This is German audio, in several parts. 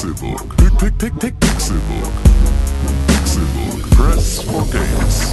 Pixelbook. Pixelbook. Pixelbook. Press for games.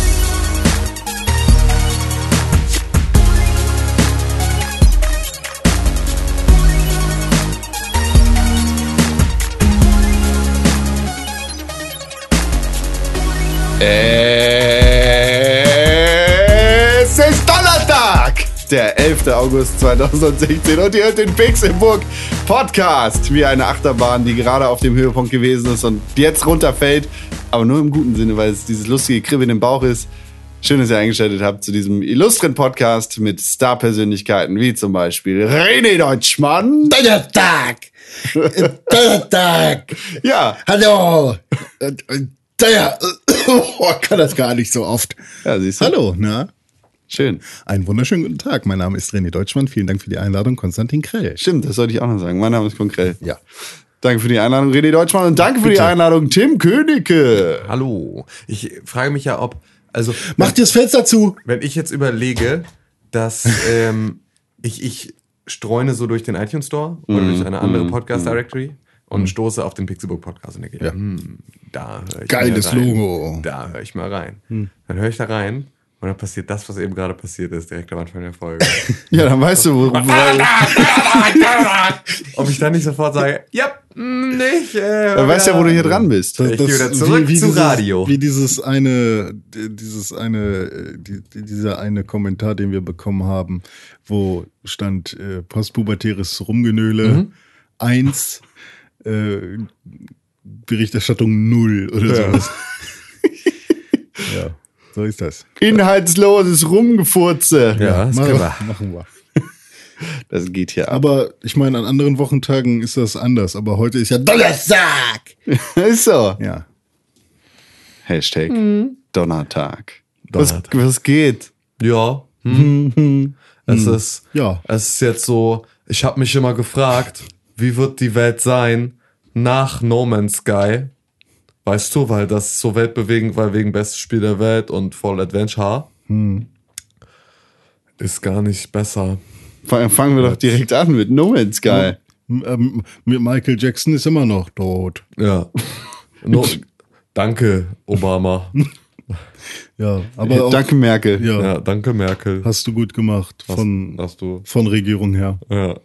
Es ist Donnerstag, der 11. August 2016 und ihr hört den Pixelbook Podcast, wie eine Achterbahn, die gerade auf dem Höhepunkt gewesen ist und jetzt runterfällt, aber nur im guten Sinne, weil es dieses lustige Kribbeln im Bauch ist. Schön, dass ihr eingeschaltet habt zu diesem illustren Podcast mit Star-Persönlichkeiten wie zum Beispiel René Deutschmann. Donnerstag! Donnerstag! Ja. Hallo! Kann das gar nicht so oft. Ja, siehst du. Hallo, na? Schön. Einen wunderschönen guten Tag. Mein Name ist René Deutschmann. Vielen Dank für die Einladung, Konstantin Krell. Stimmt, das sollte ich auch noch sagen. Mein Name ist Konkrell. Ja. Danke für die Einladung, René Deutschmann, und danke für die Einladung, Tim Königke. Hallo. Ich frage mich ja, also Macht ihr das Fenster zu? wenn ich jetzt überlege, dass ich streune so durch den iTunes Store oder durch eine andere Podcast Directory und stoße auf den Pixelbook Podcast und denke, da höre ich Geiles mal rein. Logo. Da höre ich mal rein. Dann höre ich da rein und dann passiert das, was eben gerade passiert ist, direkt am Anfang der Folge. Ja, dann weißt du, worum Ob ich dann nicht sofort sage, ja, nicht. dann weißt ja, wo du hier dran bist. Ich gehe wieder zurück zu Radio. Wie dieser eine Kommentar, den wir bekommen haben, wo stand postpubertäres Rumgenöle 1, Berichterstattung 0 oder sowas. Ja, so ist das. Inhaltsloses Rumgefurze. Ja, das können wir. Machen wir. Das geht hier ab. Aber ich meine, an anderen Wochentagen ist das anders. Aber heute ist ja Donnerstag. Ist so. Ja. Hashtag Donnertag. Donnertag. Was geht? Ja. Es ist jetzt so, ich habe mich immer gefragt, wie wird die Welt sein nach No Man's Sky? Weißt du, weil das so weltbewegend war, wegen bestes Spiel der Welt und voll Adventure. Ist gar nicht besser. Fangen wir doch direkt an mit No Man's Sky. Mit Michael Jackson ist immer noch tot. Ja. Danke, Obama. Ja, aber auch, Danke, Merkel. ja, Ja, danke, Merkel. hast du gut gemacht von Regierung her. Ja.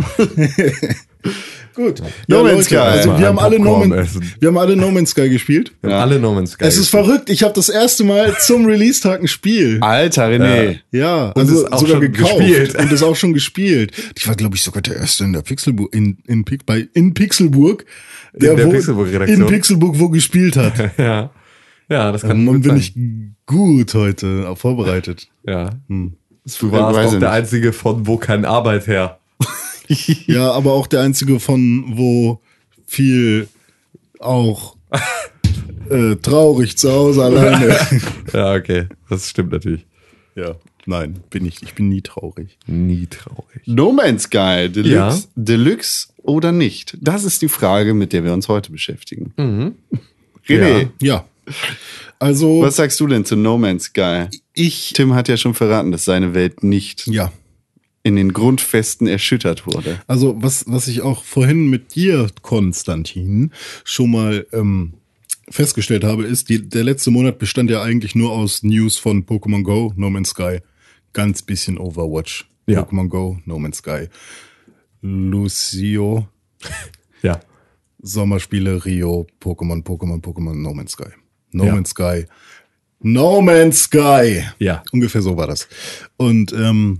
Gut. No Man's Leute, Sky. also wir haben alle Popcorn essen. No Man's Sky gespielt. Wir haben alle No Man's Sky. Es ist verrückt. Ich habe das erste Mal zum Release-Tag ein Spiel. Alter, René. Ja, Und also ist auch sogar schon gekauft gespielt. und ist auch schon gespielt. Ich war, glaube ich, sogar der Erste in der Pixelburg, in Pixelburg, der Pixelburg-Redaktion. in Pixelburg wo gespielt hat. Ja. Ja, das kann Man gut bin sein. ich gut heute auch vorbereitet. Ja. Du Weiß warst ich auch der nicht. Einzige von wo keine Arbeit her. Ja, aber auch der einzige von wo viel auch traurig zu Hause alleine. Ja, okay. Das stimmt natürlich. Ja, nein, bin ich. Ich bin nie traurig. Nie traurig. No Man's Sky, Deluxe, Ja. Deluxe oder nicht? Das ist die Frage, mit der wir uns heute beschäftigen. René, Ja. Also was sagst du denn zu No Man's Sky? Tim hat ja schon verraten, dass seine Welt nicht ja. in den Grundfesten erschüttert wurde. Also was ich auch vorhin mit dir, Konstantin, schon mal festgestellt habe, ist, der letzte Monat bestand ja eigentlich nur aus News von Pokémon Go, No Man's Sky, ganz bisschen Overwatch, Ja. Pokémon Go, No Man's Sky, Lucio, Ja. Sommerspiele, Rio, Pokémon, No Man's Sky. No Ja. Man's Sky. No Man's Sky. Ja. Ungefähr so war das. Und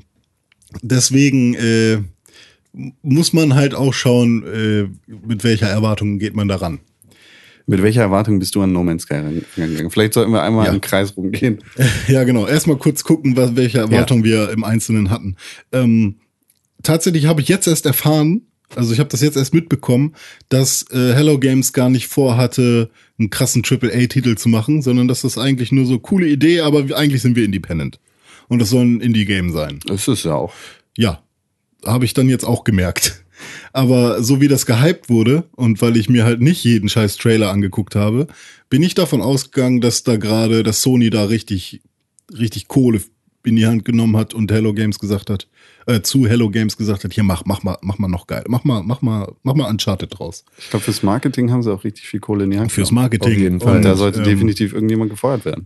deswegen muss man halt auch schauen, mit welcher Erwartung geht man daran. Mit welcher Erwartung bist du an No Man's Sky rangegangen? Vielleicht sollten wir einmal im Kreis rumgehen. Ja, genau. Erstmal kurz gucken, welche Erwartungen wir im Einzelnen hatten. Tatsächlich habe ich jetzt erst erfahren, also ich habe das jetzt erst mitbekommen, dass Hello Games gar nicht vorhatte, einen krassen AAA-Titel zu machen, sondern dass das eigentlich nur so coole Idee, aber eigentlich sind wir independent. Und das soll ein Indie-Game sein. Das ist ja auch. Ja, habe ich dann jetzt auch gemerkt. Aber so wie das gehypt wurde und weil ich mir halt nicht jeden scheiß Trailer angeguckt habe, bin ich davon ausgegangen, dass Sony da richtig Kohle in die Hand genommen hat und Hello Games gesagt hat, zu Hello Games gesagt hat, hier mach mal noch geil. Mach mal Uncharted draus. Ich glaube, fürs Marketing haben sie auch richtig viel Kohle in die Hand. Fürs Marketing. Auf jeden Fall. Und da sollte definitiv irgendjemand gefeuert werden.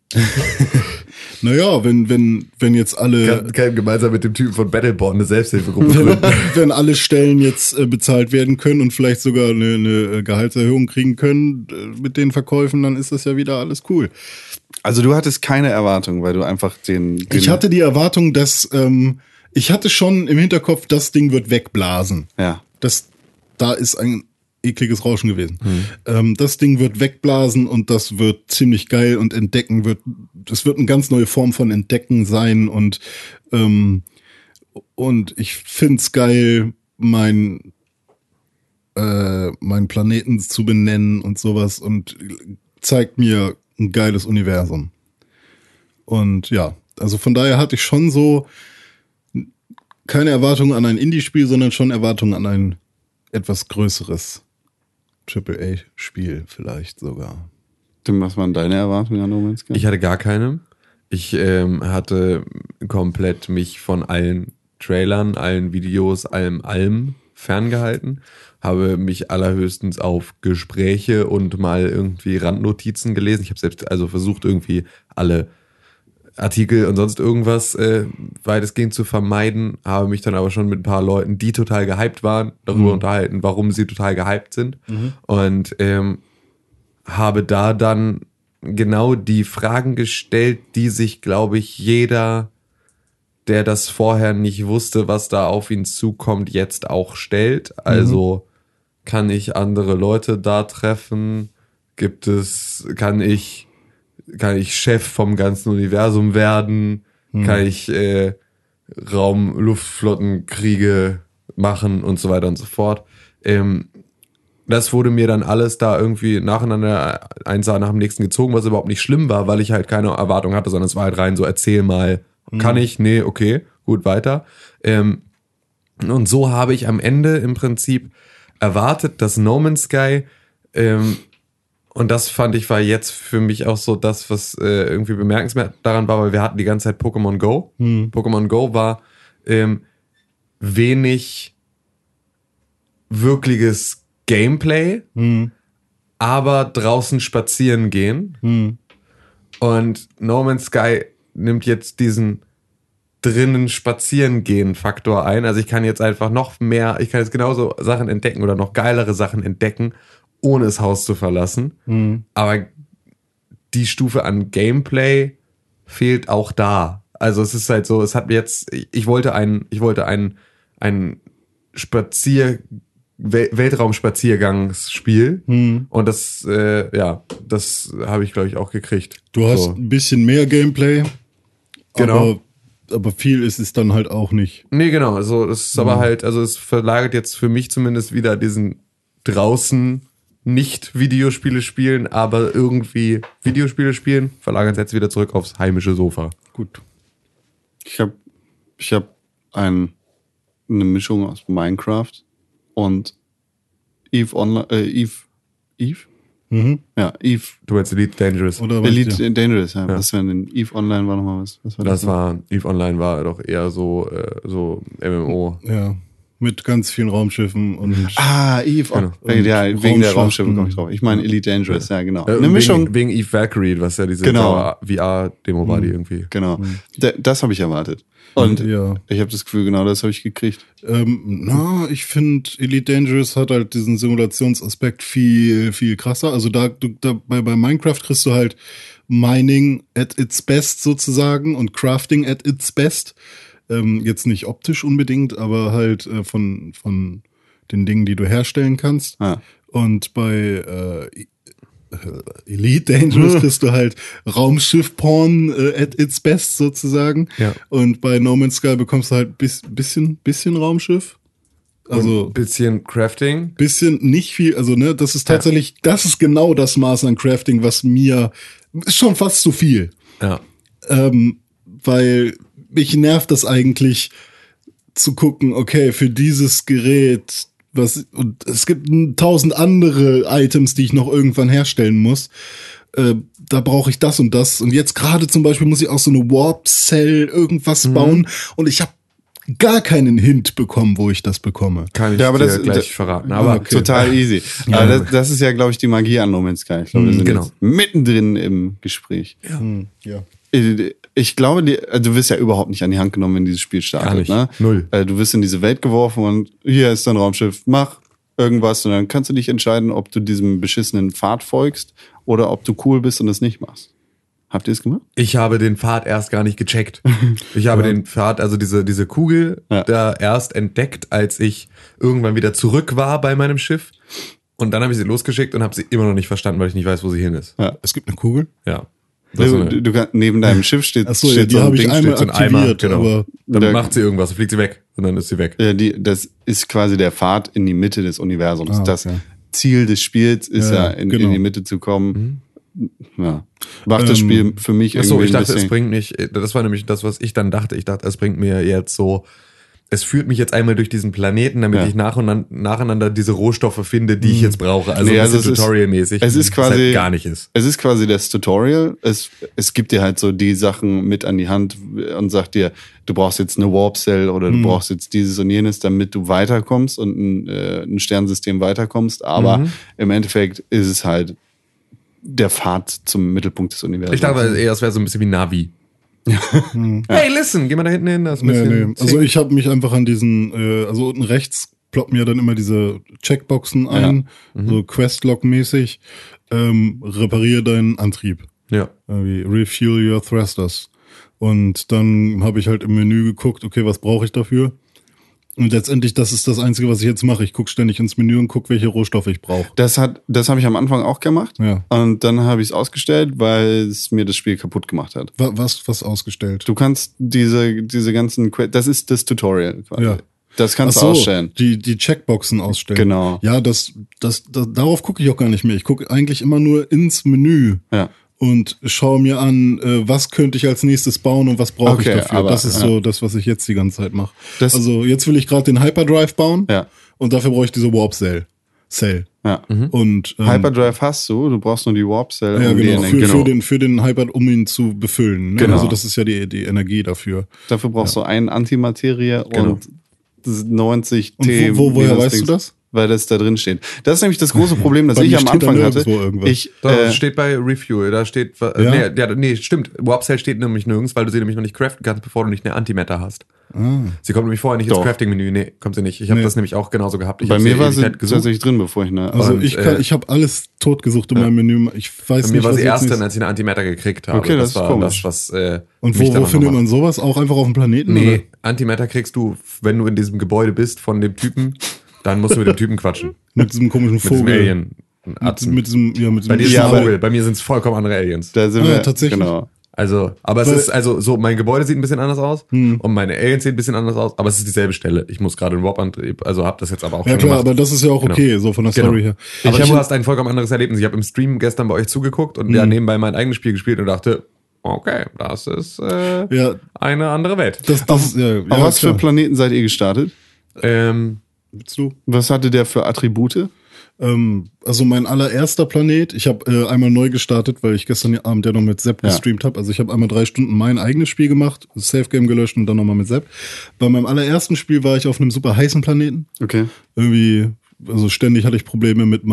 Naja, wenn jetzt alle... Kann gemeinsam mit dem Typen von Battleborn eine Selbsthilfegruppe gründen. wenn alle Stellen jetzt bezahlt werden können und vielleicht sogar eine Gehaltserhöhung kriegen können mit den Verkäufen, dann ist das ja wieder alles cool. Also du hattest keine Erwartung, weil du einfach Ich hatte die Erwartung, dass... ich hatte schon im Hinterkopf, das Ding wird wegblasen. Ja. Da ist ein ekliges Rauschen gewesen. Das Ding wird wegblasen und das wird ziemlich geil und es wird eine ganz neue Form von Entdecken sein und ich find's geil, meinen Planeten zu benennen und sowas und zeigt mir ein geiles Universum. Und ja, also von daher hatte ich schon so keine Erwartungen an ein Indie-Spiel, sondern schon Erwartungen an ein etwas größeres AAA-Spiel vielleicht sogar. Tim, was waren deine Erwartungen an No Man's Sky? Ich hatte gar keine. Ich hatte komplett mich von allen Trailern, allen Videos, allem ferngehalten. Habe mich allerhöchstens auf Gespräche und mal irgendwie Randnotizen gelesen. Ich habe selbst also versucht, irgendwie alle Artikel und sonst irgendwas weitestgehend zu vermeiden, habe mich dann aber schon mit ein paar Leuten, die total gehypt waren, darüber unterhalten, warum sie total gehypt sind. Und habe da dann genau die Fragen gestellt, die sich, glaube ich, jeder, der das vorher nicht wusste, was da auf ihn zukommt, jetzt auch stellt. Also kann ich andere Leute da treffen? Kann ich Chef vom ganzen Universum werden? Kann ich Raum-Luftflottenkriege machen und so weiter und so fort? Das wurde mir dann alles da irgendwie nacheinander eins nach dem nächsten gezogen, was überhaupt nicht schlimm war, weil ich halt keine Erwartung hatte, sondern es war halt rein so, erzähl mal, kann ich? Nee, okay, gut, weiter. Und so habe ich am Ende im Prinzip erwartet, dass No Man's Sky, und das fand ich war jetzt für mich auch so das, was irgendwie bemerkenswert daran war, weil wir hatten die ganze Zeit Pokémon Go. Pokémon Go war wenig wirkliches Gameplay, aber draußen spazieren gehen. Und No Man's Sky nimmt jetzt diesen drinnen spazieren gehen Faktor ein. Also ich kann jetzt einfach noch mehr, ich kann jetzt genauso Sachen entdecken oder noch geilere Sachen entdecken, ohne das Haus zu verlassen. Aber die Stufe an Gameplay fehlt auch da. Also es ist halt so, es hat mir jetzt, ich wollte einen Weltraumspaziergangsspiel und das habe ich, glaube ich, auch gekriegt. Du hast ein bisschen mehr Gameplay, genau. Aber viel ist es dann halt auch nicht. Nee, genau. Also es ist aber halt, also es verlagert jetzt für mich zumindest wieder diesen draußen nicht Videospiele spielen, aber irgendwie Videospiele spielen, verlagert es jetzt wieder zurück aufs heimische Sofa. Gut. Ich hab eine Mischung aus Minecraft und EVE Online, Eve? Ja, EVE. Du meinst Elite Dangerous. Oder Elite Dangerous, ja. Was war denn? EVE Online war nochmal was? Was war das? EVE Online war doch eher so MMO. Ja, mit ganz vielen Raumschiffen und... EVE. Genau. Ja, wegen der Raumschiffe komme ich drauf. Ich meine Elite Dangerous, ja genau. Eine Mischung. Wegen EVE Valkyrie, was ja diese VR-Demo war, die irgendwie. Genau. Das habe ich erwartet. Und ich habe das Gefühl, genau das habe ich gekriegt. Ich finde, Elite Dangerous hat halt diesen Simulationsaspekt viel, viel krasser. Also bei Minecraft kriegst du halt Mining at its best sozusagen und Crafting at its best. Jetzt nicht optisch unbedingt, aber halt von den Dingen, die du herstellen kannst. Und bei Elite Dangerous kriegst du halt Raumschiff-Porn at its best sozusagen. Ja. Und bei No Man's Sky bekommst du halt bisschen Raumschiff. Also ein bisschen Crafting. Bisschen, nicht viel. Also ne, das ist tatsächlich, das ist genau das Maß an Crafting, was mir ist schon fast zu viel. Ja. Weil mich nervt das eigentlich zu gucken, okay, für dieses Gerät und es gibt 1000 andere Items, die ich noch irgendwann herstellen muss. Da brauche ich das und das. Und jetzt gerade zum Beispiel muss ich auch so eine Warp-Cell irgendwas bauen. Und ich habe gar keinen Hint bekommen, wo ich das bekomme. Kann ich Ja, aber dir das- gleich verraten. Aber okay. Total easy. Aber das ist ja, glaube ich, die Magie an No Man's Sky. Ich glaube, wir sind genau. jetzt mittendrin im Gespräch. Ja. Ich glaube, du wirst ja überhaupt nicht an die Hand genommen, wenn dieses Spiel startet. Gar nicht. Ne? Null. Du wirst in diese Welt geworfen und hier ist dein Raumschiff, mach irgendwas und dann kannst du dich entscheiden, ob du diesem beschissenen Pfad folgst oder ob du cool bist und es nicht machst. Habt ihr es gemacht? ich habe den Pfad erst gar nicht gecheckt. Ich habe den Pfad, also diese Kugel, Ja. da erst entdeckt, als ich irgendwann wieder zurück war bei meinem Schiff. Und dann habe ich sie losgeschickt und habe sie immer noch nicht verstanden, weil ich nicht weiß, wo sie hin ist. Es gibt eine Kugel? Ja. Das ist so eine- Du kannst, neben deinem Schiff steht, Achso, ja, steht die so ein habe ich Ding, einmal steht so ein Eimer, aktiviert, genau. aber Dann Der- macht sie irgendwas, fliegt sie weg und dann ist sie weg. das ist quasi der Pfad in die Mitte des Universums. Ah, Das okay. Ziel des Spiels ist Ja, in genau. die Mitte zu kommen. Ja. Macht das Spiel für mich Achso, irgendwie ich dachte, ein es bisschen... bringt mich, das war nämlich das, was ich dann dachte. Ich dachte, es bringt mir jetzt so, es führt mich jetzt einmal durch diesen Planeten, damit Ja. ich nacheinander diese Rohstoffe finde, die ich jetzt brauche. Also Nee, ein also bisschen es ist- tutorialmäßig. es ist was quasi- halt gar nicht ist. Es ist quasi das Tutorial. Es gibt dir halt so die Sachen mit an die Hand und sagt dir, du brauchst jetzt eine Warp Cell oder du brauchst jetzt dieses und jenes, damit du weiterkommst und ein Sternsystem weiterkommst. Aber im Endeffekt ist es halt der Pfad zum Mittelpunkt des Universums. Ich dachte eher, es wäre so ein bisschen wie Navi. Hey, listen, geh mal da hinten hin. Das ist ein bisschen nee. Also ich habe mich einfach an diesen, also unten rechts ploppen ja dann immer diese Checkboxen ein, so Questlog-mäßig. Repariere deinen Antrieb. ja. Irgendwie refuel your thrusters. Und dann habe ich halt im Menü geguckt, okay, was brauche ich dafür? Und letztendlich, das ist das Einzige, was ich jetzt mache. Ich gucke ständig ins Menü und gucke, welche Rohstoffe ich brauche. Das habe ich am Anfang auch gemacht. Ja. Und dann habe ich es ausgestellt, weil es mir das Spiel kaputt gemacht hat. Was ausgestellt? Du kannst diese ganzen, das ist das Tutorial quasi. Ja. Das kannst Ach du so, ausstellen. die Checkboxen ausstellen. Genau. Ja, darauf gucke ich auch gar nicht mehr. Ich gucke eigentlich immer nur ins Menü. Ja. Und schaue mir an, was könnte ich als nächstes bauen und was brauche ich Okay, dafür. aber, Das ist ja. so das, was ich jetzt die ganze Zeit mache. Das- Also jetzt will ich gerade den Hyperdrive bauen Ja. und dafür brauche ich diese Warp Cell. Ja. Und Hyperdrive hast du brauchst nur die Warp Cell ja, und die genau, Energie. für den Hyper, um ihn zu befüllen. Ne? Genau. Also das ist ja die Energie dafür. Dafür brauchst du einen Antimaterie Genau. und 90 Und T. woher minus weißt du Dings, das? Weil das da drin steht. Das ist nämlich das große Problem, das Bei ich mir am steht da Anfang hatte. nirgendwo irgendwas. Da steht bei Refuel, da steht, Ja? nee, stimmt. Warp Cell steht nämlich nirgends, weil du sie nämlich noch nicht craften kannst, bevor du nicht eine Antimatter hast. Sie kommt nämlich vorher nicht Doch. ins Crafting-Menü. Nee, kommt sie nicht. Ich habe Nee. das nämlich auch genauso gehabt. Ich Bei hab mir war sie Ewigkeit gesucht. tatsächlich drin, bevor ich eine. Also Und, ich habe alles totgesucht in meinem Menü. Ich weiß Bei nicht, mir war was sie jetzt erst dann, nächstes- als ich eine Antimatter gekriegt habe. Okay, das ist war komisch. das, was Und mich wo dann findet nochmal- man sowas? Auch einfach auf dem Planeten? Nee, Oder? Antimatter kriegst du, wenn du in diesem Gebäude bist von dem Typen, dann musst du mit dem Typen quatschen. Mit diesem komischen Mit diesem Vogel. Alien. Ein Atzen. Mit diesem, ja, mit Bei dir diesem ist Ja, ein aber- Vogel, bei mir sind es vollkommen andere Aliens. Da sind Ah, wir tatsächlich. Genau. Also, aber es Weil- ist, also so, mein Gebäude sieht ein bisschen anders aus und meine Aliens sehen ein bisschen anders aus, aber es ist dieselbe Stelle. Ich muss gerade einen Warp-Antrieb, also hab das jetzt aber auch Ja schon klar, gemacht. aber das ist ja auch Genau. okay, so von der Story her. Aber ich du hast ein vollkommen anderes Erlebnis. Ich habe im Stream gestern bei euch zugeguckt und ja nebenbei mein eigenes Spiel gespielt und dachte, okay, das ist ja, eine andere Welt. das ja, Auf was für klar. Planeten seid ihr gestartet? Willst du? Was hatte der für Attribute? Also mein allererster Planet, ich habe einmal neu gestartet, weil ich gestern Abend ja noch mit Sepp gestreamt habe. Also ich habe einmal 3 Stunden mein eigenes Spiel gemacht, das Safe Game gelöscht und dann nochmal mit Sepp. Bei meinem allerersten Spiel war ich auf einem super heißen Planeten. Okay. Irgendwie, also ständig hatte ich Probleme mit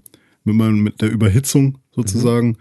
der Überhitzung sozusagen.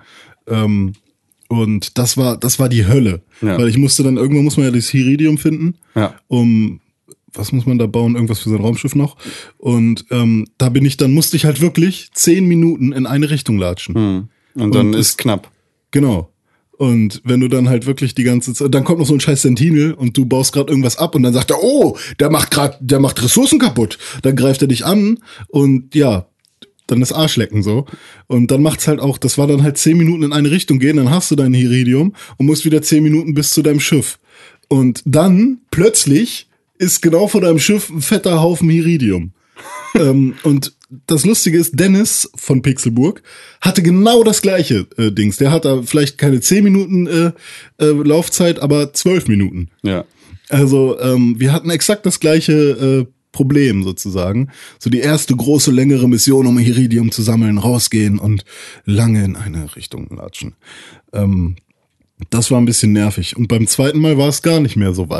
Und das war die Hölle. Ja. Weil irgendwann muss man ja das Iridium finden, Ja. was muss man da bauen? Irgendwas für sein Raumschiff noch. Und musste ich halt wirklich 10 Minuten in eine Richtung latschen. Und dann Und ist knapp. Genau. Und wenn du dann halt wirklich die ganze Zeit, dann kommt noch so ein scheiß Sentinel und du baust gerade irgendwas ab und dann sagt er, oh, der macht Ressourcen kaputt. Dann greift er dich an und ja, dann ist Arschlecken so. Und dann macht's halt auch, das war dann halt 10 Minuten in eine Richtung gehen, dann hast du dein Iridium und musst wieder 10 Minuten bis zu deinem Schiff. Und dann plötzlich ist genau vor deinem Schiff ein fetter Haufen Iridium. Und das Lustige ist, Dennis von Pixelburg hatte genau das gleiche Dings. Der hat da vielleicht keine 10 Minuten Laufzeit, aber 12 Minuten. Ja. Also wir hatten exakt das gleiche Problem sozusagen. So die erste große, längere Mission, um Iridium zu sammeln, rausgehen und lange in eine Richtung latschen. Das war ein bisschen nervig. Und beim zweiten Mal war es gar nicht mehr so weit.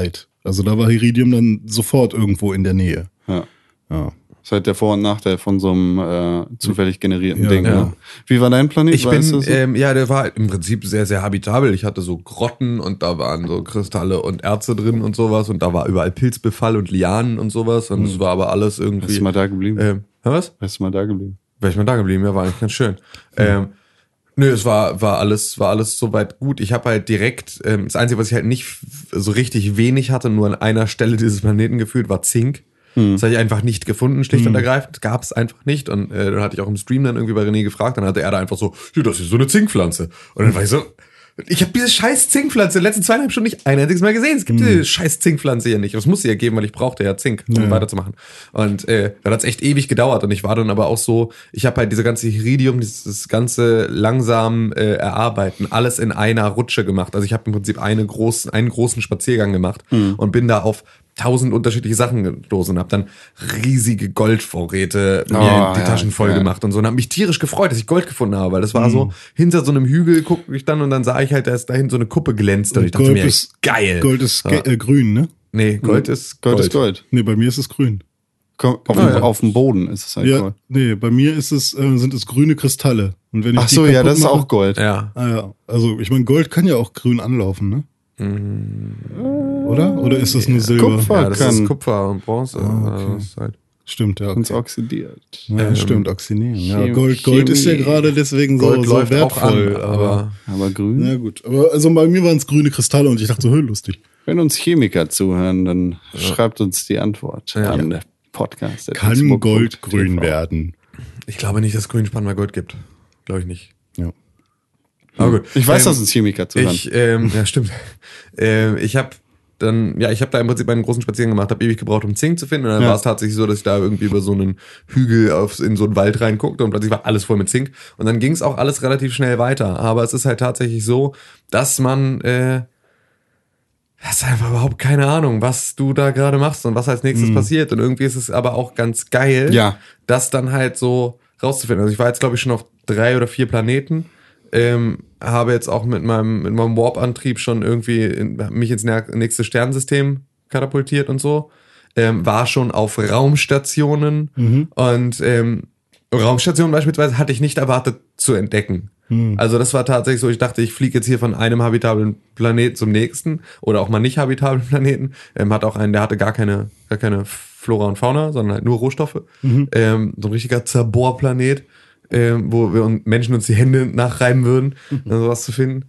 Also da war Iridium dann sofort irgendwo in der Nähe. Ja. Ja. Das ist halt der Vor- und Nachteil von so einem zufällig generierten Ja, Ding. ja. Ne? Wie war dein Planet? Weißt du so? Der war im Prinzip sehr, sehr habitabel. Ich hatte so Grotten und da waren so Kristalle und Erze drin und sowas und da war überall Pilzbefall und Lianen und sowas und es war aber alles irgendwie... Bist du mal da geblieben? Was? Bist du mal da geblieben? Wäre ich mal da geblieben, ja, war eigentlich ganz schön. Nö, es war alles soweit gut. Ich habe halt direkt, das Einzige, was ich halt nicht so richtig wenig hatte, nur an einer Stelle dieses Planeten gefühlt, war Zink. Das habe ich einfach nicht gefunden, schlicht und ergreifend. Gab es einfach nicht. Und dann hatte ich auch im Stream dann irgendwie bei René gefragt. Dann hatte er da einfach so, ja, das ist so eine Zinkpflanze. Und dann war ich so, ich habe diese scheiß Zinkpflanze in den letzten 2,5 Stunden nicht ein einziges Mal gesehen. Es gibt diese scheiß Zinkpflanze hier nicht. Das muss sie ja geben, weil ich brauchte ja Zink, um weiterzumachen. Und dann hat es echt ewig gedauert. Und ich war dann aber auch so, ich habe halt diese ganze Iridium, dieses ganze langsam Erarbeiten, alles in einer Rutsche gemacht. Also ich habe im Prinzip einen großen Spaziergang gemacht und bin da auf 1000 unterschiedliche Sachen gestoßen und habe dann riesige Goldvorräte mir in die Taschen voll gemacht und so und habe mich tierisch gefreut, dass ich Gold gefunden habe, weil das war so, hinter so einem Hügel guckte ich dann und dann sah ich halt, dass dahin so eine Kuppe glänzt und ich dachte mir, geil. Gold ist grün, ne? Nee, Gold ist Gold ist Gold. Nee, bei mir ist es grün. Auf dem Boden ist es halt Gold. Nee, bei mir ist es, sind es grüne Kristalle. Und wenn ich Ach so, ja, das ist auch Gold. Ja. Ah ja, also ich meine, Gold kann ja auch grün anlaufen, ne? Oder? Oder ist das nur Silber? Kupfer. Ja, das kann. ist Kupfer und Bronze. okay. Das ist halt Stimmt, ja. Ganz Okay. oxidiert. Ja, stimmt, oxinieren. Ja, Chemie. Gold ist ja gerade deswegen Gold so läuft wertvoll. auch an, aber Aber grün. Na gut, aber also bei mir waren es grüne Kristalle und ich dachte so, lustig. Wenn uns Chemiker zuhören, dann schreibt uns die Antwort an der Podcast. Kann Gold grün werden? ich glaube nicht, dass Grünspan mal Gold gibt. Glaube ich nicht. Ja. Aber gut. Ich weiß, dass uns Chemiker zuhören. Ja, stimmt. Ich habe da im Prinzip einen großen Spaziergang gemacht, habe ewig gebraucht, um Zink zu finden. Und dann war es tatsächlich so, dass ich da irgendwie über so einen Hügel in so einen Wald reinguckte und plötzlich war alles voll mit Zink. Und dann ging es auch alles relativ schnell weiter. Aber es ist halt tatsächlich so, dass man hast einfach überhaupt keine Ahnung, was du da gerade machst und was als nächstes passiert. Und irgendwie ist es aber auch ganz geil, das dann halt so rauszufinden. Also ich war jetzt, glaube ich, schon auf 3 oder 4 Planeten. Habe jetzt auch mit meinem Warp-Antrieb schon irgendwie mich ins nächste Sternensystem katapultiert und so. War schon auf Raumstationen und Raumstationen beispielsweise hatte ich nicht erwartet zu entdecken. Also das war tatsächlich so, ich dachte, ich fliege jetzt hier von einem habitablen Planeten zum nächsten oder auch mal nicht habitablen Planeten. Hat auch einen, der hatte gar keine Flora und Fauna, sondern halt nur Rohstoffe. So ein richtiger Zerbohrplanet. Wo wir Menschen uns die Hände nachreiben würden, sowas zu finden.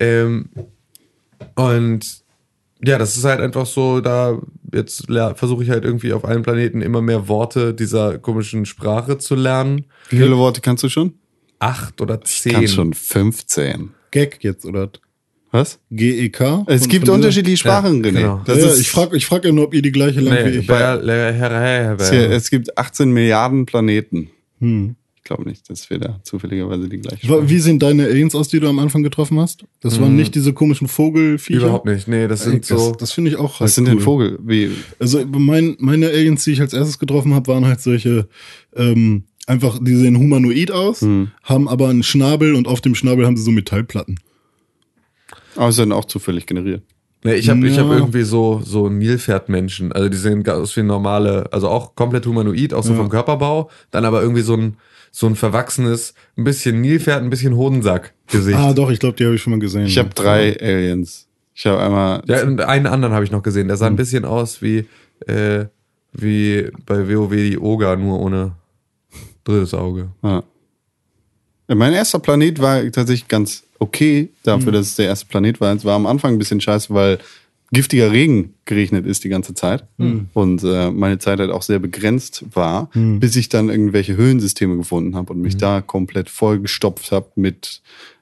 Und ja, das ist halt einfach so, da jetzt versuche ich halt irgendwie auf allen Planeten immer mehr Worte dieser komischen Sprache zu lernen. Wie viele Worte kannst du schon? 8 oder 10. Ich kann schon 15. Gag jetzt, oder? Was? GEK? Es gibt unterschiedliche Sprachen, René. genau. Das ist, ich frag ja nur, ob ihr die gleiche lang wie ich. es gibt 18 Milliarden Planeten. Ich glaube nicht, dass wir da zufälligerweise die gleiche Sprache. Wie sehen deine Aliens aus, die du am Anfang getroffen hast? Das waren nicht diese komischen Vogelviecher? Überhaupt nicht, nee, das sind so... Das finde ich auch halt Was sind denn Vogel? Wie? Also meine Aliens, die ich als erstes getroffen habe, waren halt solche, einfach, die sehen humanoid aus, haben aber einen Schnabel und auf dem Schnabel haben sie so Metallplatten. Aber sie sind auch zufällig generiert. Nee, ich hab irgendwie so Nilpferdmenschen, also die sehen aus wie normale, also auch komplett humanoid, auch so vom Körperbau, dann aber irgendwie so ein verwachsenes, ein bisschen Nilpferd, ein bisschen Hodensack-Gesicht. Ah, doch, ich glaube, die habe ich schon mal gesehen. Ich habe 3 Aliens. Ich habe einmal... Ja, und einen anderen habe ich noch gesehen, der sah ein bisschen aus wie bei WoW die Oga, nur ohne drittes Auge. Ja. Mein erster Planet war tatsächlich ganz okay, dafür, dass es der erste Planet war. Es war am Anfang ein bisschen scheiße, weil giftiger Regen geregnet ist die ganze Zeit. Und meine Zeit halt auch sehr begrenzt war, bis ich dann irgendwelche Höhlensysteme gefunden habe und mich da komplett vollgestopft habe mit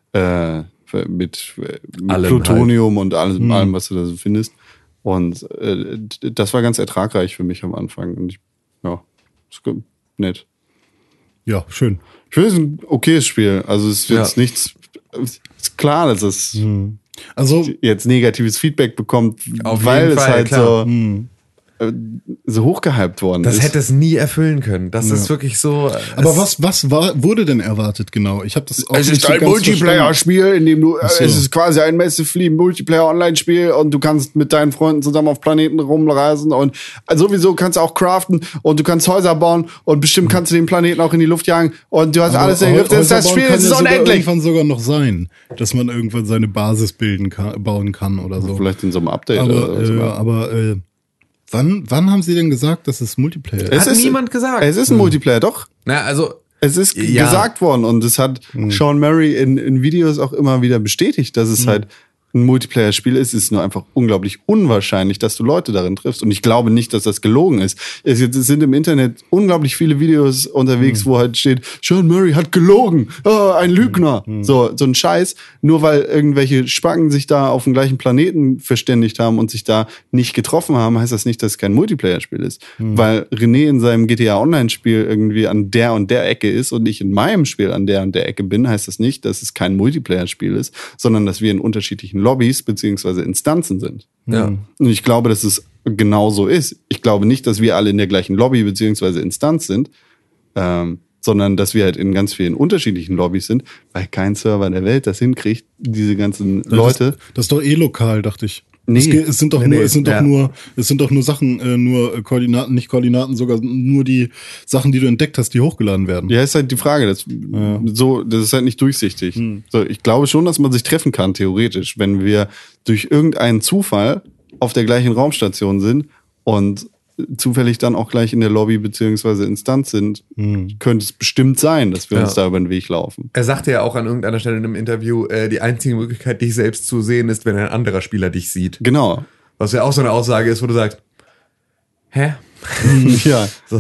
Plutonium und allem, was du da so findest. Und das war ganz ertragreich für mich am Anfang. Und ist nett. Ja, schön. Ich finde es ein okayes Spiel. Also es ist jetzt nichts. Ist klar, dass es Also jetzt negatives Feedback bekommt, Auf weil jeden es Fall, halt klar. so. so hochgehypt worden das ist. Das hätte es nie erfüllen können. Das ist wirklich so. Aber was wurde denn erwartet genau? Ich habe das auch Es nicht ist so ein ganz Multiplayer-Spiel, in dem du, so. es ist quasi ein massively Multiplayer-Online-Spiel und du kannst mit deinen Freunden zusammen auf Planeten rumreisen und sowieso kannst du auch craften und du kannst Häuser bauen und bestimmt kannst du den Planeten auch in die Luft jagen und du hast alles in der Luft. Das Spiel ist unendlich. Irgendwann sogar noch sein, dass man irgendwann seine Basis bauen kann oder so. Vielleicht in so einem Update aber wann haben sie denn gesagt, dass es Multiplayer ist? Hat niemand gesagt. Es ist ein Multiplayer, doch. Na, also. Es ist gesagt worden und es hat Sean Murray in Videos auch immer wieder bestätigt, dass es halt ein Multiplayer-Spiel ist. Es ist nur einfach unglaublich unwahrscheinlich, dass du Leute darin triffst. Und ich glaube nicht, dass das gelogen ist. Es sind im Internet unglaublich viele Videos unterwegs, wo halt steht, Sean Murray hat gelogen. Oh, ein Lügner. So ein Scheiß. Nur weil irgendwelche Spacken sich da auf dem gleichen Planeten verständigt haben und sich da nicht getroffen haben, heißt das nicht, dass es kein Multiplayer-Spiel ist. Weil René in seinem GTA Online-Spiel irgendwie an der und der Ecke ist und ich in meinem Spiel an der und der Ecke bin, heißt das nicht, dass es kein Multiplayer-Spiel ist, sondern dass wir in unterschiedlichen Lobbys beziehungsweise Instanzen sind. Ja. Und ich glaube, dass es genau so ist. Ich glaube nicht, dass wir alle in der gleichen Lobby beziehungsweise Instanz sind, sondern dass wir halt in ganz vielen unterschiedlichen Lobbys sind, weil kein Server der Welt das hinkriegt, diese ganzen Leute. Das ist doch lokal, dachte ich. Nee. Es sind doch nur Sachen, nur Koordinaten, nicht Koordinaten, sogar nur die Sachen, die du entdeckt hast, die hochgeladen werden. Ja, ist halt die Frage. Das ist halt nicht durchsichtig. So, ich glaube schon, dass man sich treffen kann, theoretisch, wenn wir durch irgendeinen Zufall auf der gleichen Raumstation sind und zufällig dann auch gleich in der Lobby beziehungsweise Instanz sind, könnte es bestimmt sein, dass wir uns da über den Weg laufen. Er sagte ja auch an irgendeiner Stelle in einem Interview, die einzige Möglichkeit, dich selbst zu sehen, ist, wenn ein anderer Spieler dich sieht. Genau. Was ja auch so eine Aussage ist, wo du sagst, hä? Ja. So,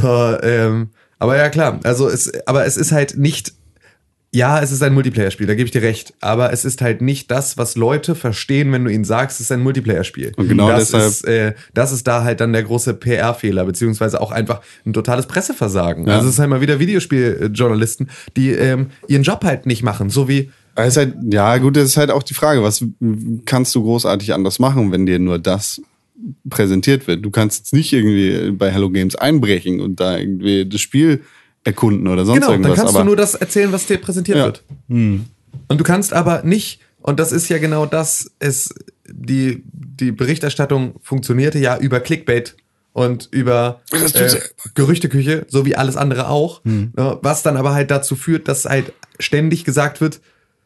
aber ja, klar. Also es ist halt nicht, ja, es ist ein Multiplayer-Spiel, da gebe ich dir recht. Aber es ist halt nicht das, was Leute verstehen, wenn du ihnen sagst, es ist ein Multiplayer-Spiel. Und genau deshalb. Das ist da halt dann der große PR-Fehler, beziehungsweise auch einfach ein totales Presseversagen. Ja. Also es ist halt mal wieder Videospieljournalisten, die ihren Job halt nicht machen, so wie. Das ist halt, ja gut, das ist halt auch die Frage, was kannst du großartig anders machen, wenn dir nur das präsentiert wird? Du kannst jetzt nicht irgendwie bei Hello Games einbrechen und da irgendwie das Spiel erkunden oder sonst irgendwas. Genau, dann kannst du nur das erzählen, was dir präsentiert wird. Und du kannst aber nicht, und das ist ja genau das, die Berichterstattung funktionierte ja über Clickbait und über Gerüchteküche, so wie alles andere auch, was dann aber halt dazu führt, dass halt ständig gesagt wird,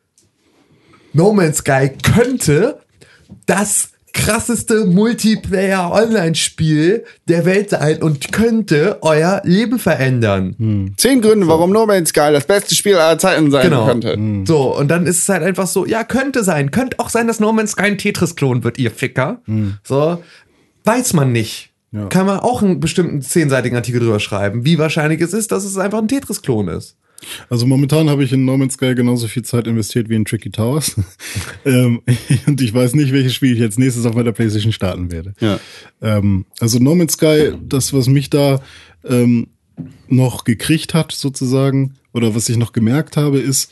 No Man's Sky könnte das krasseste Multiplayer-Online-Spiel der Welt sein und könnte euer Leben verändern. 10 Gründe, warum No Man's Sky das beste Spiel aller Zeiten sein könnte. So, und dann ist es halt einfach so, ja, könnte sein. Könnte auch sein, dass No Man's Sky ein Tetris-Klon wird, ihr Ficker. So, weiß man nicht. Ja. Kann man auch einen bestimmten 10-seitigen Artikel drüber schreiben, wie wahrscheinlich es ist, dass es einfach ein Tetris-Klon ist. Also momentan habe ich in No Man's Sky genauso viel Zeit investiert wie in Tricky Towers. Und ich weiß nicht, welches Spiel ich jetzt nächstes auf meiner PlayStation starten werde. Ja. Also No Man's Sky, das, was mich da noch gekriegt hat sozusagen, oder was ich noch gemerkt habe, ist,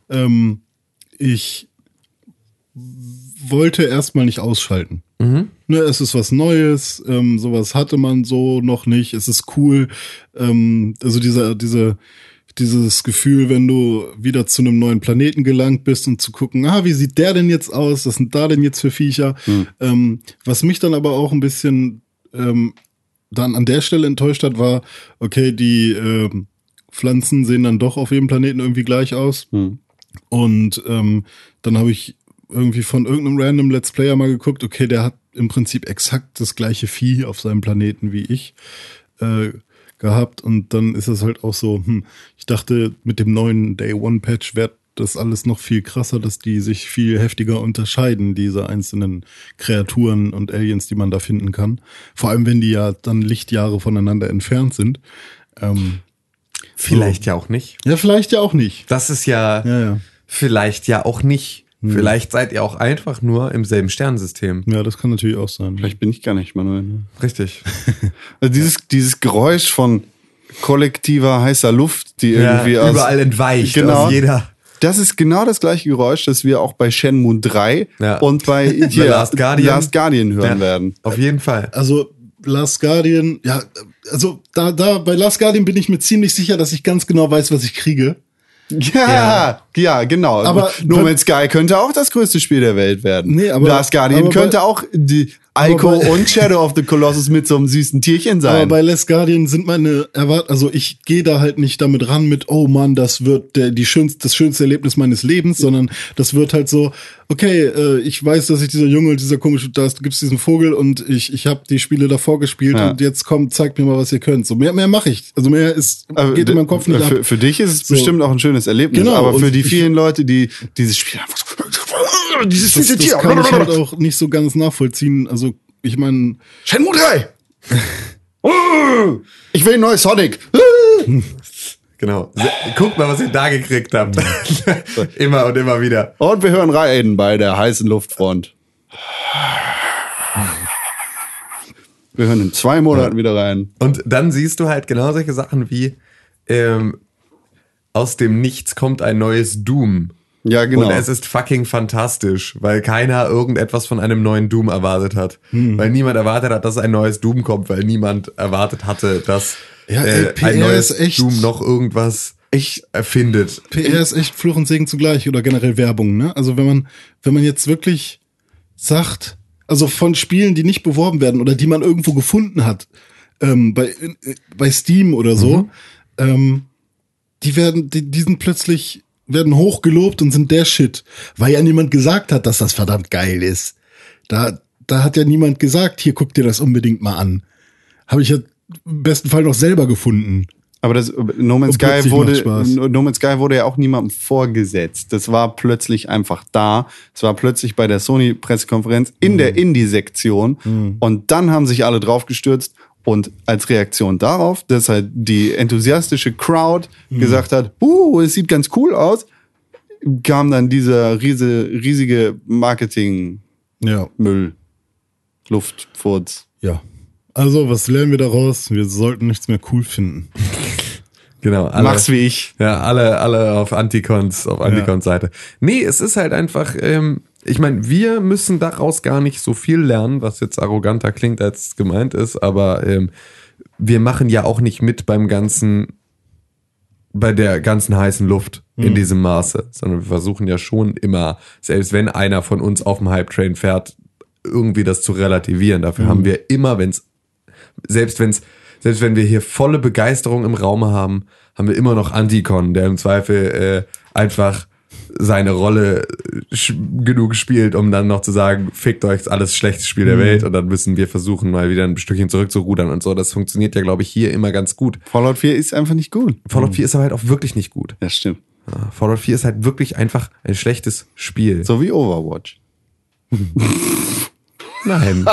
ich wollte erstmal nicht ausschalten. Ne, es ist was Neues, sowas hatte man so noch nicht, es ist cool. Also dieses Gefühl, wenn du wieder zu einem neuen Planeten gelangt bist und zu gucken, wie sieht der denn jetzt aus? Was sind da denn jetzt für Viecher? Was mich dann aber auch ein bisschen dann an der Stelle enttäuscht hat, war, okay, die Pflanzen sehen dann doch auf jedem Planeten irgendwie gleich aus. Und dann habe ich irgendwie von irgendeinem random Let's Player mal geguckt, okay, der hat im Prinzip exakt das gleiche Vieh auf seinem Planeten wie ich gehabt, und dann ist es halt auch so, ich dachte, mit dem neuen Day-One-Patch wird das alles noch viel krasser, dass die sich viel heftiger unterscheiden, diese einzelnen Kreaturen und Aliens, die man da finden kann. Vor allem, wenn die ja dann Lichtjahre voneinander entfernt sind. Vielleicht ja auch nicht. Ja, vielleicht ja auch nicht. Das ist ja. Vielleicht ja auch nicht. Vielleicht seid ihr auch einfach nur im selben Sternensystem. Ja, das kann natürlich auch sein. Vielleicht bin ich gar nicht, Manuel. Richtig. Also dieses Geräusch von kollektiver heißer Luft, die irgendwie überall entweicht, genau, aus jeder. Das ist genau das gleiche Geräusch, das wir auch bei Shenmue 3 und bei Last Guardian hören werden. Auf jeden Fall. Also Last Guardian, ja, also da bei Last Guardian bin ich mir ziemlich sicher, dass ich ganz genau weiß, was ich kriege. Ja, genau. Aber No Man's Sky könnte auch das größte Spiel der Welt werden. Nee, aber Last Guardian könnte auch die Ico und Shadow of the Colossus mit so einem süßen Tierchen sein. Aber bei Last Guardian sind meine also ich gehe da halt nicht damit ran mit, oh Mann, das wird das schönste Erlebnis meines Lebens, sondern das wird halt so, okay, ich weiß, dass ich dieser Junge und dieser komische, da gibt's diesen Vogel und ich habe die Spiele davor gespielt und jetzt zeigt mir mal, was ihr könnt. So mehr mache ich. Also mehr geht in meinem Kopf nicht ab. Für dich ist es bestimmt auch ein schönes Erlebnis, genau, aber für die vielen Leute, die dieses Spiel einfach so, dieses süße Tier. Das kann ich halt auch nicht so ganz nachvollziehen. Also, ich meine... Shenmue 3! Ich will ein neues Sonic! Genau. Guckt mal, was ihr da gekriegt habt. Immer und immer wieder. Und wir hören rein bei der heißen Luftfront. Wir hören in 2 Monaten wieder rein. Und dann siehst du halt genau solche Sachen wie aus dem Nichts kommt ein neues Doom. Ja, genau. Und es ist fucking fantastisch, weil keiner irgendetwas von einem neuen Doom erwartet hat. Weil niemand erwartet hat, dass ein neues Doom kommt, weil niemand erwartet hatte, dass ein neues Doom noch irgendwas erfindet. PR ist echt Fluch und Segen zugleich oder generell Werbung, ne? Also wenn man jetzt wirklich sagt, also von Spielen, die nicht beworben werden oder die man irgendwo gefunden hat, bei Steam oder so, die sind plötzlich werden hochgelobt und sind der Shit, weil ja niemand gesagt hat, dass das verdammt geil ist. Da hat ja niemand gesagt, hier guck dir das unbedingt mal an. Habe ich ja im besten Fall noch selber gefunden. Aber das No Man's Sky wurde ja auch niemandem vorgesetzt. Das war plötzlich einfach da. Es war plötzlich bei der Sony-Pressekonferenz in der Indie-Sektion. Und dann haben sich alle draufgestürzt. Und als Reaktion darauf, dass halt die enthusiastische Crowd gesagt hat, es sieht ganz cool aus, kam dann dieser riesige Marketing-Müll, Luftfurz. Ja. Also, was lernen wir daraus? Wir sollten nichts mehr cool finden. Genau. Mach's wie ich. Ja, alle auf Anticons Seite. Nee, es ist halt einfach, ich meine, wir müssen daraus gar nicht so viel lernen, was jetzt arroganter klingt, als es gemeint ist, aber wir machen ja auch nicht mit bei der ganzen heißen Luft in diesem Maße, sondern wir versuchen ja schon immer, selbst wenn einer von uns auf dem Hype-Train fährt, irgendwie das zu relativieren. Dafür haben wir immer, selbst wenn wir hier volle Begeisterung im Raum haben, haben wir immer noch Anticon, der im Zweifel einfach seine Rolle genug spielt, um dann noch zu sagen, fickt euch, ist alles schlechtes Spiel der Welt, und dann müssen wir versuchen, mal wieder ein Stückchen zurückzurudern und so. Das funktioniert ja, glaube ich, hier immer ganz gut. Fallout 4 ist einfach nicht gut. Fallout 4 ist aber halt auch wirklich nicht gut. Das stimmt. Ja, Fallout 4 ist halt wirklich einfach ein schlechtes Spiel. So wie Overwatch. Nein.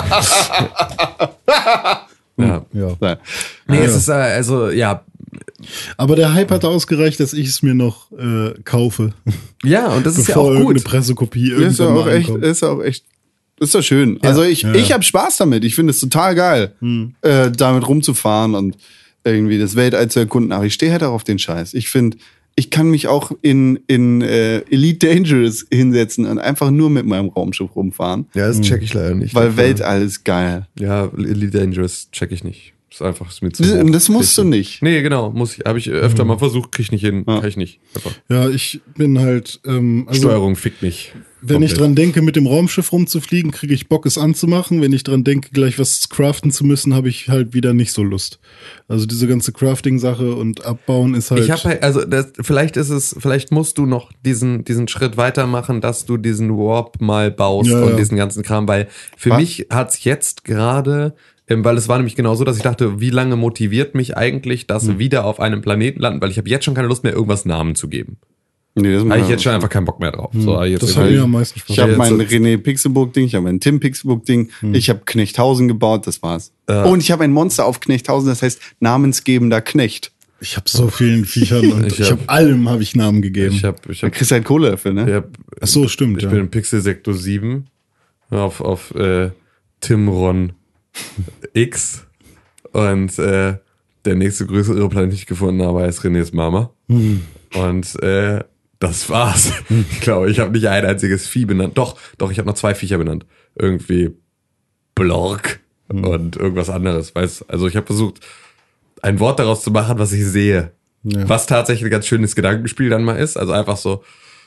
Ja. Nee, es ist aber der Hype hat ausgereicht, dass ich es mir noch kaufe. Ja, und das ist ja auch gut. Irgendeine Pressekopie Ist doch schön. Ja. Also ich habe Spaß damit. Ich finde es total geil, damit rumzufahren und irgendwie das Weltall zu erkunden. Aber ich stehe halt auch auf den Scheiß. Ich finde, ich kann mich auch in Elite Dangerous hinsetzen und einfach nur mit meinem Raumschiff rumfahren. Ja, das check ich leider nicht. Weil Weltall ist geil. Ja, Elite Dangerous check ich nicht. Ist mir zu hoch. Das musst du nicht. Nee, genau, habe ich öfter mal versucht, krieg ich nicht hin, kann ich nicht. Einfach. Ja, ich bin halt Steuerung fickt mich. Wenn ich dran denke, mit dem Raumschiff rumzufliegen, kriege ich Bock, es anzumachen. Wenn ich dran denke, gleich was craften zu müssen, habe ich halt wieder nicht so Lust. Also diese ganze Crafting-Sache und Abbauen ist halt... Ich habe halt, vielleicht musst du noch diesen Schritt weitermachen, dass du diesen Warp mal baust und diesen ganzen Kram, weil für mich hat's jetzt gerade... Weil es war nämlich genau so, dass ich dachte, wie lange motiviert mich eigentlich das wieder auf einem Planeten landen, weil ich habe jetzt schon keine Lust mehr, irgendwas Namen zu geben. Nee, das habe ich jetzt schon einfach keinen Bock mehr drauf. So, jetzt das hat mir am meisten Spaß. Ich habe mein René Pixelburg-Ding, ich habe mein Tim Pixelburg-Ding, ich habe Knechthausen gebaut, das war's. Und ich habe ein Monster auf Knechthausen, das heißt namensgebender Knecht. Ich habe so vielen Viechern und ich habe allem Namen gegeben. Da kriegst du halt Kohle dafür, ne? Ach so, stimmt. Ich bin in Pixel-Sektor 7 auf Timron X und der nächste größere Planet, den ich gefunden habe, heißt Renés Mama. Und das war's. Ich glaube, ich habe nicht ein einziges Vieh benannt. Doch, ich habe noch 2 Viecher benannt. Irgendwie Blork und irgendwas anderes. Also ich habe versucht, ein Wort daraus zu machen, was ich sehe. Ja. Was tatsächlich ein ganz schönes Gedankenspiel dann mal ist. Also einfach so,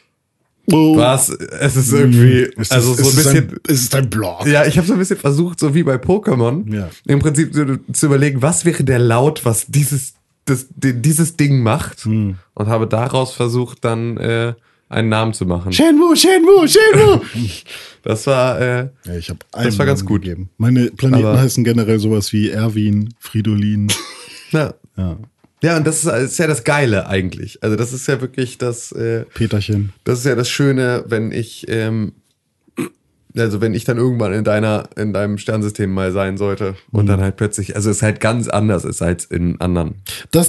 es ist irgendwie, Es ist ein Blog. Ja, ich habe so ein bisschen versucht, so wie bei Pokémon, im Prinzip zu überlegen, was wäre der Laut, was dieses Ding macht, und habe daraus versucht, dann einen Namen zu machen. Shenmue! Das war, das war ganz gut. Gegeben. Meine Planeten heißen generell sowas wie Erwin, Fridolin. Ja. Und das ist ja das Geile eigentlich. Also das ist ja wirklich das Peterchen. Das ist ja das Schöne, wenn ich wenn ich dann irgendwann in deinem Sternsystem mal sein sollte und dann halt plötzlich, also es halt ganz anders ist als in anderen. Das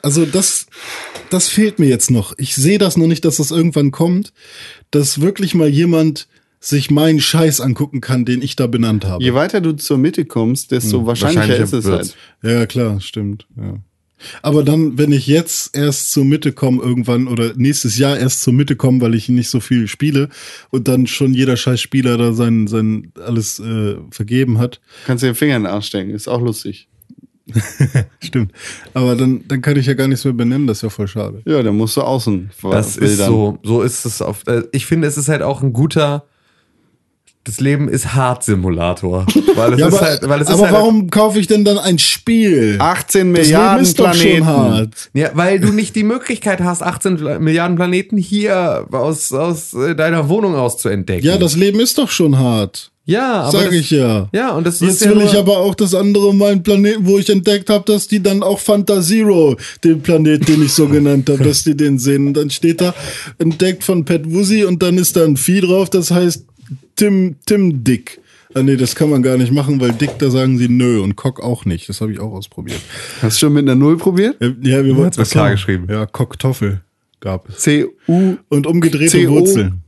fehlt mir jetzt noch. Ich sehe das noch nicht, dass das irgendwann kommt, dass wirklich mal jemand sich meinen Scheiß angucken kann, den ich da benannt habe. Je weiter du zur Mitte kommst, desto wahrscheinlicher ist es halt. Ja, klar, stimmt. Ja. Aber dann, wenn ich jetzt erst zur Mitte komme irgendwann oder nächstes Jahr erst zur Mitte komme, weil ich nicht so viel spiele und dann schon jeder scheiß Spieler da sein alles vergeben hat. Kannst du den Finger in den Arsch stecken, ist auch lustig. Stimmt. Aber dann kann ich ja gar nichts mehr benennen, das ist ja voll schade. Ja, dann musst du außen. Das ist so ist es ich finde, es ist halt auch ein guter, das Leben ist Hart-Simulator. Aber warum kaufe ich denn dann ein Spiel? 18 Milliarden ist doch schon hart. Ja, weil du nicht die Möglichkeit hast, 18 Milliarden Planeten hier aus deiner Wohnung aus zu entdecken. Ja, das Leben ist doch schon hart. Ja, aber sag ich ja. Ja, und das jetzt ist will ich aber auch das andere meinen Planeten, wo ich entdeckt habe, dass die dann auch Fantazero, den Planet, den ich so genannt habe, dass die den sehen. Und dann steht da entdeckt von Pat Wuzzy und dann ist da ein Vieh drauf, das heißt Tim Dick. Ah nee, das kann man gar nicht machen, weil Dick, da sagen sie nö und Cock auch nicht. Das habe ich auch ausprobiert. Hast du schon mit einer Null probiert? Ja, wir wollten es klar geschrieben. Ja, Cocktoffel gab es. C-U und umgedrehte Wurzeln.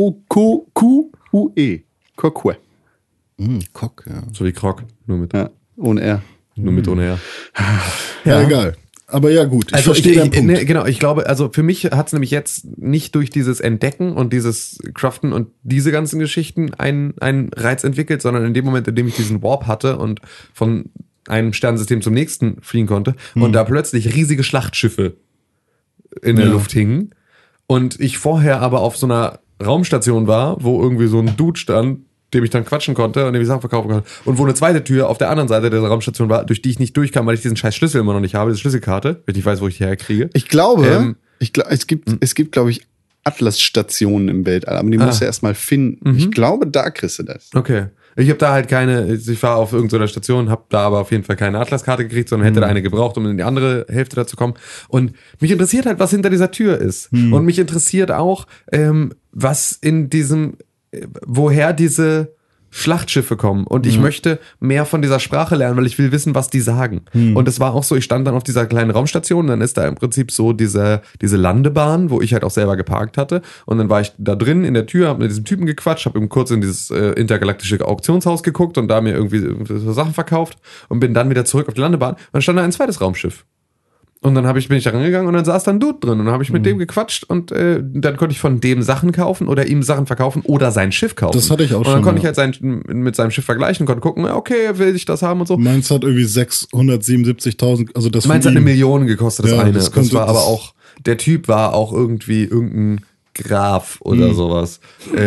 C-O-Q-Q-U-E. Coque. Cock, ja. So wie Krog, nur mit ohne R. Nur mit ohne R. Ja, egal. Aber ja, gut, ich verstehe den Punkt. Genau, ich glaube, also für mich hat es nämlich jetzt nicht durch dieses Entdecken und dieses Craften und diese ganzen Geschichten einen Reiz entwickelt, sondern in dem Moment, in dem ich diesen Warp hatte und von einem Sternensystem zum nächsten fliegen konnte und da plötzlich riesige Schlachtschiffe in der Luft hingen und ich vorher aber auf so einer Raumstation war, wo irgendwie so ein Dude stand, dem ich dann quatschen konnte und dem ich Sachen verkaufen konnte. Und wo eine zweite Tür auf der anderen Seite der Raumstation war, durch die ich nicht durchkam, weil ich diesen scheiß Schlüssel immer noch nicht habe, diese Schlüsselkarte, weil ich nicht weiß, wo ich die herkriege. Ich glaube, es gibt, glaube ich, Atlas-Stationen im Weltall, aber die musst du erstmal finden. Ich glaube, da kriegst du das. Okay. Ich habe da halt ich war auf irgendeiner Station, habe da aber auf jeden Fall keine Atlas-Karte gekriegt, sondern hätte da eine gebraucht, um in die andere Hälfte da zu kommen. Und mich interessiert halt, was hinter dieser Tür ist. Und mich interessiert auch, was in diesem woher diese Schlachtschiffe kommen. Und ich möchte mehr von dieser Sprache lernen, weil ich will wissen, was die sagen. Und es war auch so, ich stand dann auf dieser kleinen Raumstation, dann ist da im Prinzip so diese Landebahn, wo ich halt auch selber geparkt hatte. Und dann war ich da drin in der Tür, habe mit diesem Typen gequatscht, habe eben kurz in dieses intergalaktische Auktionshaus geguckt und da mir irgendwie so Sachen verkauft und bin dann wieder zurück auf die Landebahn. Und dann stand da ein zweites Raumschiff. Und dann bin ich da rangegangen und dann saß da ein Dude drin und dann habe ich mit dem gequatscht und dann konnte ich von dem Sachen kaufen oder ihm Sachen verkaufen oder sein Schiff kaufen. Das hatte ich auch schon. Und dann konnte ich halt mit seinem Schiff vergleichen, konnte gucken, okay, will ich das haben und so. Meins hat irgendwie 677.000, also das Meins hat 1 Million gekostet, das eine. Das war aber auch, der Typ war auch irgendwie irgendein Graf oder sowas.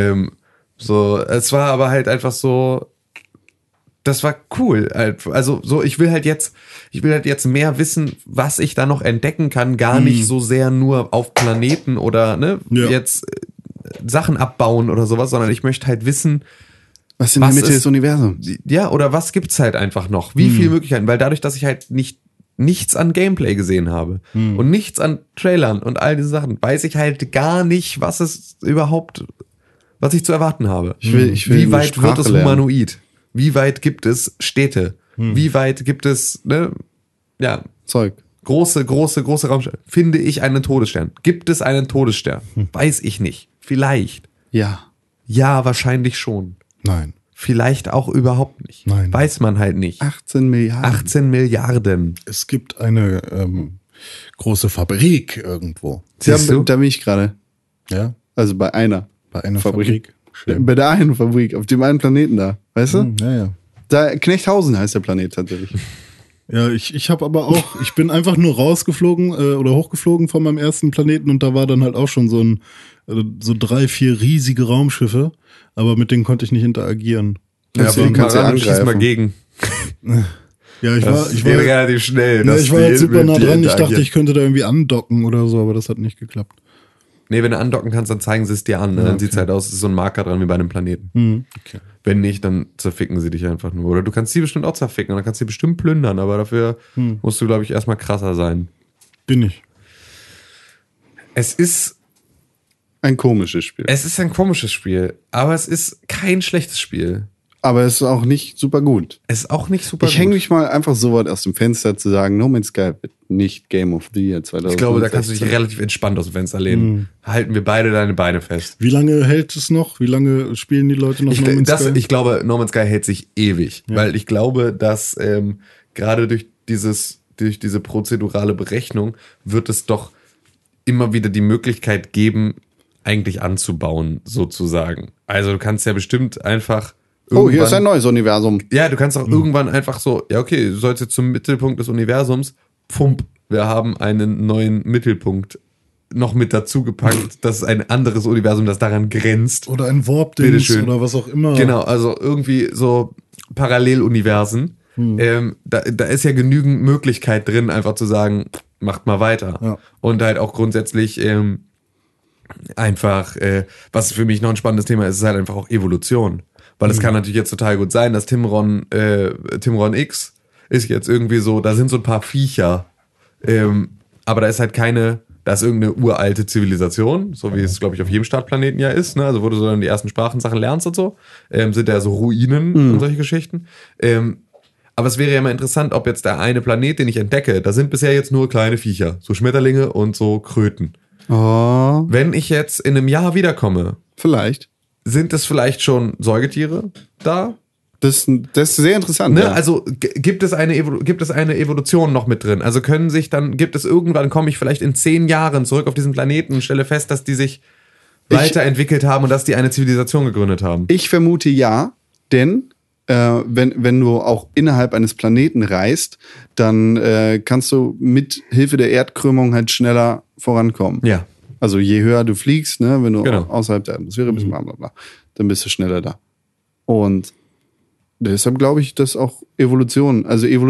Es war aber halt einfach so, das war cool. Also so, ich will halt jetzt mehr wissen, was ich da noch entdecken kann. Gar nicht so sehr nur auf Planeten oder jetzt Sachen abbauen oder sowas, sondern ich möchte halt wissen, was in der Mitte des Universums. Ja, oder was gibt's halt einfach noch? Wie viele Möglichkeiten? Weil dadurch, dass ich halt nichts an Gameplay gesehen habe und nichts an Trailern und all diese Sachen, weiß ich halt gar nicht, was ich zu erwarten habe. Ich will wie weit wird es lernen. humanoid? Wie weit gibt es Städte? Wie weit gibt es, Zeug? Große Raumschiffe. Finde ich einen Todesstern? Gibt es einen Todesstern? Weiß ich nicht. Vielleicht. Ja. Ja, wahrscheinlich schon. Nein. Vielleicht auch überhaupt nicht. Nein. Weiß man halt nicht. 18 Milliarden. 18 Milliarden. Es gibt eine große Fabrik irgendwo. Da bin ich gerade. Ja. Also bei einer Fabrik. Bei der einen Fabrik, auf dem einen Planeten da. Weißt du? Ja. Knechthausen heißt der Planet tatsächlich. Ja, ich habe aber auch, ich bin einfach nur rausgeflogen oder hochgeflogen von meinem ersten Planeten und da war dann halt auch schon so 3, 4 riesige Raumschiffe, aber mit denen konnte ich nicht interagieren. Deswegen kannst du schieß mal gegen. Ja, ich war relativ schnell. Ne, ich war halt super nah dran. Ich dachte, ich könnte da irgendwie andocken oder so, aber das hat nicht geklappt. Nee, wenn du andocken kannst, dann zeigen sie es dir an. Ne? Dann sieht es halt aus, es ist so ein Marker dran wie bei einem Planeten. Okay. Wenn nicht, dann zerficken sie dich einfach nur. Oder du kannst sie bestimmt auch zerficken und dann kannst du sie bestimmt plündern, aber dafür musst du, glaube ich, erstmal krasser sein. Bin ich. Es ist ein komisches Spiel. Es ist ein komisches Spiel, aber es ist kein schlechtes Spiel. Aber es ist auch nicht super gut. Es ist auch nicht super gut. Ich hänge mich mal einfach so weit aus dem Fenster zu sagen, No Man's Sky wird nicht Game of the Year 2016. Ich glaube, da kannst du dich relativ entspannt aus dem Fenster lehnen. Halten wir beide deine Beine fest. Wie lange hält es noch? Wie lange spielen die Leute noch No Man's Sky? Ich glaube, No Man's Sky hält sich ewig. Ja. Weil ich glaube, dass gerade durch diese prozedurale Berechnung wird es doch immer wieder die Möglichkeit geben, eigentlich anzubauen, sozusagen. Also du kannst ja bestimmt einfach hier ist ein neues Universum. Ja, du kannst auch irgendwann einfach so, ja okay, du sollst jetzt zum Mittelpunkt des Universums, pfump, wir haben einen neuen Mittelpunkt noch mit dazu gepackt. Das ist ein anderes Universum, das daran grenzt. Oder ein Warp-Dings oder was auch immer. Genau, also irgendwie so Paralleluniversen. Da ist ja genügend Möglichkeit drin, einfach zu sagen, macht mal weiter. Ja. Und halt auch grundsätzlich einfach, was für mich noch ein spannendes Thema ist halt einfach auch Evolution. Weil es kann natürlich jetzt total gut sein, dass Timron X ist jetzt irgendwie so, da sind so ein paar Viecher, aber da ist halt da ist irgendeine uralte Zivilisation, so wie es, glaube ich, auf jedem Startplaneten ja ist, ne? Also wo du so dann die ersten Sprachensachen lernst und so, sind da so Ruinen und solche Geschichten. Aber es wäre ja mal interessant, ob jetzt der eine Planet, den ich entdecke, da sind bisher jetzt nur kleine Viecher, so Schmetterlinge und so Kröten. Oh. Wenn ich jetzt in einem Jahr wiederkomme, vielleicht. Sind es vielleicht schon Säugetiere da? Das ist sehr interessant. Ne? Ja. Also gibt es eine Evolution noch mit drin? Also komme ich vielleicht in 10 Jahren zurück auf diesen Planeten und stelle fest, dass die sich weiterentwickelt haben und dass die eine Zivilisation gegründet haben? Ich vermute ja, denn wenn du auch innerhalb eines Planeten reist, dann kannst du mit Hilfe der Erdkrümmung halt schneller vorankommen. Ja. Also je höher du fliegst, ne, wenn du außerhalb der Atmosphäre bist, blablabla, dann bist du schneller da. Und deshalb glaube ich, dass auch Evolution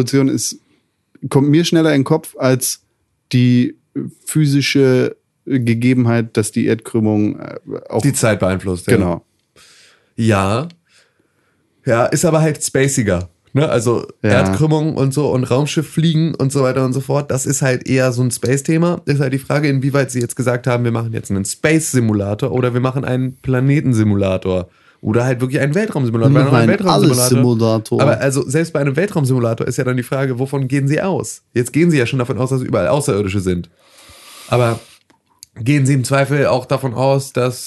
kommt mir schneller in den Kopf als die physische Gegebenheit, dass die Erdkrümmung auch die Zeit beeinflusst. Genau. Ja. Ja, ist aber halt spaciger. Ne? Also Erdkrümmung und so und Raumschiff fliegen und so weiter und so fort, das ist halt eher so ein Space-Thema. Ist halt die Frage, inwieweit sie jetzt gesagt haben, wir machen jetzt einen Space-Simulator oder wir machen einen Planetensimulator oder halt wirklich einen Weltraumsimulator. Aber also selbst bei einem Weltraumsimulator ist ja dann die Frage, wovon gehen sie aus? Jetzt gehen sie ja schon davon aus, dass überall Außerirdische sind. Aber gehen sie im Zweifel auch davon aus, dass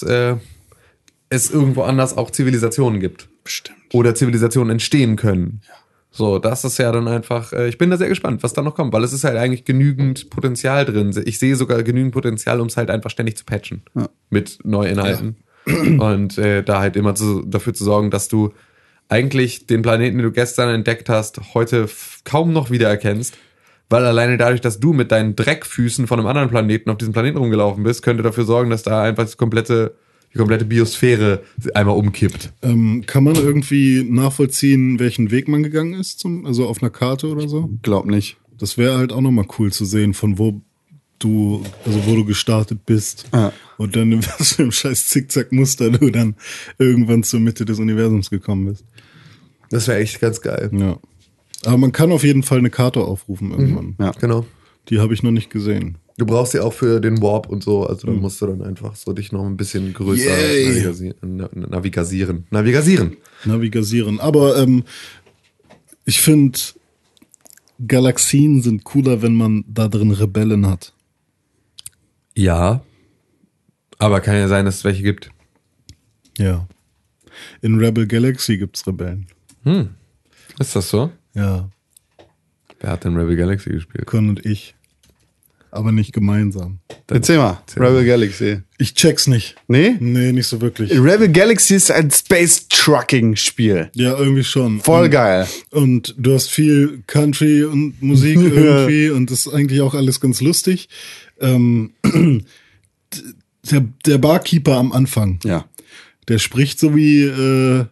es irgendwo anders auch Zivilisationen gibt? Bestimmt. Oder Zivilisationen entstehen können. Ja. So, das ist ja dann einfach, ich bin da sehr gespannt, was da noch kommt, weil es ist halt eigentlich genügend Potenzial drin. Ich sehe sogar genügend Potenzial, um es halt einfach ständig zu patchen. Ja. Mit Neuinhalten. Ja. Und da halt immer dafür zu sorgen, dass du eigentlich den Planeten, den du gestern entdeckt hast, heute kaum noch wiedererkennst. Weil alleine dadurch, dass du mit deinen Dreckfüßen von einem anderen Planeten auf diesem Planeten rumgelaufen bist, könnte dafür sorgen, dass da einfach die komplette Biosphäre einmal umkippt. Kann man irgendwie nachvollziehen, welchen Weg man gegangen ist, also auf einer Karte oder so? Glaub nicht. Das wäre halt auch nochmal cool zu sehen, von wo du gestartet bist. Ah. Und dann in was für einem scheiß Zickzack-Muster du dann irgendwann zur Mitte des Universums gekommen bist. Das wäre echt ganz geil. Ja. Aber man kann auf jeden Fall eine Karte aufrufen irgendwann. Ja, genau. Die habe ich noch nicht gesehen. Du brauchst sie auch für den Warp und so, also dann musst du dann einfach so dich noch ein bisschen größer navigasieren. Aber ich finde, Galaxien sind cooler, wenn man da drin Rebellen hat. Ja, aber kann ja sein, dass es welche gibt. Ja. In Rebel Galaxy gibt's Rebellen. Ist das so? Ja. Wer hat denn Rebel Galaxy gespielt? Con und ich. aber nicht gemeinsam. Erzähl mal, Rebel Galaxy. Ich check's nicht. Nee? Nee, nicht so wirklich. Rebel Galaxy ist ein Space-Trucking-Spiel. Ja, irgendwie schon. Voll geil. Und du hast viel Country und Musik irgendwie und das ist eigentlich auch alles ganz lustig. Der Barkeeper am Anfang, Ja, der spricht so wie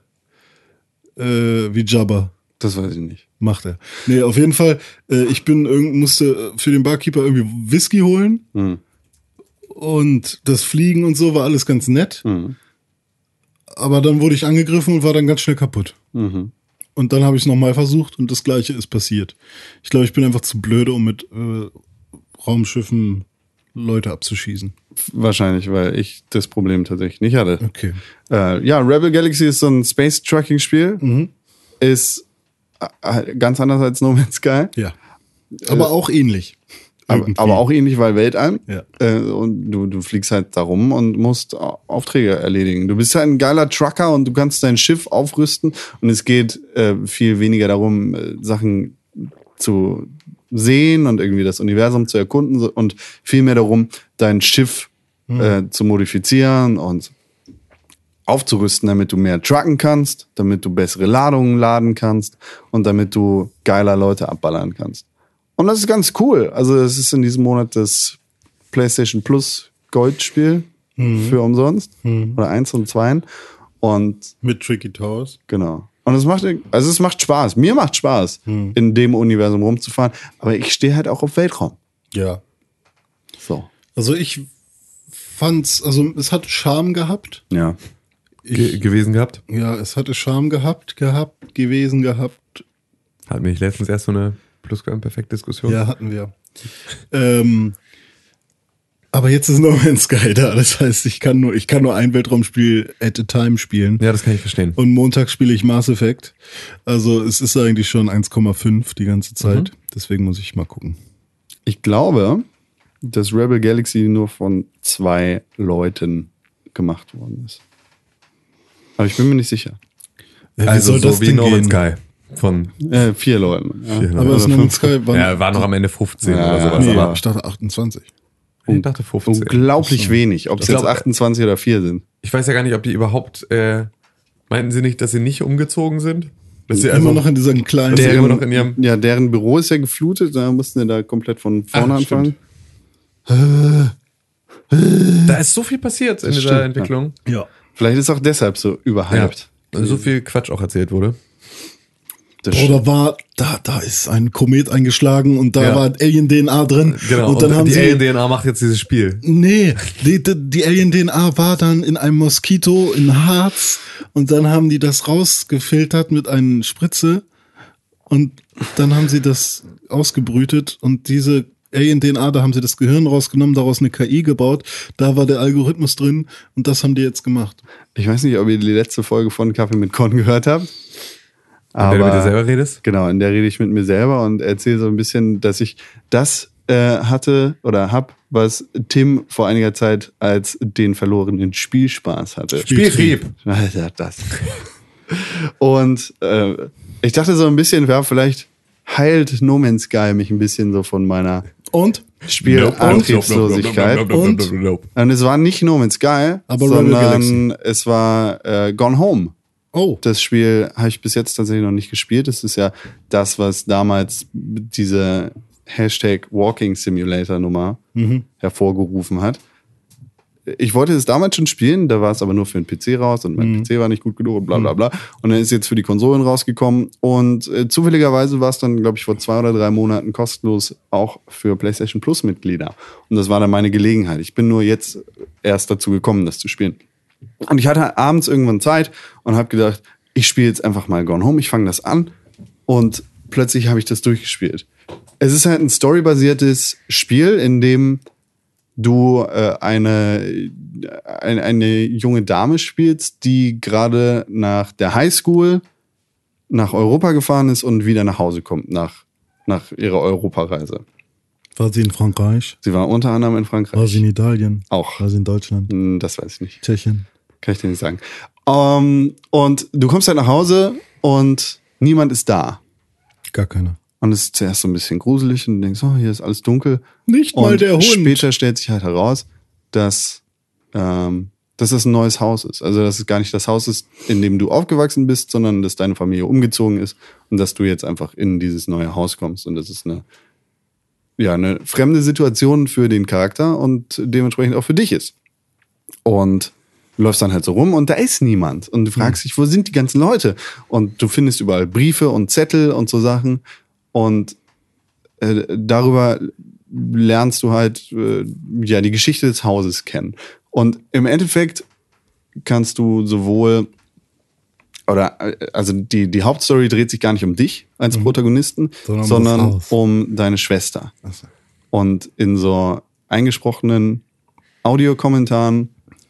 Jabba. das weiß ich nicht. Macht er. Nee, auf jeden Fall, musste für den Barkeeper irgendwie Whisky holen. Und das Fliegen und so war alles ganz nett. Aber dann wurde ich angegriffen und war dann ganz schnell kaputt. Und dann habe ich es nochmal versucht und das Gleiche ist passiert. Ich glaube, ich bin einfach zu blöde, um mit Raumschiffen Leute abzuschießen. Wahrscheinlich, weil ich das Problem tatsächlich nicht hatte. Okay. Ja, Rebel Galaxy ist so ein Space-Trucking-Spiel. Ist ganz anders als No Man's Sky. Ja. Aber auch ähnlich. Aber auch ähnlich, weil Weltall. Ja. Und du fliegst halt da rum und musst Aufträge erledigen. Du bist halt ein geiler Trucker und du kannst dein Schiff aufrüsten. Und es geht viel weniger darum, Sachen zu sehen und irgendwie das Universum zu erkunden und viel mehr darum, dein Schiff zu modifizieren und aufzurüsten, damit du mehr trucken kannst, damit du bessere Ladungen laden kannst und damit du geiler Leute abballern kannst. Und das ist ganz cool. Also es ist in diesem Monat das PlayStation Plus Goldspiel für umsonst. Oder 1 und 2. Und Mit Tricky Towers. genau. Und es macht Spaß. Mir macht Spaß, in dem Universum rumzufahren. Aber ich stehe halt auch auf Weltraum. Ja. So. Also ich fand's, also es hat Charme gehabt. Ja. gewesen gehabt. Ja, es hatte Charme gewesen gehabt. Hatten wir nicht letztens erst so eine Plusquamperfekt-Diskussion? Ja, hatten wir. Aber jetzt ist No Man's Sky da. Das heißt, ich kann nur ein Weltraumspiel at a time spielen. Ja, das kann ich verstehen. Und Montag spiele ich Mass Effect. Also es ist eigentlich schon 1,5 die ganze Zeit. Deswegen muss ich mal gucken. Ich glaube, dass Rebel Galaxy nur von 2 Leuten gemacht worden ist. Aber ich bin mir nicht sicher. Also so wie No Man's Sky. Von 4 Leuten. Ja. 4 Leuten. Aber das No Man's Sky war noch am Ende 15 Ja, oder sowas. Nee, Aber ich dachte 28. ich dachte 15. Unglaublich wenig. Ob es Ich jetzt glaub, 28 oder 4 sind. Ich weiß ja gar nicht, ob die überhaupt, meinten sie nicht, dass sie nicht umgezogen sind? Dass sie Immer noch in diesem kleinen... Der immer noch in ihrem... Ja, deren Büro ist ja geflutet. Da mussten wir da komplett von vorne anfangen. Da ist so viel passiert in dieser stimmt, Entwicklung. Ja. Vielleicht ist auch deshalb so überhyped. So viel Quatsch auch erzählt wurde. Das Oder da ist ein Komet eingeschlagen und da Ja. war Alien-DNA drin. Genau, Und dann haben die sie... Alien-DNA macht jetzt dieses Spiel. Nee, die Alien-DNA war dann in einem Moskito in Harz und dann haben die das rausgefiltert mit einer Spritze und dann haben sie das ausgebrütet und diese Alien-DNA, da haben sie das Gehirn rausgenommen, daraus eine KI gebaut, da war der Algorithmus drin und das haben die jetzt gemacht. Ich weiß nicht, ob ihr die letzte Folge von Kaffee mit Con gehört habt. In der du mit dir selber redest? Genau, in der rede ich mit mir selber und erzähle so ein bisschen, dass ich das hatte oder hab, was Tim vor einiger Zeit als den verlorenen Spielspaß hatte. Spieltrieb. Alter, das. Und ich dachte so ein bisschen, ja, vielleicht heilt No Man's Sky mich ein bisschen so von meiner Und? Spielantriebslosigkeit. Und es war nicht No Man's Sky, Aber Rebel Galaxy. sondern es war Gone Home. Oh. Das Spiel habe ich bis jetzt tatsächlich noch nicht gespielt. Das ist ja das, was damals diese Hashtag Walking Simulator Nummer hervorgerufen hat. Ich wollte es damals schon spielen, da war es aber nur für den PC raus und mein PC war nicht gut genug und bla bla bla. Und dann ist jetzt für die Konsolen rausgekommen und zufälligerweise war es dann, glaube ich, vor 2 oder 3 Monaten kostenlos auch für PlayStation Plus Mitglieder. Und das war dann meine Gelegenheit. Ich bin nur jetzt erst dazu gekommen, das zu spielen. Und ich hatte abends irgendwann Zeit und habe gedacht, ich spiele jetzt einfach mal Gone Home, ich fange das an und plötzlich habe ich das durchgespielt. Es ist halt ein storybasiertes Spiel, in dem du eine junge Dame spielst, die gerade nach der Highschool nach Europa gefahren ist und wieder nach Hause kommt nach ihrer Europareise. War sie in Frankreich? Sie war unter anderem in Frankreich. War sie in Italien? Auch. War sie in Deutschland? Das weiß ich nicht. Tschechien? Kann ich dir nicht sagen. Und du kommst halt nach Hause und niemand ist da. Gar keiner. Und es ist zuerst so ein bisschen gruselig und du denkst, oh, hier ist alles dunkel. Nicht mal und der Hund. Später stellt sich halt heraus, dass das ein neues Haus ist. Also dass es gar nicht das Haus ist, in dem du aufgewachsen bist, sondern dass deine Familie umgezogen ist und dass du jetzt einfach in dieses neue Haus kommst. Und das ist eine fremde Situation für den Charakter und dementsprechend auch für dich ist. Und du läufst dann halt so rum und da ist niemand. Und du fragst dich, wo sind die ganzen Leute? Und du findest überall Briefe und Zettel und so Sachen. Und darüber lernst du halt die Geschichte des Hauses kennen. Und im Endeffekt kannst du die Hauptstory dreht sich gar nicht um dich als Protagonisten, sondern um deine Schwester. So. Und in so eingesprochenen Audiokommentaren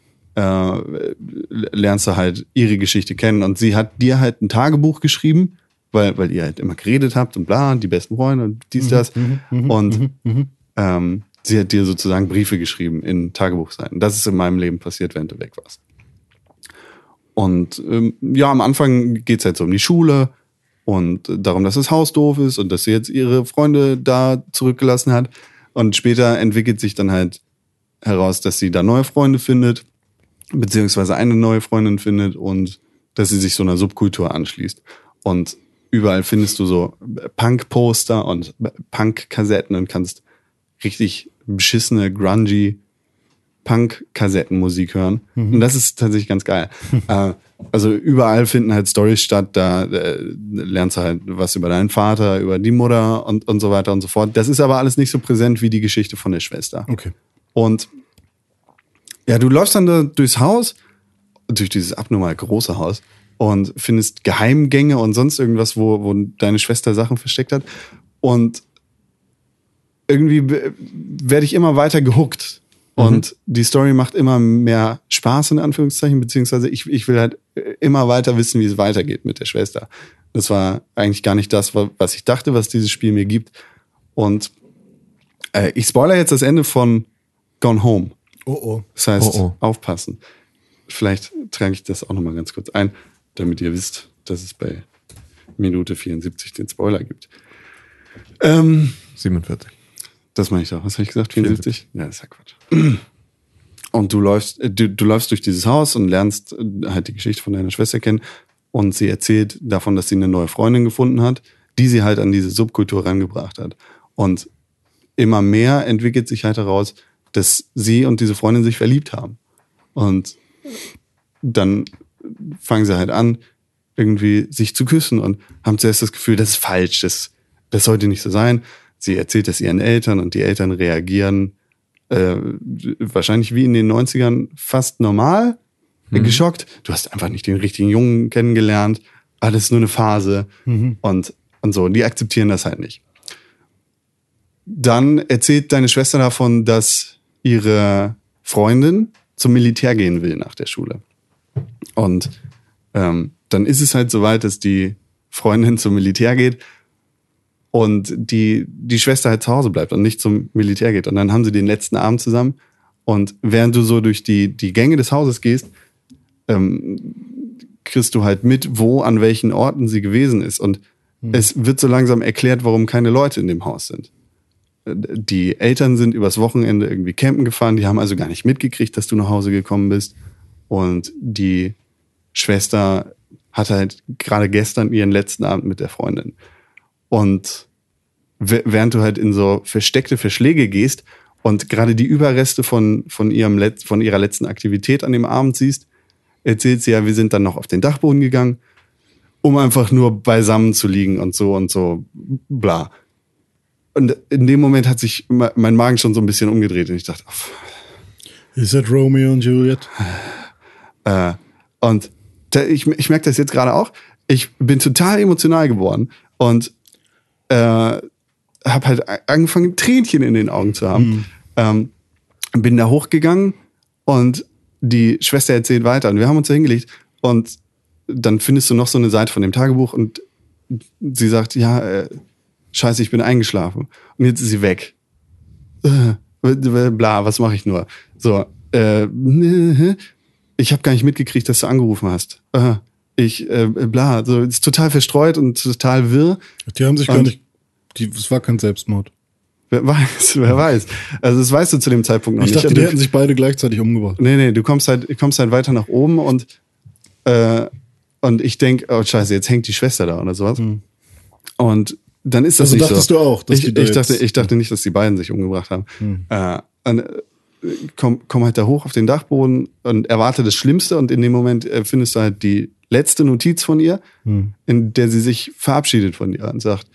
lernst du halt ihre Geschichte kennen. Und sie hat dir halt ein Tagebuch geschrieben, weil ihr halt immer geredet habt und bla, die besten Freunde und dies, das. Und sie hat dir sozusagen Briefe geschrieben in Tagebuchseiten. Das ist in meinem Leben passiert, während du weg warst. Und am Anfang geht's halt so um die Schule und darum, dass das Haus doof ist und dass sie jetzt ihre Freunde da zurückgelassen hat. Und später entwickelt sich dann halt heraus, dass sie da neue Freunde findet, beziehungsweise eine neue Freundin findet und dass sie sich so einer Subkultur anschließt. Und überall findest du so Punk-Poster und Punk-Kassetten und kannst richtig beschissene, grungy Punk-Kassettenmusik hören. Und das ist tatsächlich ganz geil. Also überall finden halt Storys statt, da lernst du halt was über deinen Vater, über die Mutter und so weiter und so fort. Das ist aber alles nicht so präsent wie die Geschichte von der Schwester. Okay. Und ja, du läufst dann da durchs Haus, durch dieses abnormal große Haus und findest Geheimgänge und sonst irgendwas, wo deine Schwester Sachen versteckt hat. Und irgendwie werde ich immer weiter gehuckt. Und die Story macht immer mehr Spaß, in Anführungszeichen, beziehungsweise ich will halt immer weiter wissen, wie es weitergeht mit der Schwester. Das war eigentlich gar nicht das, was ich dachte, was dieses Spiel mir gibt. Und ich spoilere jetzt das Ende von Gone Home. Das heißt, aufpassen. Vielleicht trage ich das auch nochmal ganz kurz ein, damit ihr wisst, dass es bei Minute 74 den Spoiler gibt. 47. Das meine ich doch. Was habe ich gesagt? 74? Ja, das ist ja Quatsch. Und du läufst durch dieses Haus und lernst halt die Geschichte von deiner Schwester kennen. Und sie erzählt davon, dass sie eine neue Freundin gefunden hat, die sie halt an diese Subkultur rangebracht hat. Und immer mehr entwickelt sich halt heraus, dass sie und diese Freundin sich verliebt haben. Und dann fangen sie halt an, irgendwie sich zu küssen und haben zuerst das Gefühl, das ist falsch, das sollte nicht so sein. Sie erzählt das ihren Eltern und die Eltern reagieren wahrscheinlich wie in den 90ern fast normal, geschockt. Du hast einfach nicht den richtigen Jungen kennengelernt, alles nur eine Phase und so. Und die akzeptieren das halt nicht. Dann erzählt deine Schwester davon, dass ihre Freundin zum Militär gehen will nach der Schule. Und dann ist es halt soweit, dass die Freundin zum Militär geht und die Schwester halt zu Hause bleibt und nicht zum Militär geht. Und dann haben sie den letzten Abend zusammen. Und während du so durch die Gänge des Hauses gehst, kriegst du halt mit, wo, an welchen Orten sie gewesen ist. Und es wird so langsam erklärt, warum keine Leute in dem Haus sind. Die Eltern sind übers Wochenende irgendwie campen gefahren. Die haben also gar nicht mitgekriegt, dass du nach Hause gekommen bist. Und die Schwester hatte halt gerade gestern ihren letzten Abend mit der Freundin. Und während du halt in so versteckte Verschläge gehst und gerade die Überreste von ihrer letzten Aktivität an dem Abend siehst, erzählt sie ja, wir sind dann noch auf den Dachboden gegangen, um einfach nur beisammen zu liegen und so, bla. Und in dem Moment hat sich mein Magen schon so ein bisschen umgedreht und ich dachte, ist das Romeo und Juliet? Und ich merke das jetzt gerade auch. Ich bin total emotional geworden und habe halt angefangen, Tränchen in den Augen zu haben. Bin da hochgegangen und die Schwester erzählt weiter und wir haben uns da hingelegt und dann findest du noch so eine Seite von dem Tagebuch und sie sagt, ja, scheiße, ich bin eingeschlafen und jetzt ist sie weg. Bla, was mache ich nur? So, ich habe gar nicht mitgekriegt, dass du angerufen hast. So, ist total verstreut und total wirr. Die haben sich gar nicht Es war kein Selbstmord. Wer weiß. Also das weißt du zu dem Zeitpunkt noch nicht. Ich dachte, die hätten sich beide gleichzeitig umgebracht. Nee, du kommst halt weiter nach oben und ich denke, oh scheiße, jetzt hängt die Schwester da oder sowas. Und dann ist das also nicht so. Also dachtest du auch, dass ich dachte nicht, dass die beiden sich umgebracht haben. Komm halt da hoch auf den Dachboden und erwarte das Schlimmste und in dem Moment findest du halt die letzte Notiz von ihr, in der sie sich verabschiedet von dir und sagt,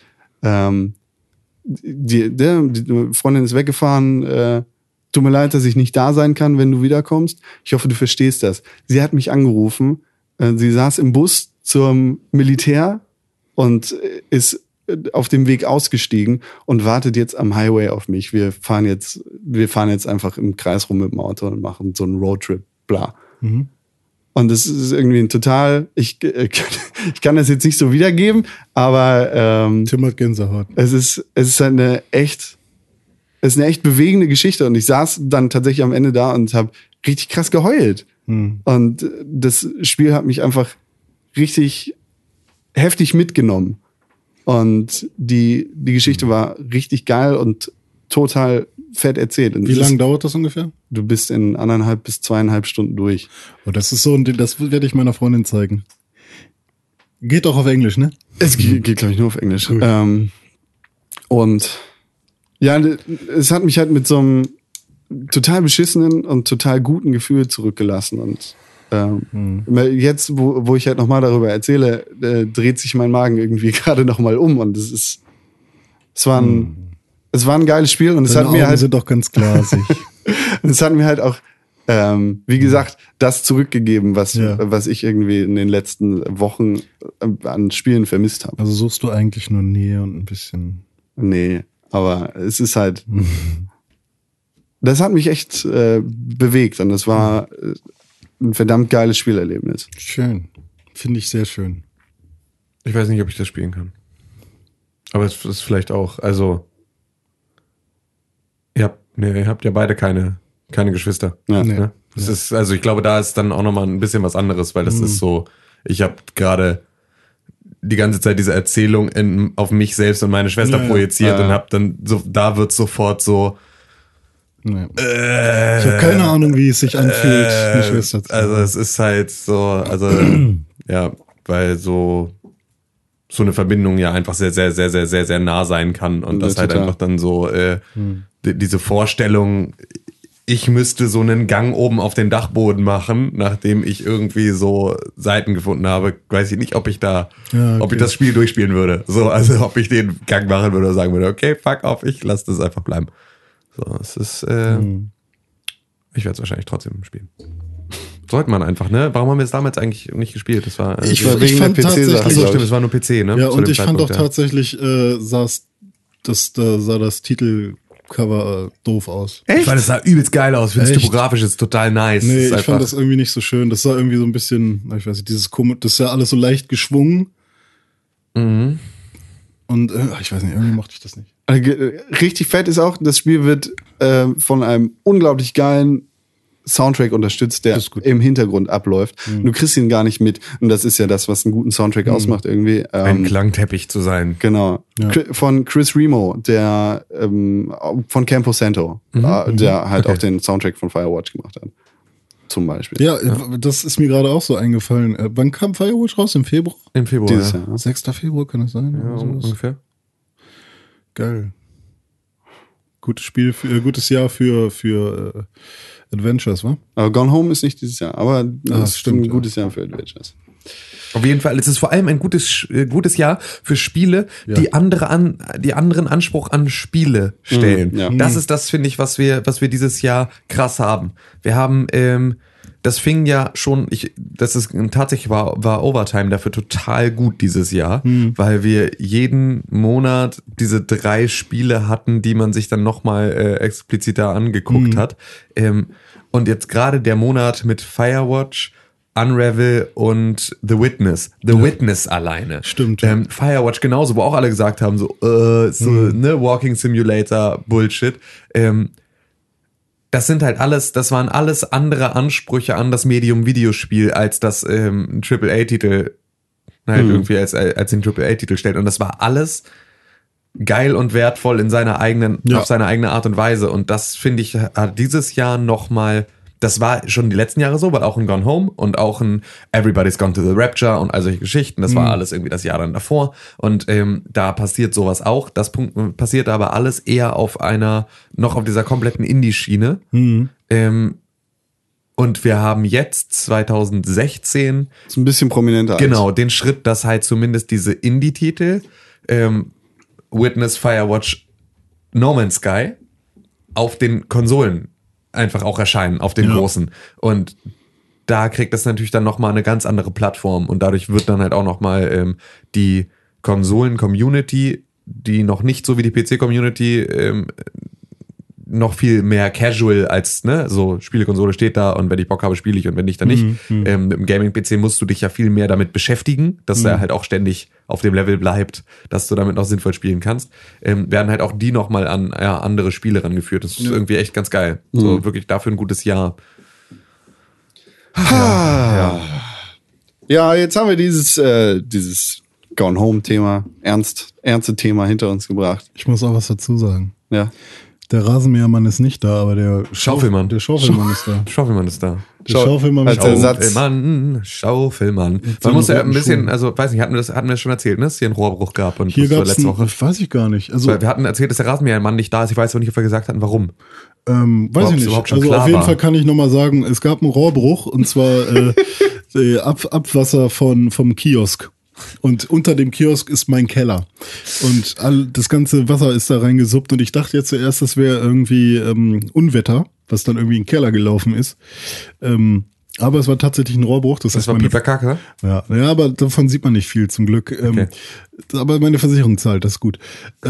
die Freundin ist weggefahren, tut mir leid, dass ich nicht da sein kann, wenn du wiederkommst. Ich hoffe, du verstehst das. Sie hat mich angerufen, sie saß im Bus zum Militär und ist auf dem Weg ausgestiegen und wartet jetzt am Highway auf mich. Wir fahren jetzt einfach im Kreis rum mit dem Auto und machen so einen Roadtrip, bla. Und das ist irgendwie ein total, ich kann das jetzt nicht so wiedergeben, aber Tim hat Gänsehaut. Es ist halt eine echt bewegende Geschichte und ich saß dann tatsächlich am Ende da und habe richtig krass geheult. Und das Spiel hat mich einfach richtig heftig mitgenommen. Und die Geschichte war richtig geil und total fett erzählt. Und wie lange dauert das ungefähr? Du bist in 1,5 bis 2,5 Stunden durch. Oh, das ist so, das werde ich meiner Freundin zeigen. Geht auch auf Englisch, ne? Es geht glaube ich, nur auf Englisch. Und ja, es hat mich halt mit so einem total beschissenen und total guten Gefühl zurückgelassen. Und jetzt, wo ich halt nochmal darüber erzähle, dreht sich mein Magen irgendwie gerade nochmal um. Und es war ein geiles Spiel und es hat mir halt. Sind doch ganz glasig. Und es hat mir halt auch, wie gesagt, das zurückgegeben, was ich irgendwie in den letzten Wochen an Spielen vermisst habe. Also suchst du eigentlich nur Nähe und ein bisschen. Nee, aber es ist halt. Das hat mich echt bewegt und es war ein verdammt geiles Spielerlebnis. Schön. Finde ich sehr schön. Ich weiß nicht, ob ich das spielen kann. Aber es ist vielleicht auch, also ihr habt ja beide keine Geschwister. Ja. Nee. Ne? Das ist, also ich glaube, da ist dann auch nochmal ein bisschen was anderes, weil das ist so, ich habe gerade die ganze Zeit diese Erzählung auf mich selbst und meine Schwester projiziert und habe dann so, da wird sofort so. Nee. Ich habe keine Ahnung, wie es sich anfühlt, eine Schwester zu haben. Also es ist halt so, also ja, weil so eine Verbindung ja einfach sehr, sehr, sehr, sehr, sehr, sehr nah sein kann und das halt einfach dann so diese Vorstellung, ich müsste so einen Gang oben auf den Dachboden machen, nachdem ich irgendwie so Seiten gefunden habe, weiß ich nicht, ob ich ob ich das Spiel durchspielen würde. So, also ob ich den Gang machen würde oder sagen würde, okay, fuck off, ich lasse das einfach bleiben. So, es ist, ich werde es wahrscheinlich trotzdem spielen. Sollte man einfach, ne? Warum haben wir es damals eigentlich nicht gespielt? Das war ich fand tatsächlich, Achso, stimmt, es war nur PC, ne? Ja, und ich fand auch tatsächlich, sah das Titelcover doof aus. Echt? Weil es sah übelst geil aus. Für das typografisch ist total nice. Nee, ich fand das irgendwie nicht so schön. Das sah irgendwie so ein bisschen, ich weiß nicht, das ist ja alles so leicht geschwungen. Und ich weiß nicht, irgendwie mochte ich das nicht. Richtig fett ist auch, das Spiel wird von einem unglaublich geilen Soundtrack unterstützt, der im Hintergrund abläuft. Du kriegst ihn gar nicht mit. Und das ist ja das, was einen guten Soundtrack ausmacht irgendwie. Ein Klangteppich zu sein. Genau. Ja. Von Chris Remo, der von Campo Santo, der halt auch den Soundtrack von Firewatch gemacht hat. Zum Beispiel. Ja, das ist mir gerade auch so eingefallen. Wann kam Firewatch raus? Im Februar? Im Februar, dieses Jahr. 6. Februar kann das sein? Ja, ungefähr. Geil. Gutes Jahr für Adventures, wa? Aber Gone Home ist nicht dieses Jahr, aber das stimmt, ein gutes Jahr für Adventures. Auf jeden Fall, es ist vor allem ein gutes Jahr für Spiele, die anderen Anspruch an Spiele stellen. Ja. Das ist das, finde ich, was wir dieses Jahr krass haben. Wir haben, das fing ja schon, tatsächlich war Overtime dafür total gut dieses Jahr, weil wir jeden Monat diese 3 Spiele hatten, die man sich dann nochmal expliziter angeguckt hat. Und jetzt gerade der Monat mit Firewatch, Unravel und The Witness. The Witness alleine. Stimmt. Firewatch genauso, wo auch alle gesagt haben, ne, Walking Simulator, Bullshit. Das waren alles andere Ansprüche an das Medium Videospiel, als das ein AAA-Titel halt irgendwie als den AAA-Titel stellt. Und das war alles geil und wertvoll in seiner eigenen, auf seine eigene Art und Weise. Und das, finde ich, hat dieses Jahr nochmal, das war schon die letzten Jahre so, weil auch ein Gone Home und auch ein Everybody's Gone to the Rapture und all solche Geschichten, das war alles irgendwie das Jahr dann davor. Und da passiert sowas auch. Das passiert aber alles eher auf dieser kompletten Indie-Schiene. Und wir haben jetzt 2016 ist ein bisschen prominenter. Genau, den Schritt, dass halt zumindest diese Indie-Titel Witness, Firewatch, No Man's Sky auf den Konsolen einfach auch erscheinen, auf den großen. Und da kriegt das natürlich dann nochmal eine ganz andere Plattform und dadurch wird dann halt auch nochmal die Konsolen-Community, die noch nicht so wie die PC-Community noch viel mehr casual als, ne, so Spielekonsole steht da und wenn ich Bock habe, spiele ich und wenn nicht, dann nicht. Mit dem Gaming-PC musst du dich ja viel mehr damit beschäftigen, dass er halt auch ständig auf dem Level bleibt, dass du damit noch sinnvoll spielen kannst. Werden halt auch die nochmal an andere Spiele rangeführt. Das ist irgendwie echt ganz geil. So wirklich dafür ein gutes Jahr. Ja, jetzt haben wir dieses Gone Home Thema, ernste Thema hinter uns gebracht. Ich muss auch was dazu sagen. Ja. Der Rasenmähermann ist nicht da, aber der Schaufelmann. Der Schaufelmann ist da. Schaufelmann ist da. Der Schaufelmann als Ersatz. Schaufelmann. Man muss ja ein bisschen, also weiß nicht, hatten wir das schon erzählt, ne? Dass es hier einen Rohrbruch gab und hier das war gab's letzte Woche. Weiß ich gar nicht. Also wir hatten erzählt, dass der Rasenmähermann nicht da ist. Ich weiß aber nicht, ob wir gesagt hatten, warum. Weiß ich nicht. Also auf jeden Fall kann ich nochmal sagen, es gab einen Rohrbruch und zwar Abwasser vom Kiosk. Und unter dem Kiosk ist mein Keller. Und das ganze Wasser ist da reingesuppt. Und ich dachte jetzt zuerst, das wäre irgendwie Unwetter, was dann irgendwie in den Keller gelaufen ist. Aber es war tatsächlich ein Rohrbruch. Das heißt, war Pieperkacke? Ja, aber davon sieht man nicht viel zum Glück. Okay. Aber meine Versicherung zahlt, das ist gut.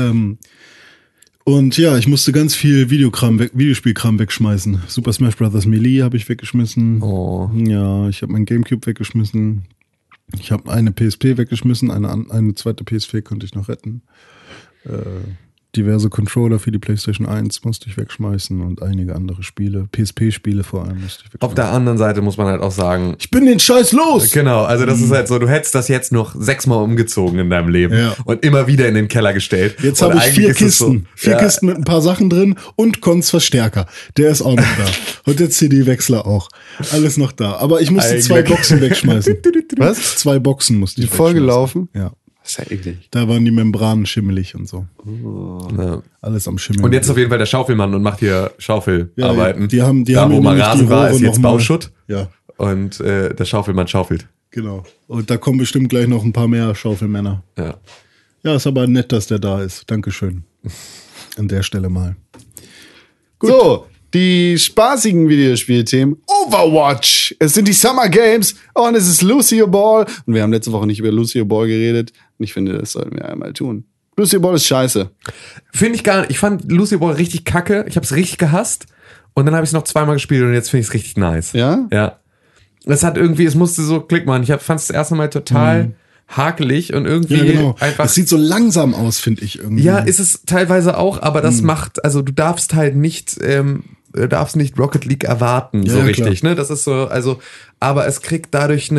Und ja, ich musste ganz viel Videospielkram wegschmeißen. Super Smash Bros. Melee habe ich weggeschmissen. Oh. Ja, ich habe mein Gamecube weggeschmissen. Ich habe eine PSP weggeschmissen, eine zweite PS4 konnte ich noch retten. Diverse Controller für die PlayStation 1 musste ich wegschmeißen und einige andere Spiele, PSP-Spiele vor allem musste ich wegschmeißen. Auf der anderen Seite muss man halt auch sagen, ich bin den Scheiß los! Genau, also das ist halt so, du hättest das jetzt noch 6-mal umgezogen in deinem Leben und immer wieder in den Keller gestellt. Jetzt habe ich 4 Kisten. So, 4 Kisten mit ein paar Sachen drin und Cons Verstärker. Der ist auch noch da. Und der CD-Wechsler auch. Alles noch da. Aber ich musste 2 Boxen wegschmeißen. Was? 2 Boxen musste ich wegschmeißen. Die vollgelaufen? Ja. Das ist ja eklig. Da waren die Membranen schimmelig und so. Ja. Alles am Schimmeln. Und jetzt auf jeden Fall der Schaufelmann und macht hier Schaufelarbeiten. Die haben wo mal Rasen war, ist jetzt Bauschutt. Ja. Und der Schaufelmann schaufelt. Genau. Und da kommen bestimmt gleich noch ein paar mehr Schaufelmänner. Ja. Ja, ist aber nett, dass der da ist. Dankeschön. An der Stelle mal. Gut. So, die spaßigen Videospielthemen. Overwatch. Es sind die Summer Games und es ist Lucio Ball. Und wir haben letzte Woche nicht über Lucio Ball geredet. Und ich finde, das sollten wir einmal tun. Lucio Ball ist scheiße. Finde ich gar nicht. Ich fand Lucio Ball richtig kacke. Ich habe es richtig gehasst. Und dann habe ich es noch 2-mal gespielt und jetzt finde ich es richtig nice. Ja? Ja. Es hat irgendwie, es musste so Klick machen. Ich fand es das erste Mal total hakelig und irgendwie einfach. Es sieht so langsam aus, finde ich irgendwie. Ja, ist es teilweise auch, aber das macht, also du darfst halt nicht Rocket League erwarten, so richtig, ne? Das ist so, also, aber es kriegt dadurch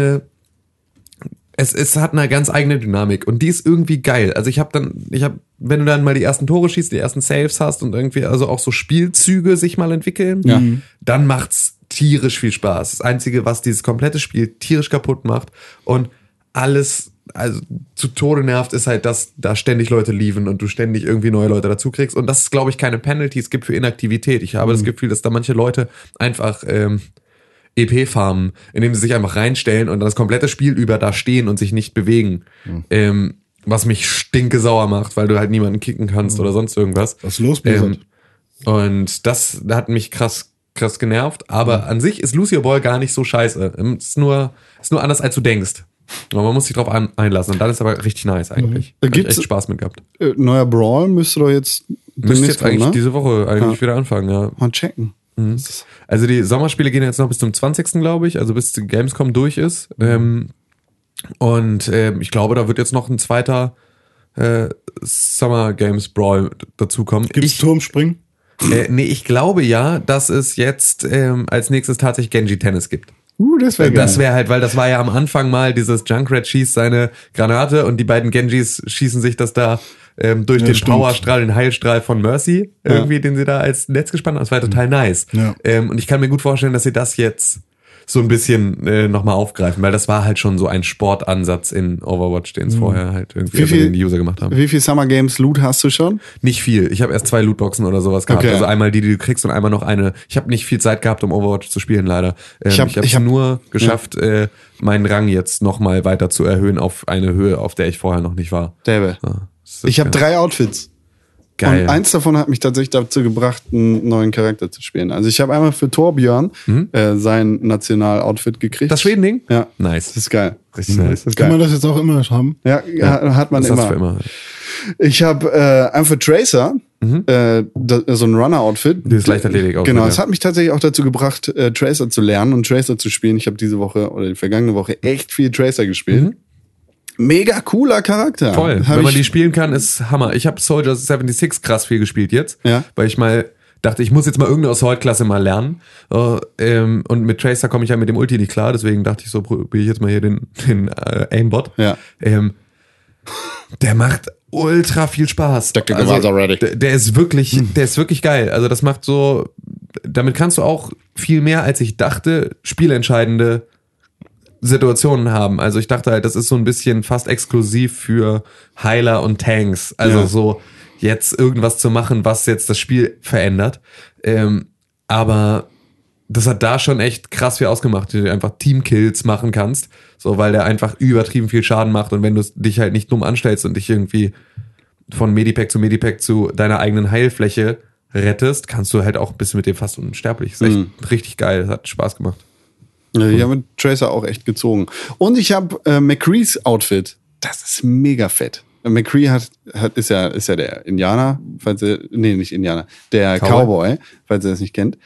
es hat eine ganz eigene Dynamik und die ist irgendwie geil. Also wenn du dann mal die ersten Tore schießt, die ersten Saves hast und irgendwie also auch so Spielzüge sich mal entwickeln, dann macht's tierisch viel Spaß. Das Einzige, was dieses komplette Spiel tierisch kaputt macht und alles also zu Tode nervt, ist halt, dass da ständig Leute lieven und du ständig irgendwie neue Leute dazu kriegst. Und das ist, glaube ich, keine Penalties gibt für Inaktivität. Ich habe das Gefühl, dass da manche Leute einfach EP farmen, indem sie sich einfach reinstellen und das komplette Spiel über da stehen und sich nicht bewegen. Was mich stinkesauer macht, weil du halt niemanden kicken kannst oder sonst irgendwas. Was ist los, Blizzard? Und das hat mich krass genervt. Aber an sich ist Lucio Ball gar nicht so scheiße. Ist nur anders, als du denkst. Aber man muss sich drauf einlassen. Und dann ist aber richtig nice eigentlich. Da gibt's echt Spaß mit gehabt. Neuer Brawl müsste doch jetzt eigentlich diese Woche eigentlich wieder anfangen, ja. Mal checken. Also die Sommerspiele gehen jetzt noch bis zum 20. glaube ich, also bis die Gamescom durch ist. Und ich glaube, da wird jetzt noch ein zweiter Summer Games Brawl dazukommen. Gibt's Turmspringen? Nee, ich glaube ja, dass es jetzt als nächstes tatsächlich Genji Tennis gibt. Das wäre geil. Das wäre halt, weil das war ja am Anfang mal, dieses Junkrat schießt seine Granate und die beiden Genjis schießen sich das da durch den stimmt. Powerstrahl, den Heilstrahl von Mercy, irgendwie, den sie da als Netz gespannt haben. Das war total nice. Ja. Und ich kann mir gut vorstellen, dass sie das jetzt so ein bisschen nochmal aufgreifen, weil das war halt schon so ein Sportansatz in Overwatch, den es vorher halt irgendwie den die User gemacht haben. Wie viel Summer Games Loot hast du schon? Nicht viel. Ich habe erst 2 Lootboxen oder sowas gehabt. Okay. Also einmal die du kriegst und einmal noch eine. Ich habe nicht viel Zeit gehabt, um Overwatch zu spielen, leider. Ich hab nur geschafft, meinen Rang jetzt nochmal weiter zu erhöhen auf eine Höhe, auf der ich vorher noch nicht war. Derbe. Ja, Ich habe 3 Outfits. Geil. Und eins davon hat mich tatsächlich dazu gebracht, einen neuen Charakter zu spielen. Also ich habe einmal für Torbjörn sein National-Outfit gekriegt. Das Schweden-Ding? Ja. Nice. Das ist geil. Richtig nice. Das ist Kann man geil. das jetzt auch immer haben? Ja, hat man Das hast du für immer. immer. Ich habe einen für Tracer, so ein Runner-Outfit. Dieses Leichtathletik-Outfit, Genau, ja. es hat mich tatsächlich auch dazu gebracht, Tracer zu lernen und Tracer zu spielen. Ich habe diese Woche oder die vergangene Woche echt viel Tracer gespielt. Mega cooler Charakter. Voll. Wenn man die spielen kann, ist Hammer. Ich habe Soldier 76 krass viel gespielt jetzt, weil ich mal dachte, ich muss jetzt mal irgendeine Assault-Klasse mal lernen. Und mit Tracer komme ich ja mit dem Ulti nicht klar, deswegen dachte ich so, probiere ich jetzt mal hier den Aimbot. Ja. Der macht ultra viel Spaß. Der ist wirklich geil. Also das macht so, damit kannst du auch viel mehr, als ich dachte, spielentscheidende Situationen haben. Also ich dachte halt, das ist so ein bisschen fast exklusiv für Heiler und Tanks. Also so jetzt irgendwas zu machen, was jetzt das Spiel verändert. Aber das hat da schon echt krass viel ausgemacht, dass du einfach Teamkills machen kannst, so weil der einfach übertrieben viel Schaden macht und wenn du dich halt nicht dumm anstellst und dich irgendwie von Medipack zu deiner eigenen Heilfläche rettest, kannst du halt auch bis mit dem fast unsterblich. Ist echt richtig geil, hat Spaß gemacht. Ja, die haben mit Tracer auch echt gezogen. Und ich habe McCrees Outfit. Das ist mega fett. McCree ist ja der Indianer, nicht Indianer, der Cowboy, falls ihr das nicht kennt.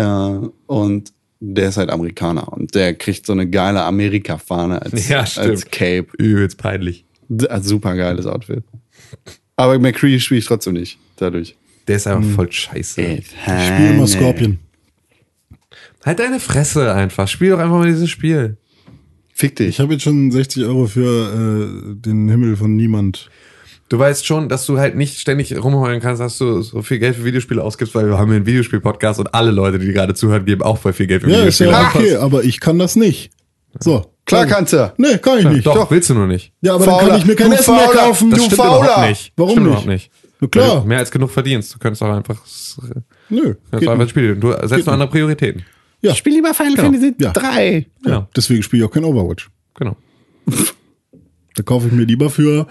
Und der ist halt Amerikaner und der kriegt so eine geile Amerika-Fahne als Cape. Übelst peinlich. Super geiles Outfit. Aber McCree spiele ich trotzdem nicht dadurch. Der ist einfach voll scheiße. Ich spiele immer Scorpion. Halt deine Fresse einfach. Spiel doch einfach mal dieses Spiel. Fick dich. Ich habe jetzt schon 60 € für den Himmel von niemand. Du weißt schon, dass du halt nicht ständig rumheulen kannst, dass du so viel Geld für Videospiele ausgibst, weil wir haben hier einen Videospiel-Podcast und alle Leute, die gerade zuhören, geben auch voll viel Geld für Videospiele. Ja, ist ja okay, aber ich kann das nicht. So. Klar kannst du. Nee, kann ich nicht. Doch, willst du nur nicht. Ja, aber Fauler. dann kann ich mir kein Du Essen mehr Fauler. kaufen. Das Du stimmt Fauler. überhaupt nicht. Warum Stimmt nicht? überhaupt nicht. Na klar. Weil du mehr als genug verdienst. Du könntest auch einfach Nö. kannst einfach spielen. Du setzt nur andere Prioritäten. Ja. Spiel lieber Final Fantasy 3. Ja. Deswegen spiele ich auch kein Overwatch. Genau. Da kaufe ich mir lieber für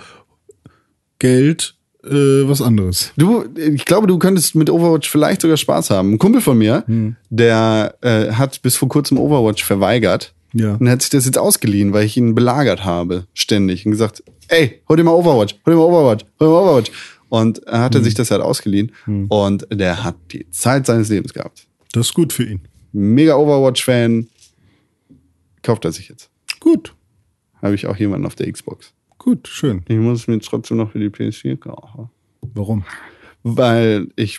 Geld was anderes. Ich glaube, du könntest mit Overwatch vielleicht sogar Spaß haben. Ein Kumpel von mir, der hat bis vor kurzem Overwatch verweigert. Ja. Und hat sich das jetzt ausgeliehen, weil ich ihn belagert habe, ständig. Und gesagt, ey, hol dir mal Overwatch, hol dir mal Overwatch, hol dir mal Overwatch. Und er hatte sich das halt ausgeliehen. Und der hat die Zeit seines Lebens gehabt. Das ist gut für ihn. Mega Overwatch-Fan. Kauft er sich jetzt. Gut. Habe ich auch jemanden auf der Xbox. Gut, schön. Ich muss es mir trotzdem noch für die PS4 kaufen. Warum? Weil ich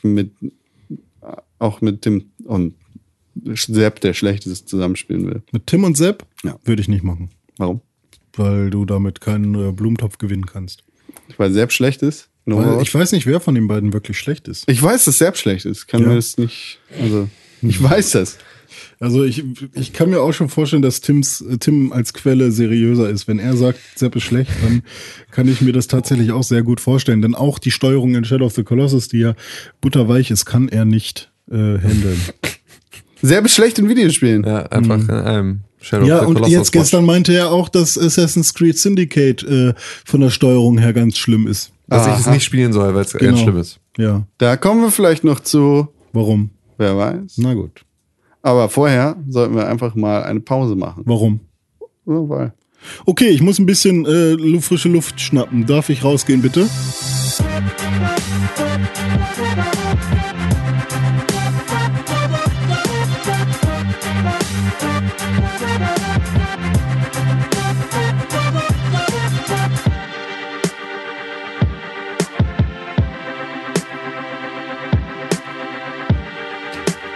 auch mit Tim und Sepp, der Schlechteste, zusammenspielen will. Mit Tim und Sepp? Ja. Würde ich nicht machen. Warum? Weil du damit keinen Blumentopf gewinnen kannst. Weil Sepp schlecht ist? Weil ich weiß nicht, wer von den beiden wirklich schlecht ist. Ich weiß, dass Sepp schlecht ist. Kann mir das nicht. Also, ich weiß das. Also ich kann mir auch schon vorstellen, dass Tim als Quelle seriöser ist. Wenn er sagt, Sepp ist schlecht, dann kann ich mir das tatsächlich auch sehr gut vorstellen. Denn auch die Steuerung in Shadow of the Colossus, die ja butterweich ist, kann er nicht handeln. Sepp ist schlecht in Videospielen. Ja, einfach in einem Shadow Ja, of the und Colossus jetzt gestern meinte er auch, dass Assassin's Creed Syndicate von der Steuerung her ganz schlimm ist. Dass ich es nicht spielen soll, weil es ganz schlimm ist. Ja. Da kommen wir vielleicht noch zu, Warum? wer weiß. Na gut. Aber vorher sollten wir einfach mal eine Pause machen. Warum? Ja, weil. Okay, ich muss ein bisschen frische Luft schnappen. Darf ich rausgehen, bitte?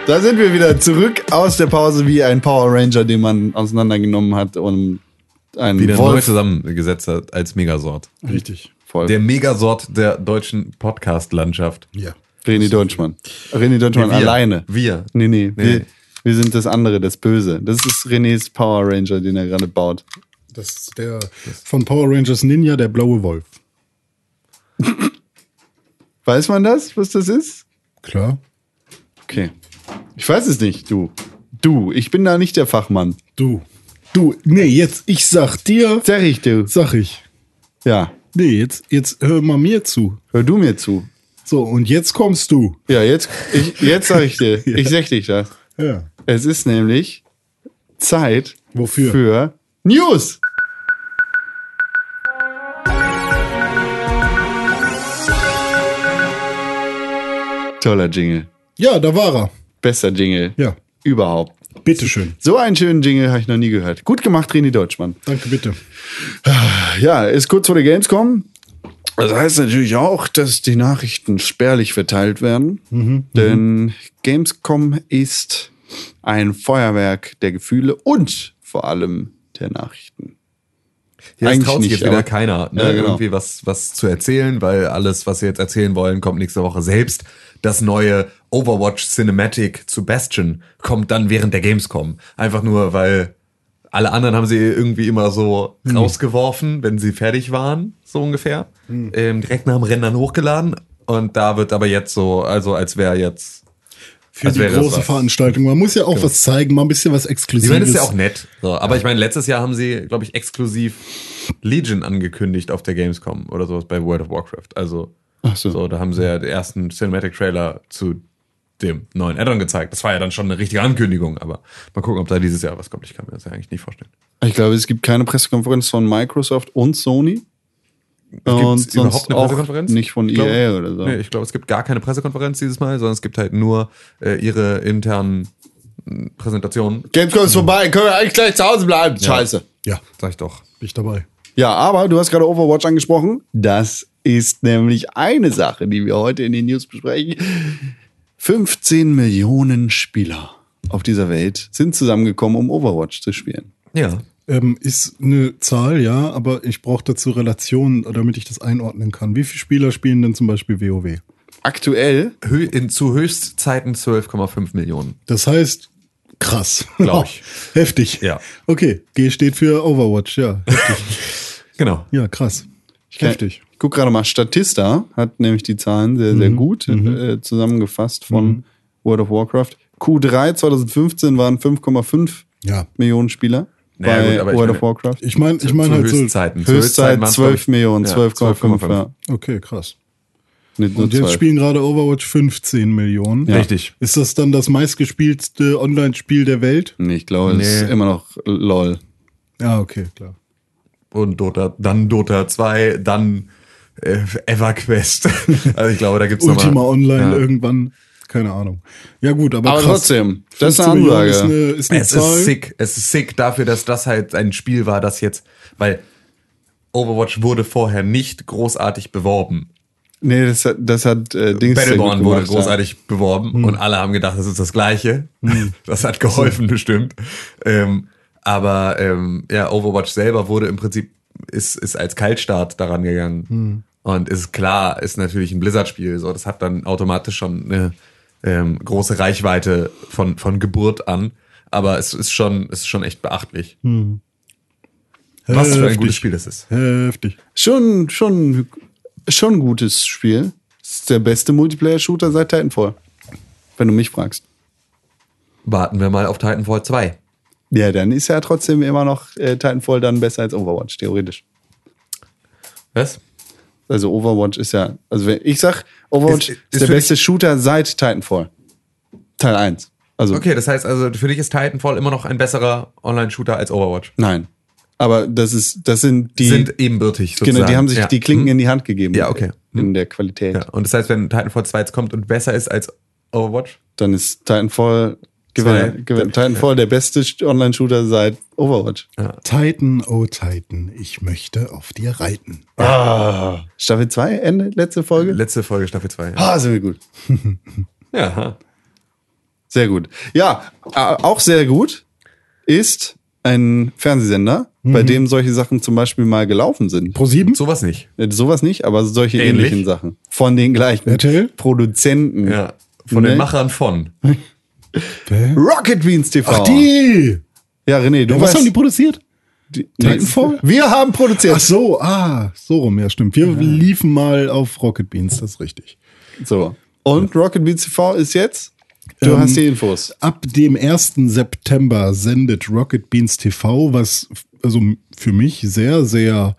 Da sind wir wieder zurück aus der Pause wie ein Power Ranger, den man auseinandergenommen hat und einen Wieder neu Wolf. zusammengesetzt hat als Megasort. Richtig. Voll. Der Megasort der deutschen Podcast-Landschaft. Ja. René Deutschmann. René Deutschmann wir. alleine. Wir. Nee. Wir sind das andere, das Böse. Das ist Renés Power Ranger, den er gerade baut. Das ist der von Power Rangers Ninja, der blaue Wolf. Weiß man das, was das ist? Klar. Okay. Ich weiß es nicht, du. Ich bin da nicht der Fachmann. Nee, jetzt, ich sag dir, Sag ich, du. sag ich. Ja, Nee, jetzt hör mal mir zu. hör du mir zu. So, und jetzt kommst du. Ja, jetzt sag ich dir. Ich sag dich das. Ja. Es ist nämlich Zeit Wofür? für News. Toller Jingle. Ja, da war er. Bester Jingle. Ja. Überhaupt. Bitteschön. So einen schönen Jingle habe ich noch nie gehört. Gut gemacht, René Deutschmann. Danke, bitte. Ja, ist kurz vor der Gamescom. Das heißt natürlich auch, dass die Nachrichten spärlich verteilt werden. Denn Gamescom ist ein Feuerwerk der Gefühle und vor allem der Nachrichten. Hier Eigentlich traut sich nicht, jetzt wieder aber- keiner, ne? Ja, genau. Irgendwie was zu erzählen, weil alles, was sie jetzt erzählen wollen, kommt nächste Woche. Selbst das neue Overwatch Cinematic zu Bastion kommt dann während der Gamescom. Einfach nur, weil alle anderen haben sie irgendwie immer so rausgeworfen, wenn sie fertig waren, so ungefähr. Direkt nach dem Rennen dann hochgeladen. Und da wird aber jetzt so, also als wäre jetzt... Für als die wäre das große was. Veranstaltung. Man muss ja auch was zeigen, mal ein bisschen was Ich Exklusives. meine, das ist ja auch nett. So, aber ich meine, letztes Jahr haben sie, glaube ich, exklusiv Legion angekündigt auf der Gamescom oder sowas bei World of Warcraft. Also, Ach so. da haben sie ja den ersten Cinematic-Trailer zu dem neuen Add-on gezeigt. Das war ja dann schon eine richtige Ankündigung, aber mal gucken, ob da dieses Jahr was kommt. Ich kann mir das ja eigentlich nicht vorstellen. Ich glaube, es gibt keine Pressekonferenz von Microsoft und Sony. Gibt's überhaupt eine Pressekonferenz? Nicht von Ich glaube- EA oder so. Nee, ich glaube, es gibt gar keine Pressekonferenz dieses Mal, sondern es gibt halt nur ihre internen Präsentationen. Gamescom ist vorbei, können wir eigentlich gleich zu Hause bleiben. Scheiße. Ja, Sag ich doch. bin ich dabei. Ja, aber du hast gerade Overwatch angesprochen. Das ist nämlich eine Sache, die wir heute in den News besprechen. 15 Millionen Spieler auf dieser Welt sind zusammengekommen, um Overwatch zu spielen. Ja. Ist eine Zahl, ja, aber ich brauche dazu Relationen, damit ich das einordnen kann. Wie viele Spieler spielen denn zum Beispiel WoW? Aktuell, Zu Höchstzeiten 12,5 Millionen. Das heißt, krass. Glaub ich. Heftig. Ja. Okay, G steht für Overwatch, ja. Heftig. Genau. Ja, krass. Heftig. Ich guck gerade mal, Statista hat nämlich die Zahlen sehr, sehr gut zusammengefasst von World of Warcraft. Q3 2015 waren 5,5 Ja. Millionen Spieler Naja, bei gut, aber ich World meine- of Warcraft. Ich meine Zu halt so. Höchstzeiten. Zu Höchstzeit Höchstzeiten waren's, 12 glaub ich, Millionen, ja, 12,5, ja. Okay, krass. Nicht nur Und jetzt 12. spielen gerade Overwatch 15 Millionen. Richtig. Ist das dann das meistgespielte Online-Spiel der Welt? Nee, ich glaube, es ist Nee. immer noch LOL. Ja, okay, klar. Und dann Dota 2, dann EverQuest. Also ich glaube, da gibt's Ultima nochmal. Online Ja. irgendwann. Keine Ahnung. Ja gut, aber Aber krass. trotzdem, das ist 15 eine Millionen Ansage. ist eine Es Zahl. ist sick. Es ist sick dafür, dass das halt ein Spiel war, das jetzt, weil Overwatch wurde vorher nicht großartig beworben. Nee, das hat Dings sehr Battleborn gut wurde gemacht, großartig beworben und alle haben gedacht, das ist das Gleiche. Das hat geholfen, bestimmt. Aber Overwatch selber wurde im Prinzip, ist als Kaltstart daran gegangen. Und ist klar, ist natürlich ein Blizzard-Spiel. So, das hat dann automatisch schon eine große Reichweite von Geburt an. Aber es ist schon echt beachtlich. Was für ein Heftig. gutes Spiel das ist. Heftig. Schon ein gutes Spiel. Das ist der beste Multiplayer-Shooter seit Titanfall. Wenn du mich fragst. Warten wir mal auf Titanfall 2. Ja, dann ist ja trotzdem immer noch Titanfall dann besser als Overwatch, theoretisch. Was? Also Overwatch ist ja, also wenn ich sag, Overwatch Ist ist der für beste Shooter seit Titanfall. Teil 1. Also Okay, das heißt also, für dich ist Titanfall immer noch ein besserer Online-Shooter als Overwatch. nein. Aber das sind die, Sind ebenbürtig sozusagen. genau, die haben sich Ja. die Klinken in die Hand gegeben. Ja, okay. In der Qualität. Ja. Und das heißt, wenn Titanfall 2 jetzt kommt und besser ist als Overwatch? Dann ist Titanfall Zwei. gewinnt Titanfall der beste Online-Shooter seit Overwatch. Titan, oh Titan, ich möchte auf dir reiten. Staffel 2, Ende, letzte Folge? Letzte Folge Staffel 2. Ja. Sind wir gut. Ja. Sehr gut. Ja, auch sehr gut ist ein Fernsehsender, bei dem solche Sachen zum Beispiel mal gelaufen sind. Pro7? Sowas nicht. Sowas nicht, aber solche Ähnlich. ähnlichen Sachen. Von den gleichen RTL? Produzenten. Ja. Von Ne? den Machern von. Rocket Beans TV. Ach, die! Ja, René, du Was weißt, haben die produziert? Titanfall? Wir haben produziert. Ach so, so rum, ja, stimmt. Wir liefen mal auf Rocket Beans, das ist richtig. So. Und Rocket Beans TV ist jetzt? Du hast die Infos. Ab dem 1. September sendet Rocket Beans TV, was also für mich sehr, sehr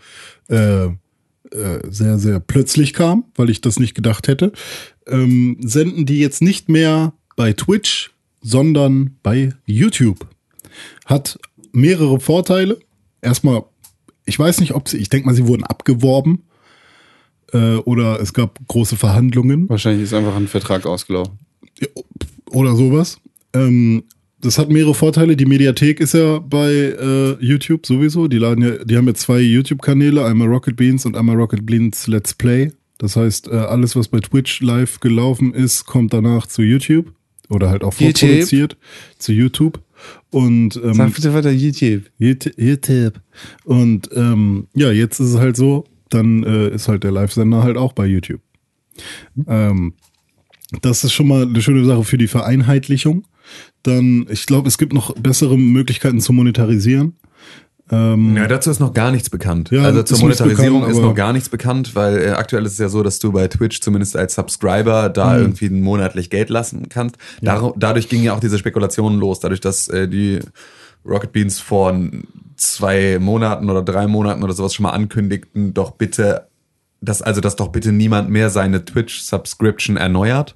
plötzlich kam, weil ich das nicht gedacht hätte. Senden die jetzt nicht mehr bei Twitch, sondern bei YouTube. Hat mehrere Vorteile. Erstmal, ich weiß nicht, ich denke mal, sie wurden abgeworben oder es gab große Verhandlungen. Wahrscheinlich ist einfach ein Vertrag ausgelaufen. Oder sowas. Das hat mehrere Vorteile. Die Mediathek ist ja bei YouTube sowieso. Die haben ja 2 YouTube-Kanäle, einmal Rocket Beans und einmal Rocket Beans Let's Play. Das heißt, alles, was bei Twitch live gelaufen ist, kommt danach zu YouTube. Oder halt auch vorproduziert zu YouTube. Und Sag bitte weiter YouTube. YouTube. Und ja, jetzt ist es halt so, dann ist halt der Live-Sender halt auch bei YouTube. Das ist schon mal eine schöne Sache für die Vereinheitlichung. Dann, ich glaube, es gibt noch bessere Möglichkeiten zu monetarisieren. Ja, dazu ist noch gar nichts bekannt. Ja, also zur ist nichts Monetarisierung bekannt, ist aber noch gar nichts bekannt, weil aktuell ist es ja so, dass du bei Twitch zumindest als Subscriber da irgendwie monatlich Geld lassen kannst. Dadurch ging ja auch diese Spekulation los, dadurch, dass die Rocket Beans vor 2 Monaten oder 3 Monaten oder sowas schon mal ankündigten, dass doch bitte niemand mehr seine Twitch-Subscription erneuert.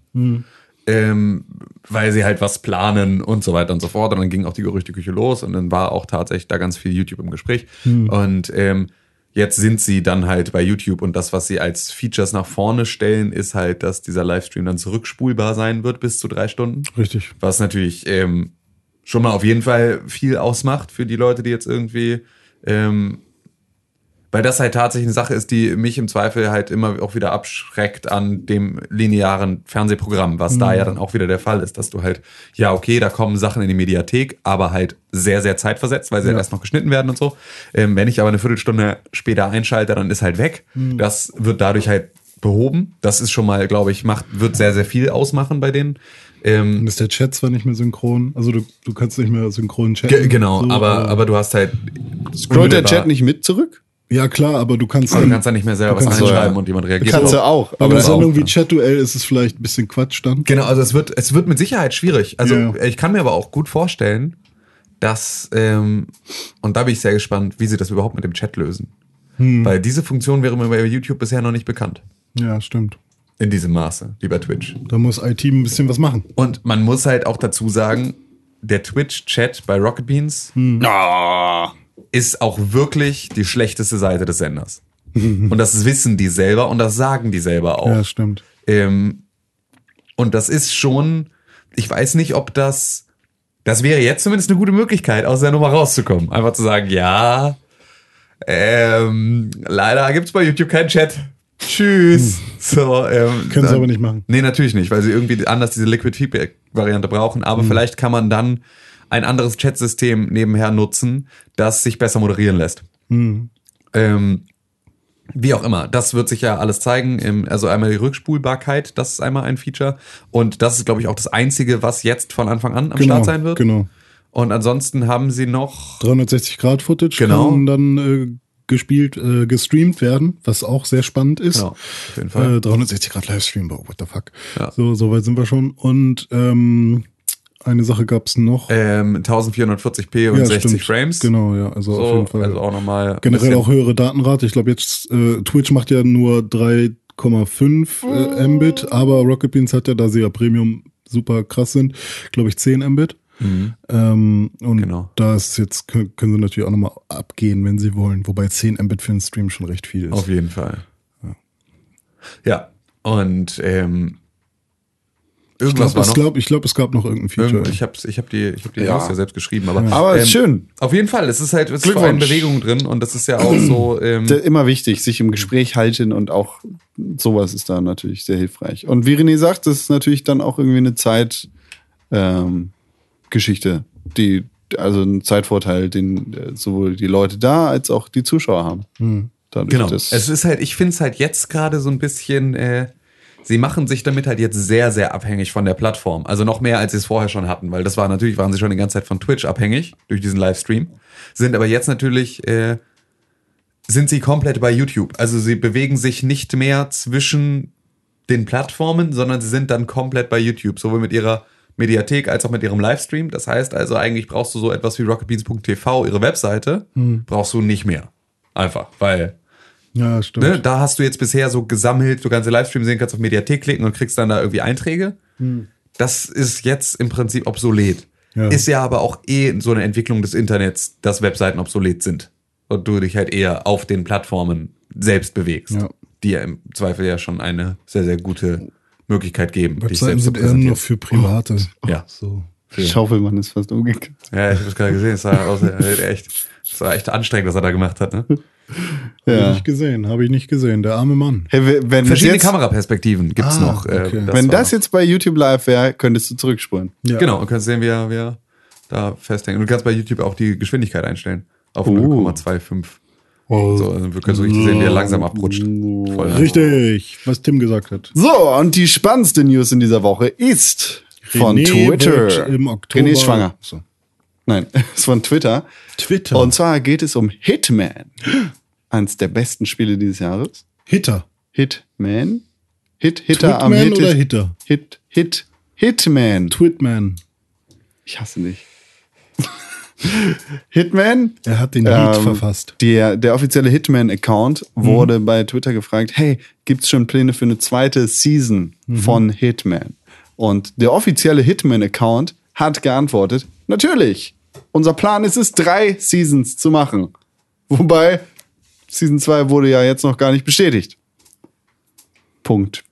Weil sie halt was planen und so weiter und so fort. Und dann ging auch die Gerüchteküche los und dann war auch tatsächlich da ganz viel YouTube im Gespräch. Und jetzt sind sie dann halt bei YouTube und das, was sie als Features nach vorne stellen, ist halt, dass dieser Livestream dann zurückspulbar sein wird bis zu 3 Stunden. Richtig. Was natürlich schon mal auf jeden Fall viel ausmacht für die Leute, die jetzt irgendwie weil das halt tatsächlich eine Sache ist, die mich im Zweifel halt immer auch wieder abschreckt an dem linearen Fernsehprogramm, was da ja dann auch wieder der Fall ist, dass du halt, ja okay, da kommen Sachen in die Mediathek, aber halt sehr, sehr zeitversetzt, weil sie halt erst noch geschnitten werden und so. Wenn ich aber eine Viertelstunde später einschalte, dann ist halt weg. Das wird dadurch halt behoben. Das ist schon mal, glaube ich, wird sehr, sehr viel ausmachen bei denen. Dann ist der Chat zwar nicht mehr synchron, also du kannst nicht mehr synchron chatten. Genau, so, aber du hast halt... Scrollt der Chat nicht mit zurück? Ja klar, aber du kannst dann nicht mehr selber was reinschreiben und jemand reagiert. Kannst du auch. Aber bei Sendung wie Chat-Duell ist es vielleicht ein bisschen Quatsch dann. Genau, also es wird mit Sicherheit schwierig. Also ich kann mir aber auch gut vorstellen, dass, und da bin ich sehr gespannt, wie sie das überhaupt mit dem Chat lösen. Weil diese Funktion wäre mir bei YouTube bisher noch nicht bekannt. Ja, stimmt. In diesem Maße, wie bei Twitch. Da muss IT ein bisschen was machen. Und man muss halt auch dazu sagen, der Twitch-Chat bei Rocket Beans ist auch wirklich die schlechteste Seite des Senders. Und das wissen die selber und das sagen die selber auch. Ja, stimmt. Und das ist schon, ich weiß nicht, ob das wäre jetzt zumindest eine gute Möglichkeit, aus der Nummer rauszukommen. Einfach zu sagen, ja, leider gibt's bei YouTube keinen Chat. Tschüss. So, können sie aber nicht machen. Nee, natürlich nicht, weil sie irgendwie anders diese Liquid Feedback-Variante brauchen. Aber vielleicht kann man dann ein anderes Chatsystem nebenher nutzen, das sich besser moderieren lässt. Wie auch immer, das wird sich ja alles zeigen. Also einmal die Rückspulbarkeit, das ist einmal ein Feature. Und das ist, glaube ich, auch das Einzige, was jetzt von Anfang an am Start sein wird. Genau. Und ansonsten haben sie noch 360-Grad-Footage kann dann gestreamt werden, was auch sehr spannend ist. Genau, auf jeden Fall. 360-Grad-Livestream, what the fuck. Ja. So weit sind wir schon. Und eine Sache gab es noch. 1440p und 60 stimmt. Frames. Genau, ja, also auf jeden Fall. Also auch nochmal. Generell auch höhere Datenrate. Ich glaube jetzt, Twitch macht ja nur 3,5 Mbit, aber Rocket Beans hat ja, da sie ja Premium super krass sind, glaube ich 10 Mbit. Und da ist jetzt, können sie natürlich auch nochmal abgehen, wenn sie wollen. Wobei 10 Mbit für einen Stream schon recht viel ist. Auf jeden Fall. Ja. Und irgendwas war noch. Ich glaube, es gab noch irgendein Feature. Ich hab die News ja selbst geschrieben. Aber ist schön. Auf jeden Fall. Es ist vor allem Bewegung drin und das ist ja auch so. Immer wichtig, sich im Gespräch halten und auch sowas ist da natürlich sehr hilfreich. Und wie René sagt, das ist natürlich dann auch irgendwie eine Zeit, Geschichte, also einen Zeitvorteil, den sowohl die Leute da als auch die Zuschauer haben. Genau. Es ist halt, ich finde es halt jetzt gerade so ein bisschen, sie machen sich damit halt jetzt sehr, sehr abhängig von der Plattform. Also noch mehr, als sie es vorher schon hatten, weil das war natürlich, waren sie schon die ganze Zeit von Twitch abhängig durch diesen Livestream. Sind aber jetzt natürlich, sind sie komplett bei YouTube. Also sie bewegen sich nicht mehr zwischen den Plattformen, sondern sie sind dann komplett bei YouTube. Sowohl mit ihrer Mediathek als auch mit ihrem Livestream. Das heißt also, eigentlich brauchst du so etwas wie rocketbeans.tv, ihre Webseite, brauchst du nicht mehr. Einfach, weil ja, stimmt. Ne, da hast du jetzt bisher so gesammelt, du kannst den Livestream sehen, kannst auf Mediathek klicken und kriegst dann da irgendwie Einträge. Das ist jetzt im Prinzip obsolet. Ja. Ist ja aber auch so eine Entwicklung des Internets, dass Webseiten obsolet sind. Und du dich halt eher auf den Plattformen selbst bewegst. Ja. Die ja im Zweifel ja schon eine sehr, sehr gute Möglichkeit geben, dich Webseiten selbst zu sind eher präsentieren. nur für Private. Ja. So. Schaufelmann ist fast umgekehrt. Ja, ich habe es gerade gesehen, es war echt anstrengend, was er da gemacht hat. Ne? Habe ich nicht gesehen. Der arme Mann. Hey, wenn Verschiedene jetzt, Kameraperspektiven gibt's noch. okay. wenn das jetzt bei YouTube live wäre, könntest du zurückspulen. Ja. Genau, und kannst sehen, wie er da festhängt. Und du kannst bei YouTube auch die Geschwindigkeit einstellen. Auf 0,25. Oh. So, also wir können so richtig sehen, wie er langsam abrutscht. Voll nice. Richtig, was Tim gesagt hat. So, und die spannendste News in dieser Woche ist von René Twitter. wird im Oktober- René ist schwanger. So. Nein, ist von Twitter. Twitter. Und zwar geht es um Hitman. Eines der besten Spiele dieses Jahres. Hitter. Hitman? Hitter am Twitman oder Hitter? Hitman. Twitman. Ich hasse dich. Hitman. Er hat den Lied verfasst. Der offizielle Hitman-Account wurde bei Twitter gefragt, hey, gibt's schon Pläne für eine zweite Season von Hitman? Und der offizielle Hitman-Account hat geantwortet, natürlich. Unser Plan ist es, 3 Seasons zu machen. Wobei, Season 2 wurde ja jetzt noch gar nicht bestätigt. Punkt.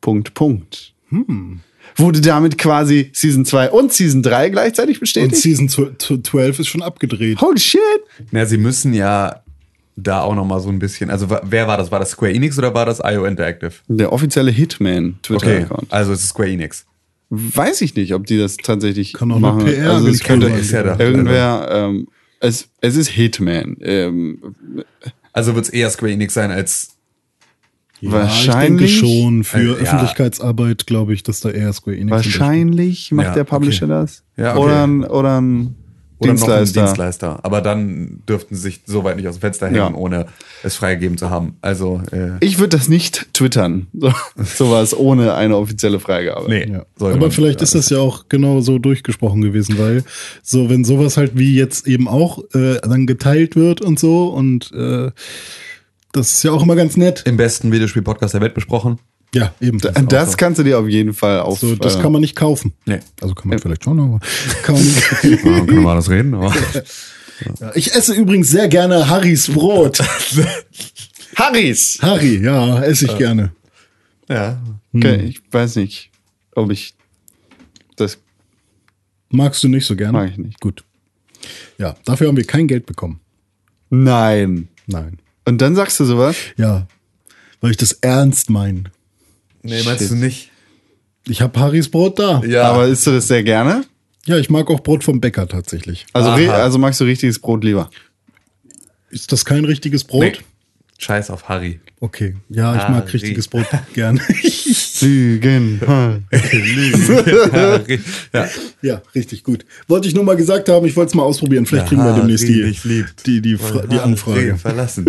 Wurde damit quasi Season 2 und Season 3 gleichzeitig Und bestätigt? Season 12 ist schon abgedreht. Holy shit! Na, sie müssen ja da auch noch mal so ein bisschen, also wer war das? War das Square Enix oder war das IO Interactive? Der offizielle Okay, Hitman-Twitter-Account. also es ist Square Enix. Weiß ich nicht, ob die das tatsächlich Kann auch eine machen. PR Also es könnte sein. Ist ja da. irgendwer, es ist Hitman. Also wird es eher Square Enix sein als Wahrscheinlich- Ich denke schon. Für ja. Öffentlichkeitsarbeit glaube ich, dass da eher Square Enix Wahrscheinlich macht Ja, der Publisher das. Ja, okay. Oder ein oder noch ein Dienstleister. Dienstleister. Aber dann dürften sie sich so weit nicht aus dem Fenster hängen, Ja. ohne es freigegeben zu haben. Also Ich würde das nicht twittern. Sowas ohne eine offizielle Freigabe. nee. Ja. sollte Aber man- vielleicht ist das ja auch genau so durchgesprochen gewesen, weil so, wenn sowas halt wie jetzt eben auch dann geteilt wird und so und das ist ja auch immer ganz nett. im besten Videospiel-Podcast der Welt besprochen. Ja, eben. Das kannst du dir auf jeden Fall auf. So, das kann man nicht kaufen. Nee. Also kann man vielleicht schon, aber kann man nicht. Können wir das reden? Aber Ja, ich esse übrigens sehr gerne Harrys Brot. Harrys! Harry, ja, esse ich gerne. ja. Okay, ich weiß nicht, ob ich das Magst du nicht so gerne? mag ich nicht. Gut. Ja, dafür haben wir kein Geld bekommen. Nein. Nein. Und dann sagst du sowas? Ja, weil ich das ernst meine. Nee, meinst Shit. du nicht? Ich habe Harrys Brot da. Ja. Aber isst du das sehr gerne? Ja, ich mag auch Brot vom Bäcker tatsächlich. Also, Aha. also magst du richtiges Brot lieber? Ist das kein richtiges Brot? Nee. Scheiß auf Harry. Okay. Ja, ich mag Harry. richtiges Brot gerne. Lügen. Harry. Ja. Ja, richtig gut. Wollte ich nur mal gesagt haben, ich wollte es mal ausprobieren. Vielleicht kriegen wir demnächst dich liebt. die Anfrage. Verlassen.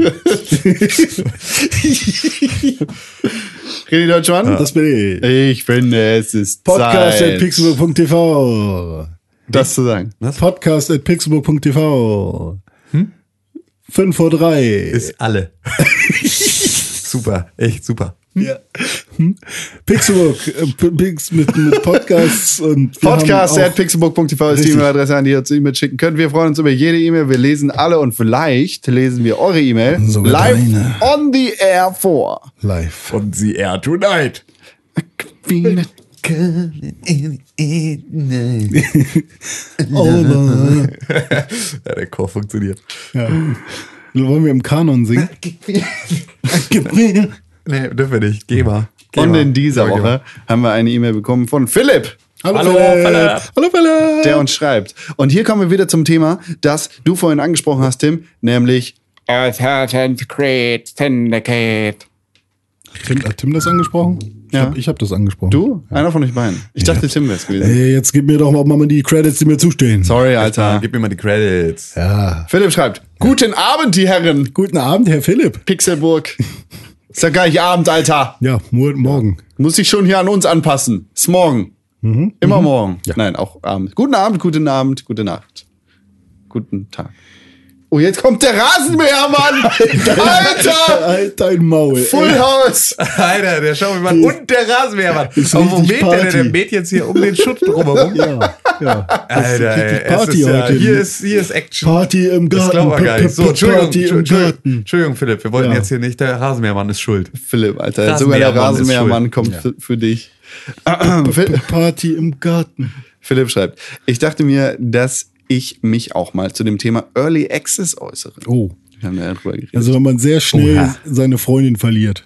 René Deutschmann? Das bin ich. Ich finde, es ist Zeit, Podcast@pixelburg.tv. das zu sagen. Podcast@pixelburg.tv. 5:03 Ist alle. Super. Echt super. Ja. Pixelburg mit Podcasts und wir haben auch- Podcast@pixelburg.tv ist die Richtig. E-Mail-Adresse, an die ihr uns E-Mail schicken könnt. Wir freuen uns über jede E-Mail. Wir lesen alle und vielleicht lesen wir eure E-Mail Sogar live deine. on the air vor. live. Und sie air tonight. Over. Ja, der Chor funktioniert. Ja. Wollen wir im Kanon singen? Nee, dürfen wir nicht. Geh mal. Und in dieser Woche haben wir eine E-Mail bekommen von Philipp. Hallo Philipp. Hallo Philipp. Der uns schreibt. Und hier kommen wir wieder zum Thema, das du vorhin angesprochen hast, Tim, nämlich Assassin's Creed Syndicate. Hat Tim das angesprochen? Ja. Ich hab das angesprochen. du? Einer von euch beiden. Ich dachte, Tim wäre es gewesen. Ey, jetzt gib mir doch mal die Credits, die mir zustehen. Sorry, Alter. Gib mir mal die Credits. Ja. Philipp schreibt, guten Abend, die Herren. Guten Abend, Herr Philipp. Pixelburg. Ist ja gleich Abend, Alter. Ja, morgen. Muss ich schon hier an uns anpassen. Ist morgen. Immer morgen. Ja. Nein, auch Abend. Guten Abend, gute Nacht. Guten Tag. Oh, jetzt kommt der Rasenmähermann! Alter! Alter, ein Maul. Full House! Alter, der Schaukelmann und der Rasenmähermann. Ist Aber wo richtig mäht der? Der Party. mäht jetzt hier um den Schutt drumherum. Ja. Alter, ey, richtig Party es ist ja, heute. hier ist Action. Party im Das Garten. glauben wir gar nicht. So, Party im Garten. Entschuldigung, Philipp, wir wollten Ja. jetzt hier nicht, der Rasenmähermann ist schuld. Philipp, Alter. Sogar der Rasenmähermann ist Rasenmähermann kommt für dich. Party im Garten. Philipp schreibt, ich dachte mir, dass ich mich auch mal zu dem Thema Early Access äußere. Oh. Wir haben ja drüber geredet. Also wenn man sehr schnell Oha. seine Freundin verliert.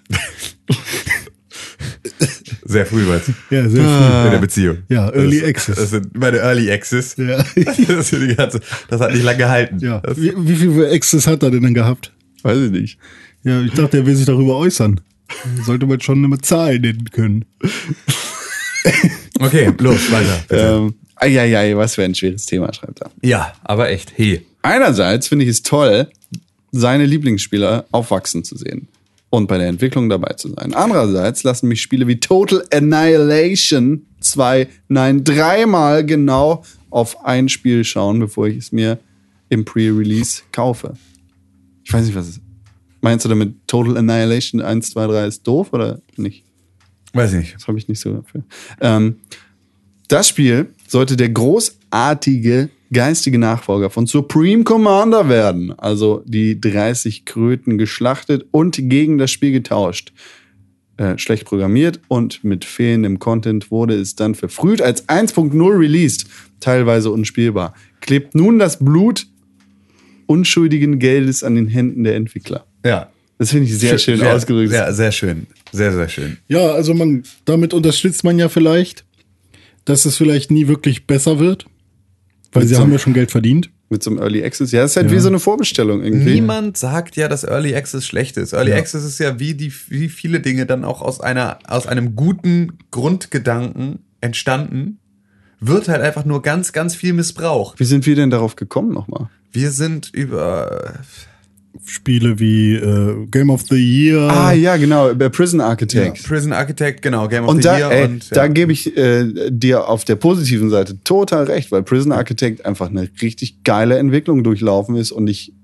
Sehr früh was Ja, sehr früh. in der Beziehung. Ja, Early das, Access. Das sind meine Early Access. Ja. Das, ist die ganze, das hat nicht lange gehalten. Ja. Das, Wie viel Access hat er denn gehabt? Weiß ich nicht. Ja, ich dachte, er will sich darüber äußern. Sollte man schon eine Zahl nennen können. okay, los, weiter. Was für ein schweres Thema, schreibt er. Ja, aber echt, hey. Einerseits finde ich es toll, seine Lieblingsspieler aufwachsen zu sehen und bei der Entwicklung dabei zu sein. Andererseits lassen mich Spiele wie Total Annihilation 3-mal genau auf ein Spiel schauen, bevor ich es mir im Pre-Release kaufe. Ich weiß nicht, was es ist. Meinst du damit Total Annihilation 1, 2, 3 ist doof oder nicht? Weiß ich nicht. Das habe ich nicht so dafür. Das Spiel sollte der großartige geistige Nachfolger von Supreme Commander werden. Also die 30 Kröten geschlachtet und gegen das Spiel getauscht. Schlecht programmiert und mit fehlendem Content wurde es dann verfrüht als 1.0 released. Teilweise unspielbar. Klebt nun das Blut unschuldigen Geldes an den Händen der Entwickler. Ja. Das finde ich sehr schön ausgedrückt. Ja, sehr schön. Sehr, sehr schön. Ja, also damit unterstützt man ja vielleicht, dass es vielleicht nie wirklich besser wird. Weil sie haben ja schon Geld verdient. Mit so einem Early Access. Ja, das ist halt wie so eine Vorbestellung irgendwie. Niemand sagt ja, dass Early Access schlecht ist. Early Access ist ja wie viele Dinge dann auch aus einem guten Grundgedanken entstanden, wird halt einfach nur ganz, ganz viel missbraucht. Wie sind wir denn darauf gekommen nochmal? Wir sind über Spiele wie Game of the Year. Ah, ja, genau, Prison Architect. Prison Architect, genau, Game of Und the da, Year. da gebe ich dir auf der positiven Seite total recht, weil Prison Architect einfach eine richtig geile Entwicklung durchlaufen ist und ich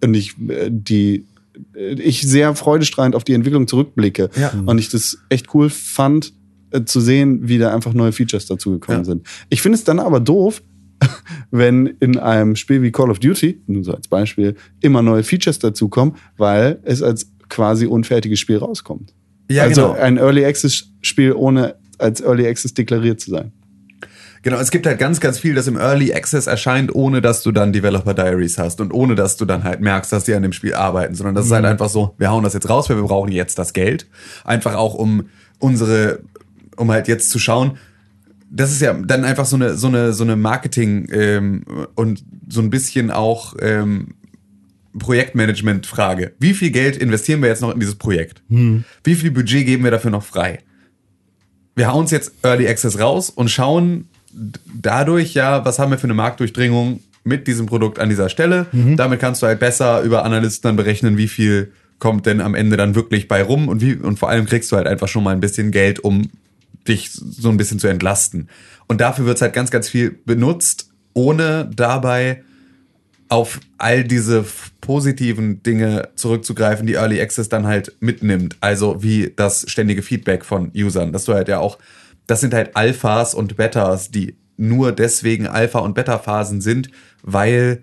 sehr freudestrahlend auf die Entwicklung zurückblicke. Ja. Und ich das echt cool fand, zu sehen, wie da einfach neue Features dazugekommen sind. Ich finde es dann aber doof, wenn in einem Spiel wie Call of Duty, nur so als Beispiel, immer neue Features dazukommen, weil es als quasi unfertiges Spiel rauskommt. Ja, also genau. ein Early Access Spiel ohne als Early Access deklariert zu sein. Genau, es gibt halt ganz, ganz viel, das im Early Access erscheint, ohne dass du dann Developer Diaries hast und ohne dass du dann halt merkst, dass die an dem Spiel arbeiten, sondern das ist halt einfach so, wir hauen das jetzt raus, weil wir brauchen jetzt das Geld. Einfach auch um halt jetzt zu schauen, das ist ja dann einfach so eine Marketing und so ein bisschen auch Projektmanagement-Frage. Wie viel Geld investieren wir jetzt noch in dieses Projekt? Wie viel Budget geben wir dafür noch frei? Wir hauen uns jetzt Early Access raus und schauen dadurch ja, was haben wir für eine Marktdurchdringung mit diesem Produkt an dieser Stelle. Damit kannst du halt besser über Analysten dann berechnen, wie viel kommt denn am Ende dann wirklich bei rum und vor allem kriegst du halt einfach schon mal ein bisschen Geld, um dich so ein bisschen zu entlasten. Und dafür wird es halt ganz, ganz viel benutzt, ohne dabei auf all diese positiven Dinge zurückzugreifen, die Early Access dann halt mitnimmt. Also wie das ständige Feedback von Usern. Dass du halt ja auch, das sind halt Alphas und Betas, die nur deswegen Alpha- und Beta-Phasen sind, weil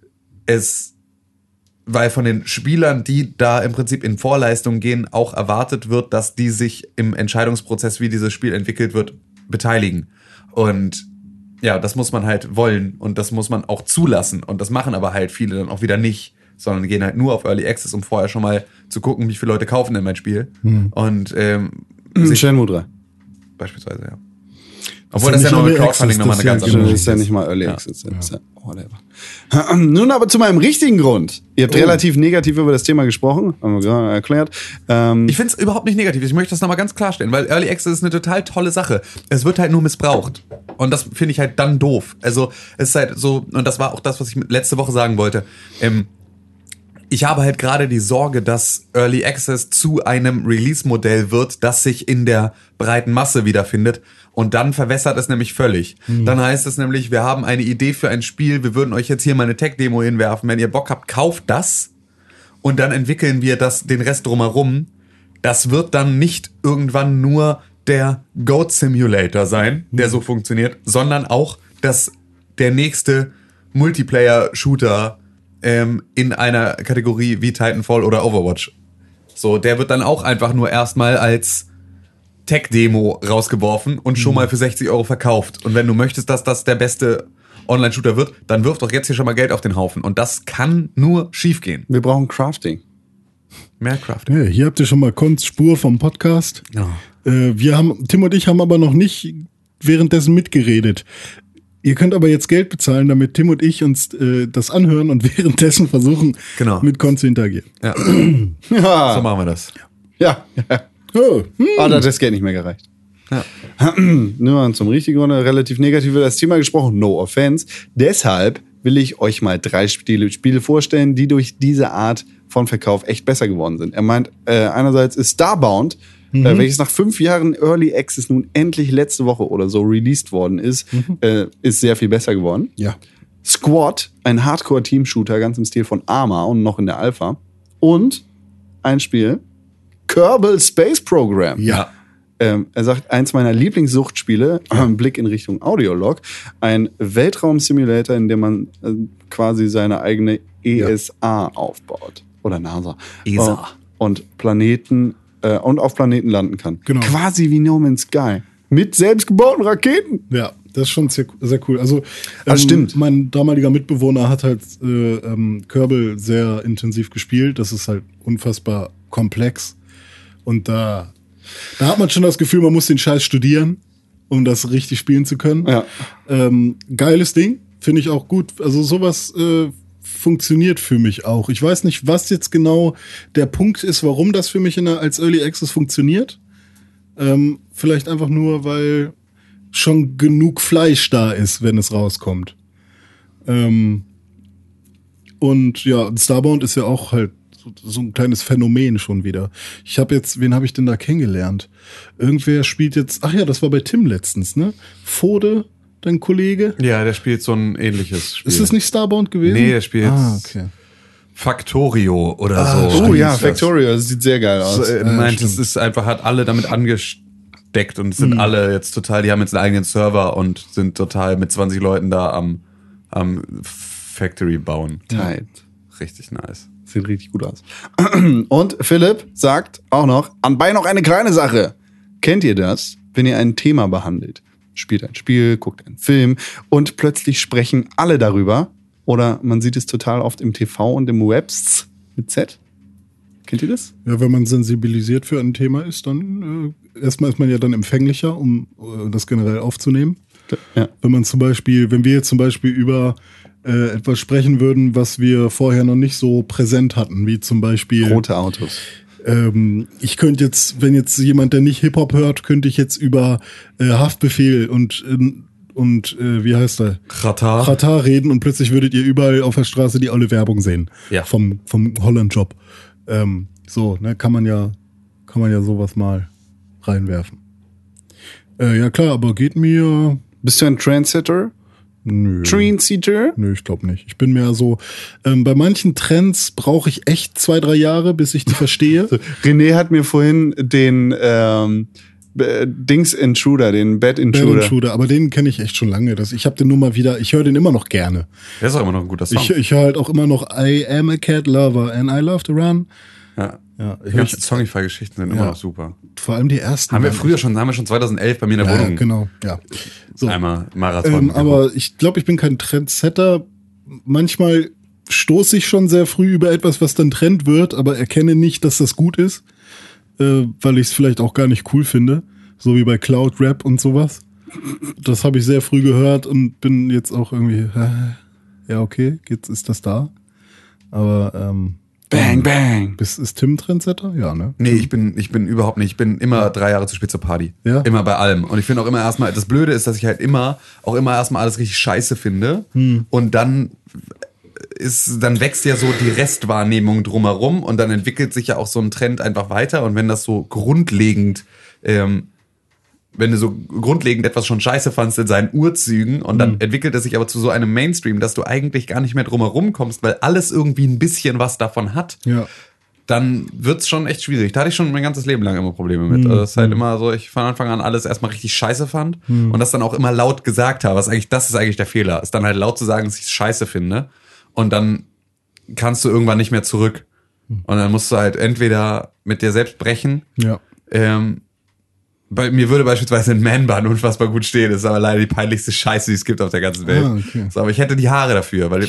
von den Spielern, die da im Prinzip in Vorleistung gehen, auch erwartet wird, dass die sich im Entscheidungsprozess, wie dieses Spiel entwickelt wird, beteiligen. Und ja, das muss man halt wollen und das muss man auch zulassen. Und das machen aber halt viele dann auch wieder nicht, sondern gehen halt nur auf Early Access, um vorher schon mal zu gucken, wie viele Leute kaufen denn mein Spiel. Und Shenmue 3. beispielsweise, ja. Obwohl das ja noch mit Crowdfunding nochmal eine ganz andere Das ist ja nicht mal Early Access. Das ist ja whatever. Nun aber zu meinem richtigen Grund. Ihr habt relativ negativ über das Thema gesprochen, haben wir gerade erklärt. Ich finde es überhaupt nicht negativ. Ich möchte das nochmal ganz klarstellen, weil Early Access ist eine total tolle Sache. Es wird halt nur missbraucht. Und das finde ich halt dann doof. Also es ist halt so, und das war auch das, was ich letzte Woche sagen wollte. Ich habe halt gerade die Sorge, dass Early Access zu einem Release-Modell wird, das sich in der breiten Masse wiederfindet. Und dann verwässert es nämlich völlig. Dann heißt es nämlich, wir haben eine Idee für ein Spiel, wir würden euch jetzt hier mal eine Tech-Demo hinwerfen. Wenn ihr Bock habt, kauft das. Und dann entwickeln wir den Rest drumherum. Das wird dann nicht irgendwann nur der Goat Simulator sein, der so funktioniert, sondern auch der nächste Multiplayer-Shooter in einer Kategorie wie Titanfall oder Overwatch. So, der wird dann auch einfach nur erstmal als Tech-Demo rausgeworfen und schon mal für 60 € verkauft. Und wenn du möchtest, dass das der beste Online-Shooter wird, dann wirf doch jetzt hier schon mal Geld auf den Haufen. Und das kann nur schief gehen. Wir brauchen Crafting. Mehr Crafting. Ja, hier habt ihr schon mal Konst Spur vom Podcast. Ja. Tim und ich haben aber noch nicht währenddessen mitgeredet. Ihr könnt aber jetzt Geld bezahlen, damit Tim und ich uns das anhören und währenddessen versuchen, mit Con zu interagieren. Ja. Ja. So machen wir das. Ja. Oh, Oh, da hat das Geld nicht mehr gereicht. Ja. Nur zum richtigen Grund relativ negativ über das Thema gesprochen. No offense. Deshalb will ich euch mal 3 Spiele vorstellen, die durch diese Art von Verkauf echt besser geworden sind. Er meint, einerseits ist Starbound, welches nach 5 Jahren Early Access nun endlich letzte Woche oder so released worden ist, ist sehr viel besser geworden. ja. Squad, ein Hardcore-Team-Shooter, ganz im Stil von Arma und noch in der Alpha. Und ein Spiel, Kerbal Space Program. Ja. Er sagt, eins meiner Lieblingssuchtspiele, Blick in Richtung Audiolog, ein Weltraum-Simulator, in dem man quasi seine eigene ESA aufbaut. Oder NASA. ESA. Und Planeten, und auf Planeten landen kann. Genau. Quasi wie No Man's Sky. Mit selbstgebauten Raketen. Ja, das ist schon sehr, sehr cool. Also, Das stimmt. Mein damaliger Mitbewohner hat halt Kerbal sehr intensiv gespielt. Das ist halt unfassbar komplex. Und da hat man schon das Gefühl, man muss den Scheiß studieren, um das richtig spielen zu können. Ja. Geiles Ding, finde ich auch gut. Also sowas funktioniert für mich auch. Ich weiß nicht, was jetzt genau der Punkt ist, warum das für mich als Early Access funktioniert. Vielleicht einfach nur, weil schon genug Fleisch da ist, wenn es rauskommt. Und ja, Starbound ist ja auch halt so ein kleines Phänomen schon wieder. Wen habe ich denn da kennengelernt? Irgendwer spielt jetzt, ach ja, das war bei Tim letztens, ne? Fode, dein Kollege. Ja, der spielt so ein ähnliches Spiel. Ist das nicht Starbound gewesen? Nee, der spielt okay. Factorio oder so. Oh ja, Factorio, das sieht sehr geil aus. Meint, es ist einfach, hat alle damit angesteckt und sind alle jetzt total, die haben jetzt einen eigenen Server und sind total mit 20 Leuten da am Factory bauen. Tight. Richtig nice. Sieht richtig gut aus. Und Philipp sagt auch noch, anbei noch eine kleine Sache. Kennt ihr das, wenn ihr ein Thema behandelt? Spielt ein Spiel, guckt einen Film und plötzlich sprechen alle darüber. Oder man sieht es total oft im TV und im Webs mit Z. Kennt ihr das? Ja, wenn man sensibilisiert für ein Thema ist, dann erstmal ist man ja dann empfänglicher, um das generell aufzunehmen. Ja. Wenn wir jetzt zum Beispiel über etwas sprechen würden, was wir vorher noch nicht so präsent hatten, wie zum Beispiel Rote Autos. ich könnte jetzt, wenn jetzt jemand, der nicht Hip-Hop hört, könnte ich jetzt über Haftbefehl und wie heißt der? Qatar reden und plötzlich würdet ihr überall auf der Straße die olle Werbung sehen. Ja. Vom Holland-Job. Kann man ja sowas mal reinwerfen. Ja klar, aber geht mir... Bist du ein Trendsetter? Nö. Trendsetter? Nö, ich glaube nicht. Ich bin mehr so, bei manchen Trends brauche ich echt 2-3 Jahre, bis ich die verstehe. René hat mir vorhin den Dings-Intruder, den Bad-Intruder. Aber den kenne ich echt schon lange. Ich habe den nur mal wieder, ich höre den immer noch gerne. Der ist auch immer noch ein guter Song. Ich höre halt auch immer noch I am a cat lover and I love to run. Ja. Ja, Die ganzen Songify-Geschichten sind immer noch super. Vor allem die ersten. Haben wir schon 2011 bei mir in der Wohnung genau, ja. So. einmal Marathon. Aber ich glaube, ich bin kein Trendsetter. Manchmal stoße ich schon sehr früh über etwas, was dann Trend wird, aber erkenne nicht, dass das gut ist, weil ich es vielleicht auch gar nicht cool finde. So wie bei Cloud Rap und sowas. Das habe ich sehr früh gehört und bin jetzt auch irgendwie, ja, okay, jetzt ist das da. Aber, Bang, bang. Ist Tim Trendsetter? Ja, ne? Nee, ich bin überhaupt nicht. Ich bin immer 3 Jahre zu spät zur Party. Ja? Immer bei allem. Und ich finde auch immer erstmal, das Blöde ist, dass ich halt immer erstmal alles richtig scheiße finde. Und dann wächst ja so die Restwahrnehmung drumherum und dann entwickelt sich ja auch so ein Trend einfach weiter. Und wenn das so grundlegend, wenn du so grundlegend etwas schon scheiße fandst in seinen Urzügen und dann entwickelt es sich aber zu so einem Mainstream, dass du eigentlich gar nicht mehr drumherum kommst, weil alles irgendwie ein bisschen was davon hat, Ja. dann wird's schon echt schwierig. Da hatte ich schon mein ganzes Leben lang immer Probleme mit. Also es ist halt immer so, ich von Anfang an alles erstmal richtig scheiße fand und das dann auch immer laut gesagt habe. Das ist eigentlich der Fehler, ist dann halt laut zu sagen, dass ich es scheiße finde und dann kannst du irgendwann nicht mehr zurück. Und dann musst du halt entweder mit dir selbst brechen, Ja. bei mir würde beispielsweise ein Man-Bun unfassbar gut stehen. Das ist aber leider die peinlichste Scheiße, die es gibt auf der ganzen Welt. Okay. So, aber ich hätte die Haare dafür, weil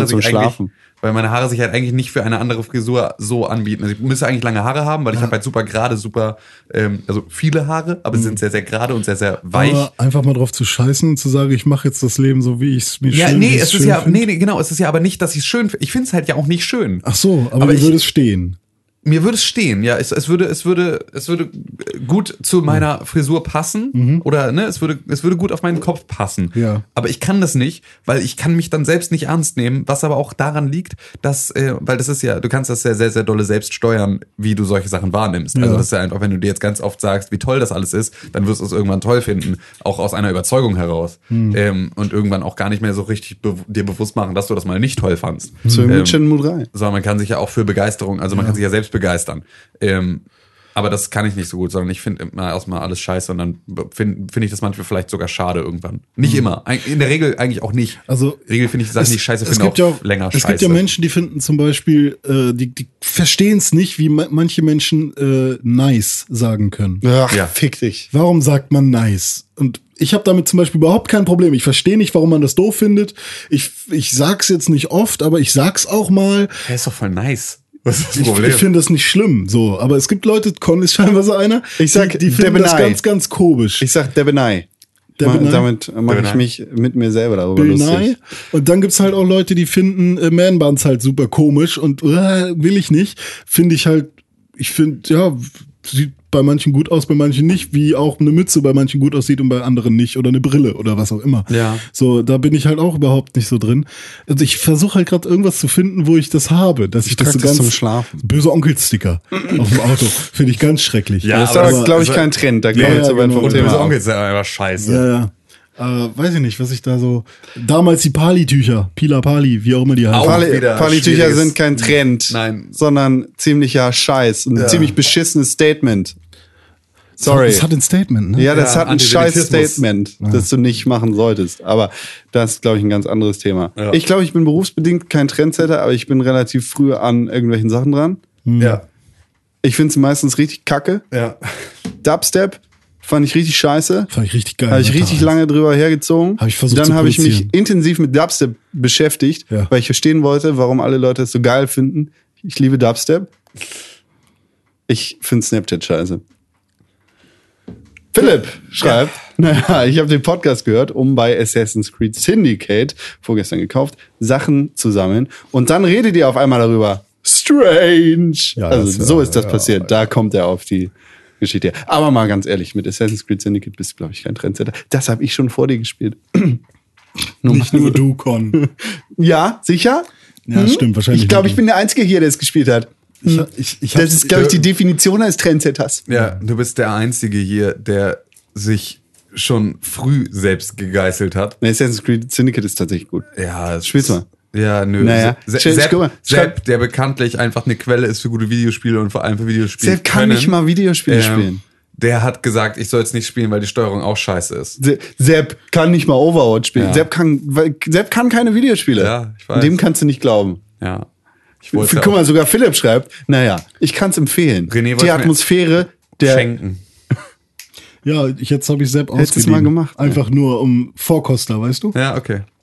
meine Haare sich halt eigentlich nicht für eine andere Frisur so anbieten. Also ich müsste eigentlich lange Haare haben, weil ich habe halt also viele Haare, aber sie sind sehr, sehr gerade und sehr, sehr weich. Aber einfach mal drauf zu scheißen und zu sagen, ich mache jetzt das Leben so, wie ich es mir schön Nee, es ist ja, find. genau, es ist ja aber nicht, dass ich es schön finde. Ich finde es halt ja auch nicht schön. Ach so, aber Aber wie würde es stehen? Mir würde es stehen, ja. Es würde gut zu meiner Frisur passen. Oder ne, es würde gut auf meinen Kopf passen. Ja. Aber ich kann das nicht, weil ich kann mich dann selbst nicht ernst nehmen, was aber auch daran liegt, dass, weil das ist ja, du kannst das ja sehr, sehr dolle selbst steuern, wie du solche Sachen wahrnimmst. Ja. Also das ist ja einfach, wenn du dir jetzt ganz oft sagst, wie toll das alles ist, dann wirst du es irgendwann toll finden, auch aus einer Überzeugung heraus. Und irgendwann auch gar nicht mehr so richtig dir bewusst machen, dass du das mal nicht toll fandst. Zu Shenmue 3. Sondern man kann sich ja auch für Begeisterung, also man kann sich ja selbst begeistern. Aber das kann ich nicht so gut, sondern ich finde immer erstmal alles scheiße und dann finde ich das manchmal vielleicht sogar schade irgendwann. Nicht immer. In der Regel eigentlich auch nicht. Also, In der Regel finde ich die Sachen, die ich scheiße finde, auch länger scheiße. Es gibt ja Menschen, die finden zum Beispiel, die verstehen es nicht, wie manche Menschen nice sagen können. Ach, Ja. fick dich. Warum sagt man nice? Und ich habe damit zum Beispiel überhaupt kein Problem. Ich verstehe nicht, warum man das doof findet. Ich sag's jetzt nicht oft, aber ich sag's auch mal. Der ist doch voll nice. Was ist das Ich Problem? finde das nicht schlimm, so. Aber es gibt Leute, Con ist scheinbar so einer, Ich sag, die finden das Debenai. ganz, ganz komisch. Ich sag Debenai. Debenai? Damit mache ich Debenai. mich mit mir selber darüber Bill lustig. Nye. Und dann gibt's halt auch Leute, die finden Man-Buns halt super komisch und will ich nicht. Finde ich halt, ich finde, ja, sieht bei manchen gut aus, bei manchen nicht, wie auch eine Mütze bei manchen gut aussieht und bei anderen nicht oder eine Brille oder was auch immer. Ja. So, da bin ich halt auch überhaupt nicht so drin. Also ich versuche halt gerade irgendwas zu finden, wo ich das habe, dass ich das so trage das ganz zum Schlafen. böse Onkel-Sticker auf dem Auto finde ich ganz schrecklich. Ja, Das ist aber aber, das- glaube ich, also- kein Trend. Da Ja, kommen wir zu weit genau. vom Und Thema böse ab. Onkel ist ja einfach scheiße. Ja. Weiß ich nicht, was ich da so. Damals die Pali-Tücher, Pila Pali, wie auch immer die heißen. Auch wieder Palitücher schwieriges- sind kein Trend, Nein. sondern ziemlicher Scheiß. Ein ziemlich beschissenes Statement. Sorry. Das hat ein Statement, ne? Ja, das Ja, hat ein scheiß Antisemitismus. Statement, das du nicht machen solltest. Aber das ist, glaube ich, ein ganz anderes Thema. Ja. Ich glaube, ich bin berufsbedingt kein Trendsetter, aber ich bin relativ früh an irgendwelchen Sachen dran. Ja. Ich finde es meistens richtig kacke. Ja. Dubstep fand ich richtig scheiße. Fand ich richtig geil. Habe ich richtig lange drüber hergezogen. Hab ich versucht Dann zu habe ich mich produzieren. intensiv mit Dubstep beschäftigt, Ja. weil ich verstehen wollte, warum alle Leute es so geil finden. Ich liebe Dubstep. Ich finde Snapchat scheiße. Philipp schreibt, naja, ich habe den Podcast gehört, um bei Assassin's Creed Syndicate, vorgestern gekauft, Sachen zu sammeln. Und dann redet ihr auf einmal darüber. Strange. Ja, also das- so ist das ja, passiert. Da kommt er auf die Geschichte. Aber mal ganz ehrlich, mit Assassin's Creed Syndicate bist du, glaube ich, kein Trendsetter. Das habe ich schon vor dir gespielt. Nicht nur du, Con. Ja, sicher? Ja, stimmt, wahrscheinlich. Ich glaube, nur ich bin der Einzige hier, der es gespielt hat. ich Das ist, glaube ich, die Definition eines Trendsetters. Ja, du bist der Einzige hier, der sich schon früh selbst gegeißelt hat. Nee, Assassin's Creed Syndicate ist tatsächlich gut. Ja, es Spiel's ist- mal. Ja, nö. Naja. Guck mal, Sepp, der bekanntlich einfach eine Quelle ist für gute Videospiele und vor allem für Videospiele. Sepp kann nicht mal Videospiele spielen. Der hat gesagt, ich soll es nicht spielen, weil die Steuerung auch scheiße ist. Sepp kann nicht mal Overwatch spielen. Ja. Sepp kann keine Videospiele. Ja, ich weiß. Dem kannst du nicht glauben. Ja. Ich wollte Guck mal, sogar Philipp schreibt, naja, ich kann es empfehlen. René wollte Die mir Atmosphäre der... schenken. jetzt habe ich Sepp Hättest du's ausgeliehen. mal gemacht, Einfach nur um Vorkoster, weißt du? Ja, okay.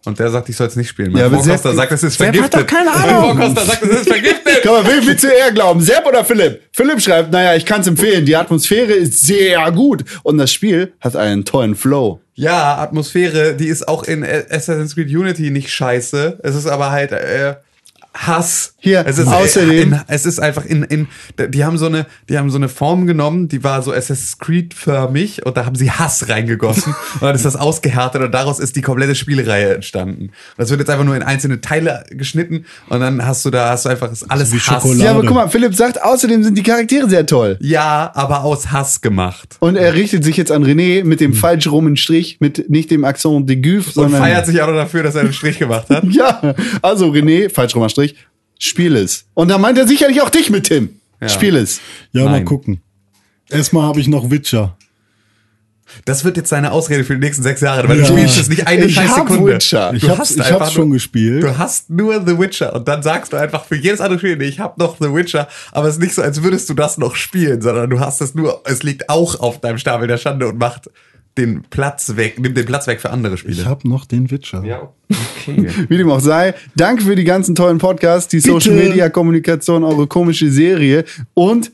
Und der sagt, ich soll es nicht spielen. Ja, Mein aber Vorkoster sagt, es ist vergiftet. hat doch keine Mein Ahnung. Vorkoster sagt, es ist vergiftet. Komm mal, wem willst du eher glauben? Sepp oder Philipp? Philipp schreibt, naja, ich kann es empfehlen. Die Atmosphäre ist sehr gut. Und das Spiel hat einen tollen Flow. Ja, Atmosphäre, die ist auch in Assassin's Creed Unity nicht scheiße. Es ist aber halt Hass. Hier, es ist, außerdem- es ist einfach die haben so eine Form genommen, die war so Assassin's Creed förmig und da haben sie Hass reingegossen und dann ist das ausgehärtet und daraus ist die komplette Spielreihe entstanden. Und das wird jetzt einfach nur in einzelne Teile geschnitten und dann hast du einfach ist alles Wie Hass. Schokolade. Ja, aber guck mal, Philipp sagt, außerdem sind die Charaktere sehr toll. Ja, aber aus Hass gemacht. Und er richtet sich jetzt an René mit dem falsch rummen Strich, mit nicht dem Accent d'aigu, Und sondern... feiert sich auch noch dafür, dass er einen Strich gemacht hat. Ja, also René, falsch rummer Strich, spiel es. Und da meint er sicherlich auch dich mit Tim. Ja. Spiel es. Ja, mal Nein. gucken. Erstmal habe ich noch Witcher. Das wird jetzt seine Ausrede für die nächsten 6 Jahre, weil Ja. du spielst es nicht eine Ich scheiß hab Sekunde. Witcher. Ich Du hab's, hast ich einfach hab's schon nur- gespielt. Du hast nur The Witcher und dann sagst du einfach für jedes andere Spiel, nee, ich hab noch The Witcher, aber es ist nicht so, als würdest du das noch spielen, sondern du hast es nur, es liegt auch auf deinem Stapel der Schande und nimmt den Platz weg für andere Spiele. Ich habe noch den Witcher. Ja, okay. Wie dem auch sei. Danke für die ganzen tollen Podcasts, die Social Media Kommunikation, eure komische Serie und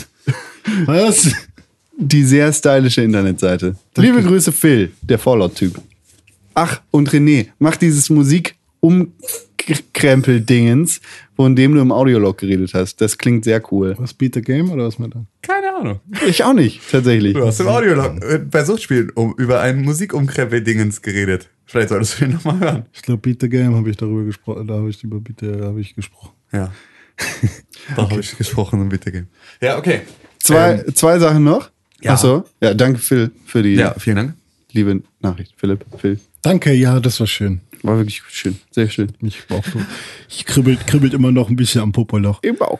Was? die sehr stylische Internetseite. Liebe Grüße, Phil, der Fallout-Typ. Ach, und René, mach dieses Musik-Umkrempel-Dingens, von dem du im Audiolog geredet hast. Das klingt sehr cool. Was, Beat the Game oder was mit da? Keine Ahnung. Ich auch nicht, tatsächlich. Du hast im Audiolog bei Suchtspielen über ein Musikumkrempel-Dingens geredet. Vielleicht solltest du den nochmal hören. Ich glaube, Beat the Game habe ich darüber gesprochen. Da habe ich über Beat the habe ich gesprochen. Ja. Da habe ich gesprochen und bitte gehen. Ja, okay. Zwei Sachen noch. Ja. Ach so. Ja, danke Phil für die Ja, vielen Dank. liebe Nachricht. Phil. Danke, ja, das war schön. War wirklich schön. Sehr schön. Ich kribbelt immer noch ein bisschen am Popoloch. Im Bauch.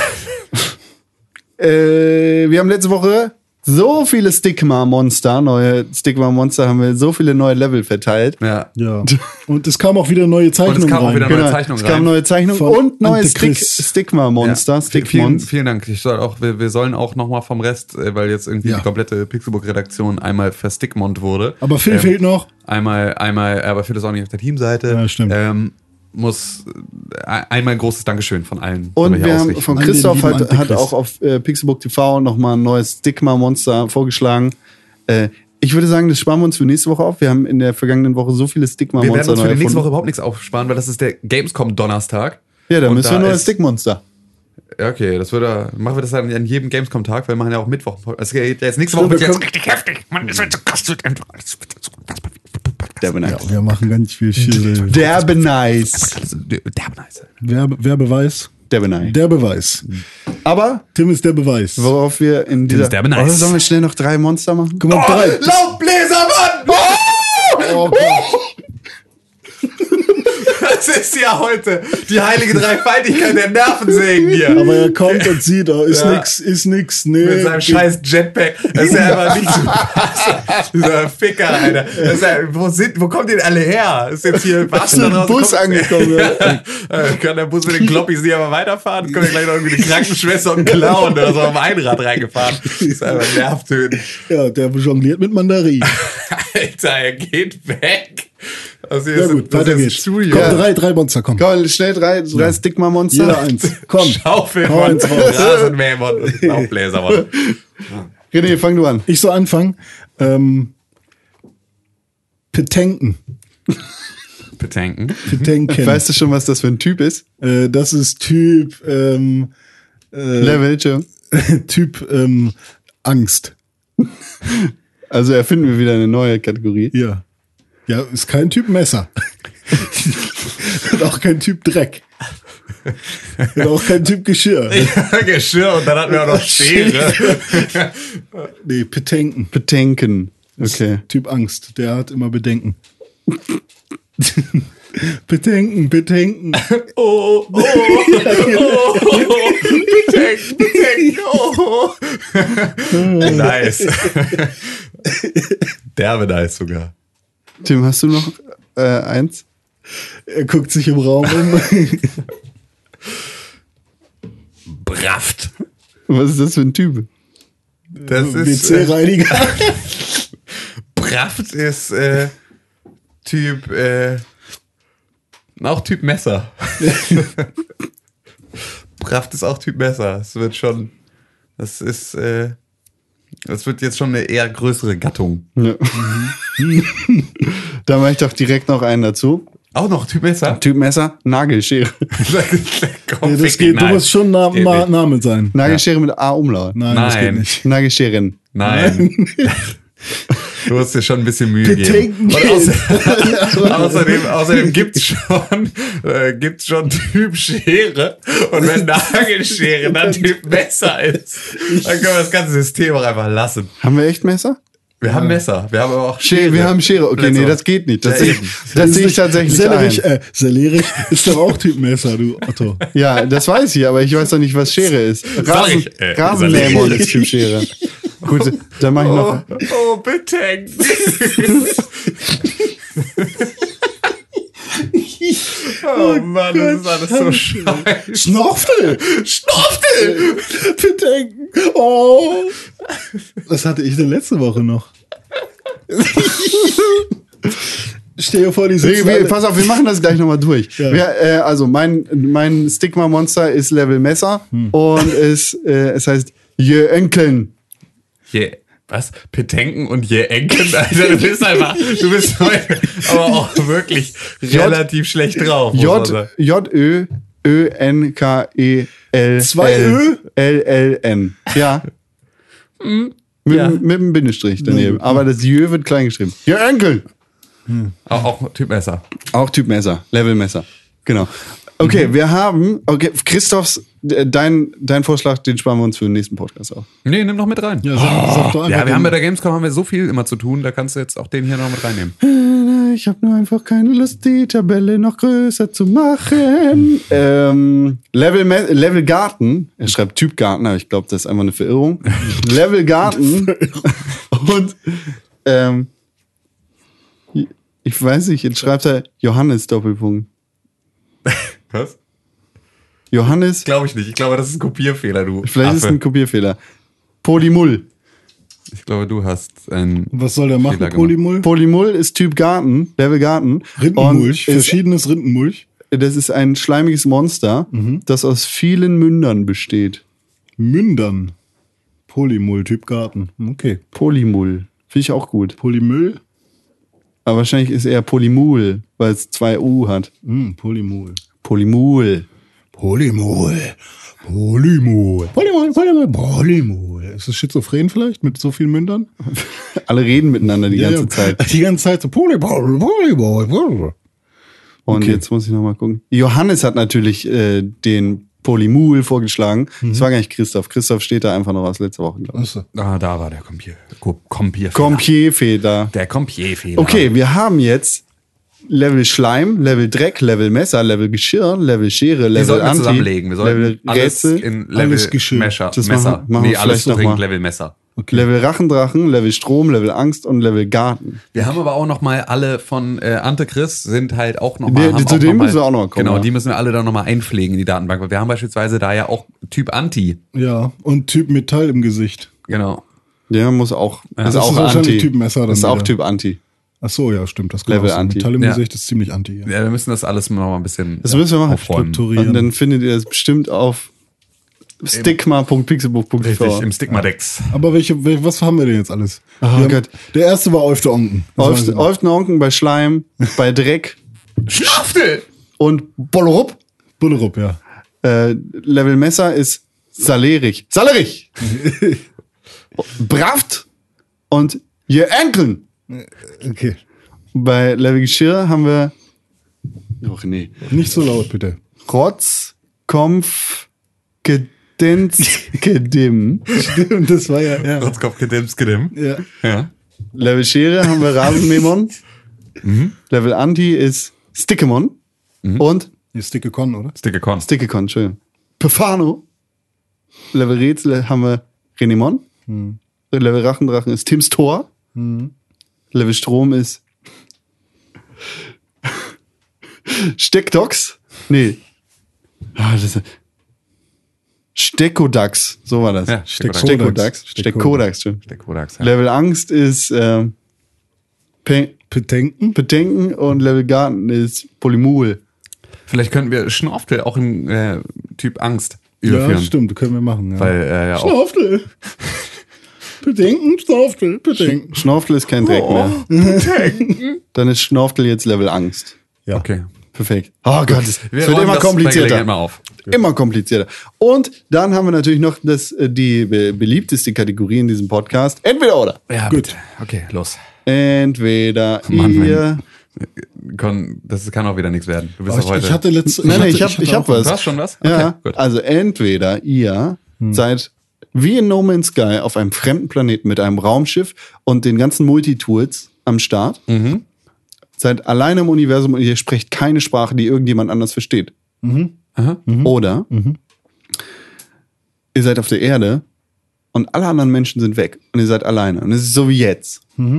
Wir haben letzte Woche so viele Stigma-Monster, neue Stigma-Monster, haben wir so viele neue Level verteilt. Ja. Ja. Und es kam auch wieder neue Zeichnungen kam auch rein. wieder neue Zeichnungen es kamen rein. neue Zeichnungen Von und neue Antichrist. Stigma-Monster. Ja. Stickmons. Vielen Dank. Wir sollen auch nochmal vom Rest, weil jetzt irgendwie Ja. die komplette Pixelbook-Redaktion einmal verstickmont wurde. Aber Phil fehlt noch. Einmal, aber Phil ist auch nicht auf der Teamseite. Ja, stimmt. Muss einmal ein großes Dankeschön von allen. Und hier wir haben ausrichten. von An den Christoph lieben hat Antichrist. auch auf Pixelbook TV nochmal ein neues Stigma-Monster vorgeschlagen. Ich würde sagen, das sparen wir uns für nächste Woche auf. Wir haben in der vergangenen Woche so viele Wir werden Stigma-Monster uns neu für die nächste erfunden. Woche überhaupt nichts aufsparen, weil das ist der Gamescom-Donnerstag. Ja, da Und müssen wir da neue ist- Stick-Monster. Ja, okay, machen wir das dann an jedem Gamescom-Tag, weil wir machen ja auch Mittwoch. Es geht jetzt nächste Woche wir wird jetzt können- richtig heftig. Mann, es wird so krass, wird einfach. Derbe nice. Ja, wir machen ganz viel Schisse. Derbe nice. Derbe nice. Wer beweis? Derbe nice. Der Beweis. Aber Tim ist der Beweis. worauf wir in dieser... derbe nice. Oder sollen wir schnell noch 3 Monster machen? Guck mal, drei. Laubbläser, Mann! Oh Gott. Das ist ja heute die heilige Dreifaltigkeit der Nervensägen hier. Aber er kommt und sieht, oh, ist Ja. nix, nee. Mit seinem scheiß Jetpack. Das ist ja einfach nicht so. Dieser Ficker, Alter. Das ist ja, wo kommt denn alle her? Ist jetzt hier was Ist ein Bus angekommen, Kann der Bus mit den Kloppis nicht aber weiterfahren? Kommt ja gleich noch irgendwie eine Krankenschwester und einen Clown oder so auf dem Einrad reingefahren. Das ist einfach nervtötend. Ja, der jongliert mit Mandarin. Alter, er geht weg. Also hier Ja ist gut, das weiter ist ein geht's. Studio. Komm, drei Monster, komm. Komm, schnell 3 Stigma-Monster. Jeder eins. Komm. Schaufel Hau von eins raus. Rasenmäher und Laubbläser. Mann. René, fang du an. Ich soll anfangen. Petenken. Betanken. Petenken. Weißt du schon, was das für ein Typ ist? Das ist Typ, Level, Joe. Typ Angst. Also erfinden wir wieder eine neue Kategorie. Ja. Ja, ist kein Typ Messer. Und auch kein Typ Dreck. Und auch kein Typ Geschirr. Geschirr und dann hatten wir auch noch Schere. Nee, Petenken. Bedenken. Okay. Typ Angst. Der hat immer Bedenken. Bedenken. Oh, oh, oh, Betanken, oh. Nice. Derbe nice sogar. Tim, hast du noch eins? Er guckt sich im Raum um. Braft. Was ist das für ein Typ? Das ist WC-Reiniger. Braft ist Typ Auch Typ Messer. Braft ist auch Typ Messer. Es wird schon, das wird jetzt schon eine eher größere Gattung. Ja. Da mache ich doch direkt noch einen dazu. Auch noch Typ Messer? Typ Messer, Nagelschere. Komm, Ja, das geht, du musst schon Name sein. Nagelschere mit A-Umlaut. Nein, das geht Nein. nicht. Nagelscheren. Nein. Du musst dir schon ein bisschen Mühe geben. Bedenken. Und außerdem gibt's schon Typ Schere. Und wenn Nagelschere dann Typ Messer ist, dann können wir das ganze System auch einfach lassen. Haben wir echt Messer? Wir haben Messer, wir haben aber auch Schere. Wir haben Schere. Okay, nee, das geht nicht. Das sehe ich tatsächlich ein. Sellerich ist doch auch Typ Messer, du Otto. Ja, das weiß ich, aber ich weiß doch nicht, was Schere ist. Rasenmäher ist Typ Schere. Gut, dann mache ich noch. Oh, bitte. Oh Mann, das ist alles so scheiße. Schnorftel! Bedenken! Oh! Das hatte ich denn letzte Woche noch. Stell dir vor, die sitzen alle. Pass auf, wir machen das gleich nochmal durch. Ja. Also mein Stigma-Monster ist Level Messer und es heißt Jöenkeln. Was? Petenken und je Enken? Alter, du bist heute aber auch wirklich relativ schlecht drauf. Jöönkeln. 2 Ö? LLN. Ja. Mit einem Bindestrich daneben. Aber das Jö wird klein geschrieben. Jöenkeln. Auch Typ Messer. Auch Typ Messer. Level Messer. Genau. Okay, wir haben, Christophs, dein Vorschlag, den sparen wir uns für den nächsten Podcast auf. Nee, nimm noch mit rein. Ja, sag doch einfach. Ja, wir haben bei der Gamescom so viel immer zu tun, da kannst du jetzt auch den hier noch mit reinnehmen. Ich habe nur einfach keine Lust, die Tabelle noch größer zu machen. Level Garten, er schreibt Typ Garten, aber ich glaube, das ist einfach eine Verirrung. Level Garten und ich weiß nicht, jetzt schreibt er Johannes Doppelpunkt. Was? Johannes. Glaube ich nicht. Ich glaube, das ist ein Kopierfehler, du. Vielleicht Affe. ist es ein Kopierfehler. Polymull. Ich glaube, du hast ein. Was soll der machen, Fehler gemacht. Polymull? Polymull ist Typ Garten, Level Garten. Rindenmulch, Und verschiedenes Rindenmulch. das ist ein schleimiges Monster, das aus vielen Mündern besteht. Mündern. Polymull, Typ Garten. Okay. Polymull. Finde ich auch gut. Polymüll? Aber wahrscheinlich ist eher Polymul, weil es 2 U hat. Polymull. Polymul. Polymull. Polymull. Polymull. Ist das schizophren vielleicht mit so vielen Mündern? Alle reden miteinander die ganze Zeit. Die ganze Zeit so Polymull. Und jetzt muss ich nochmal gucken. Johannes hat natürlich den Polymul vorgeschlagen. Das war gar nicht Christoph. Christoph steht da einfach noch aus letzter Woche, glaube ich. Ah, da war der Kompierfehler. Kompierfehler. Der Kompierfehler. Okay, wir haben jetzt Level Schleim, Level Dreck, Level Messer, Level Geschirr, Level Schere, Wir Level sollten Anti, zusammenlegen. Wir sollten Level alles Rätsel, in Level alles Geschirr. Messer. Das Messer. machen wir Nee, alles vielleicht noch dringend mal. Level Messer. Level Rachendrachen, Level Strom, Level Angst und Level Garten. Wir haben aber auch noch mal alle von Antechris sind halt auch noch Die- mal. zu denen müssen wir auch noch mal kommen, Genau, ja. die müssen wir alle dann noch mal einpflegen in die Datenbank. Weil wir haben beispielsweise da ja auch Typ Anti. Ja, und Typ Metall im Gesicht. Genau. Der muss auch, das ist wahrscheinlich Typ Messer dann Das ist auch wieder. Typ Anti. Ach so, ja, stimmt. Das Level auch so. Anti. Metall im Ja. Gesicht ist ziemlich anti. Ja. Ja, wir müssen das alles noch mal ein bisschen Das müssen wir machen. aufräumen. Strukturieren. Und dann findet ihr das bestimmt auf stigma.pixelbook.tv. Richtig, im Stigma-Dex. Aber was haben wir denn jetzt alles? Oh Wir haben- Gott. Der erste war Olfte Onken. Das weiß ich noch. Olften bei Schleim, bei Dreck Schlafte! und Bollerup. Bullerup, ja. Level Messer ist Salerich. Salerich! Braft und je Enkeln. Okay. Bei Level Geschirr haben wir nee. Nicht so laut, bitte. Rotz, Kompf, Gedenz, Gedim. Und das war ja. Rotzkopf, Gedimsgedim. Ja. Ja. Level Schere haben wir Rasenmähmon. Level Anti ist Stickemon. Und Ihr Sticke Con, oder? Stickecon. Stickecon, Entschuldigung. Pefano. Level Rätsel haben wir Renimon. Level Rachendrachen ist Tims Tor. Level Strom ist Steckdox. Nee. Das ist Steckodax. So war das. Ja, Steckodax. Steckodax. Steckodax, ja. Level Angst ist Petenken. Petenken und Level Garten ist Polymul. Vielleicht könnten wir Schnorftel auch in Typ Angst überführen. Ja, stimmt, können wir machen. Ja. Weil ja auch. Schnorftel. Bedenken, Schnorftel, bedenken. Schnorftel ist kein Dreck mehr. Dann ist Schnorftel jetzt Level Angst. Ja. Okay. Perfekt. Oh Gott, es Wir wird räumen immer das bei komplizierter. Gelegenheit mal auf. Immer komplizierter. Und dann haben wir natürlich noch die beliebteste Kategorie in diesem Podcast. Entweder oder. Ja, Gut. bitte. Okay, los. Entweder Mann, ihr... Das kann auch wieder nichts werden. Du bist Aber doch heute. ich hatte letzte. Nein, ich hab was. Du hast schon was? Ja, Okay, gut. also entweder ihr seid wie in No Man's Sky auf einem fremden Planeten mit einem Raumschiff und den ganzen Multitools am Start. Seid alleine im Universum und ihr sprecht keine Sprache, die irgendjemand anders versteht. Aha. Oder ihr seid auf der Erde und alle anderen Menschen sind weg und ihr seid alleine. Und es ist so wie jetzt.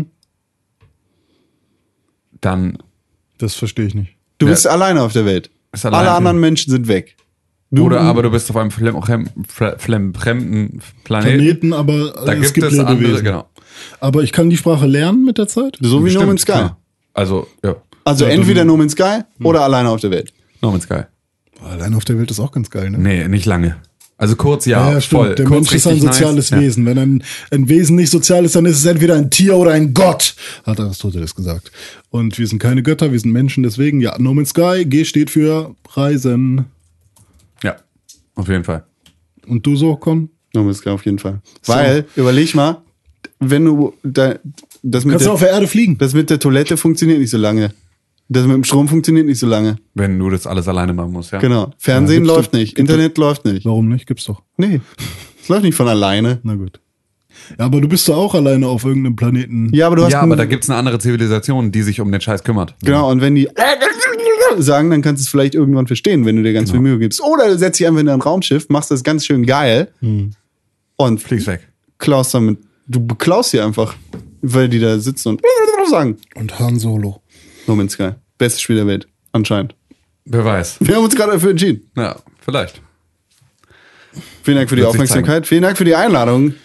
Dann Das verstehe ich nicht. Du Ja. bist alleine auf der Welt. Ist allein. Alle anderen Menschen sind weg. aber du bist auf einem fremden Planeten. Planeten, aber Da es gibt gibt es andere, Lebewesen. genau. Aber ich kann die Sprache lernen mit der Zeit? So wie No Bestimmt, Man's Sky. klar. Also, ja. Also Ja, dann- entweder No Man's Sky oder alleine auf der Welt. No Man's Sky. Allein auf der Welt ist auch ganz geil, ne? Nee, nicht lange. Also kurz, ja, stimmt. voll. Der kurz Mensch ist ein richtig soziales nice. Wesen. Wenn ein Wesen nicht sozial ist, dann ist es entweder ein Tier oder ein Gott, hat Aristoteles gesagt. Und wir sind keine Götter, wir sind Menschen, deswegen, ja, No Man's Sky, G steht für Reisen. Ja, auf jeden Fall. Und du so, Con? No Man's Sky auf jeden Fall. Weil, überleg mal, wenn du das mit Kannst du auf der Erde fliegen? das mit der Toilette funktioniert nicht so lange. Das mit dem Strom funktioniert nicht so lange. Wenn du das alles alleine machen musst, ja. Genau. Fernsehen gibt's läuft doch- nicht. Internet läuft nicht. Warum nicht? Gibt's doch. Nee. Es läuft nicht von alleine. Na gut. Ja, aber du bist doch auch alleine auf irgendeinem Planeten. Ja, aber du hast Ja, aber da gibt's eine andere Zivilisation, die sich um den Scheiß kümmert. genau, und wenn die sagen, dann kannst du es vielleicht irgendwann verstehen, wenn du dir ganz viel Mühe gibst. Oder du setzt dich einfach in ein Raumschiff, machst das ganz schön geil und Fliegst weg. klaust damit. Du beklaust sie einfach, weil die da sitzen und sagen. Und Han Solo. No Man's Sky. Bestes Spiel der Welt. Anscheinend. Wer weiß. Wir haben uns gerade dafür entschieden. Ja, vielleicht. Vielen Dank für die Wird sich Aufmerksamkeit. Vielen Dank für die Einladung.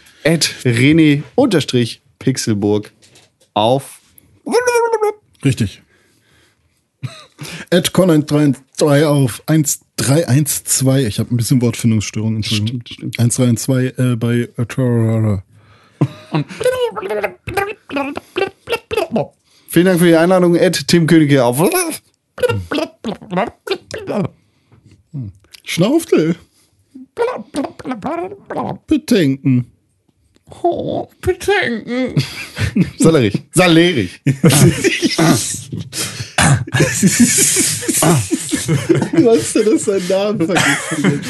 @René_Pixelburg auf Richtig. @Con1313 auf 1312. Ich habe ein bisschen Wortfindungsstörung. Entschuldigung. Stimmt. 1312 bei Vielen Dank für die Einladung. Tim Königke auf Schnauftel. Bedenken. Bedenken. Salerich. Salerich. Du hast ja das seinen Namen vergessen.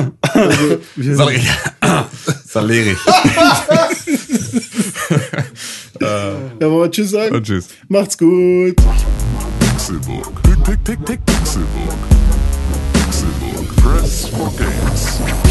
Salerich. Ja, wollen wir Tschüss sagen? Und tschüss. Macht's gut. Pixelburg. Pixelburg. Pixelburg. Press for games.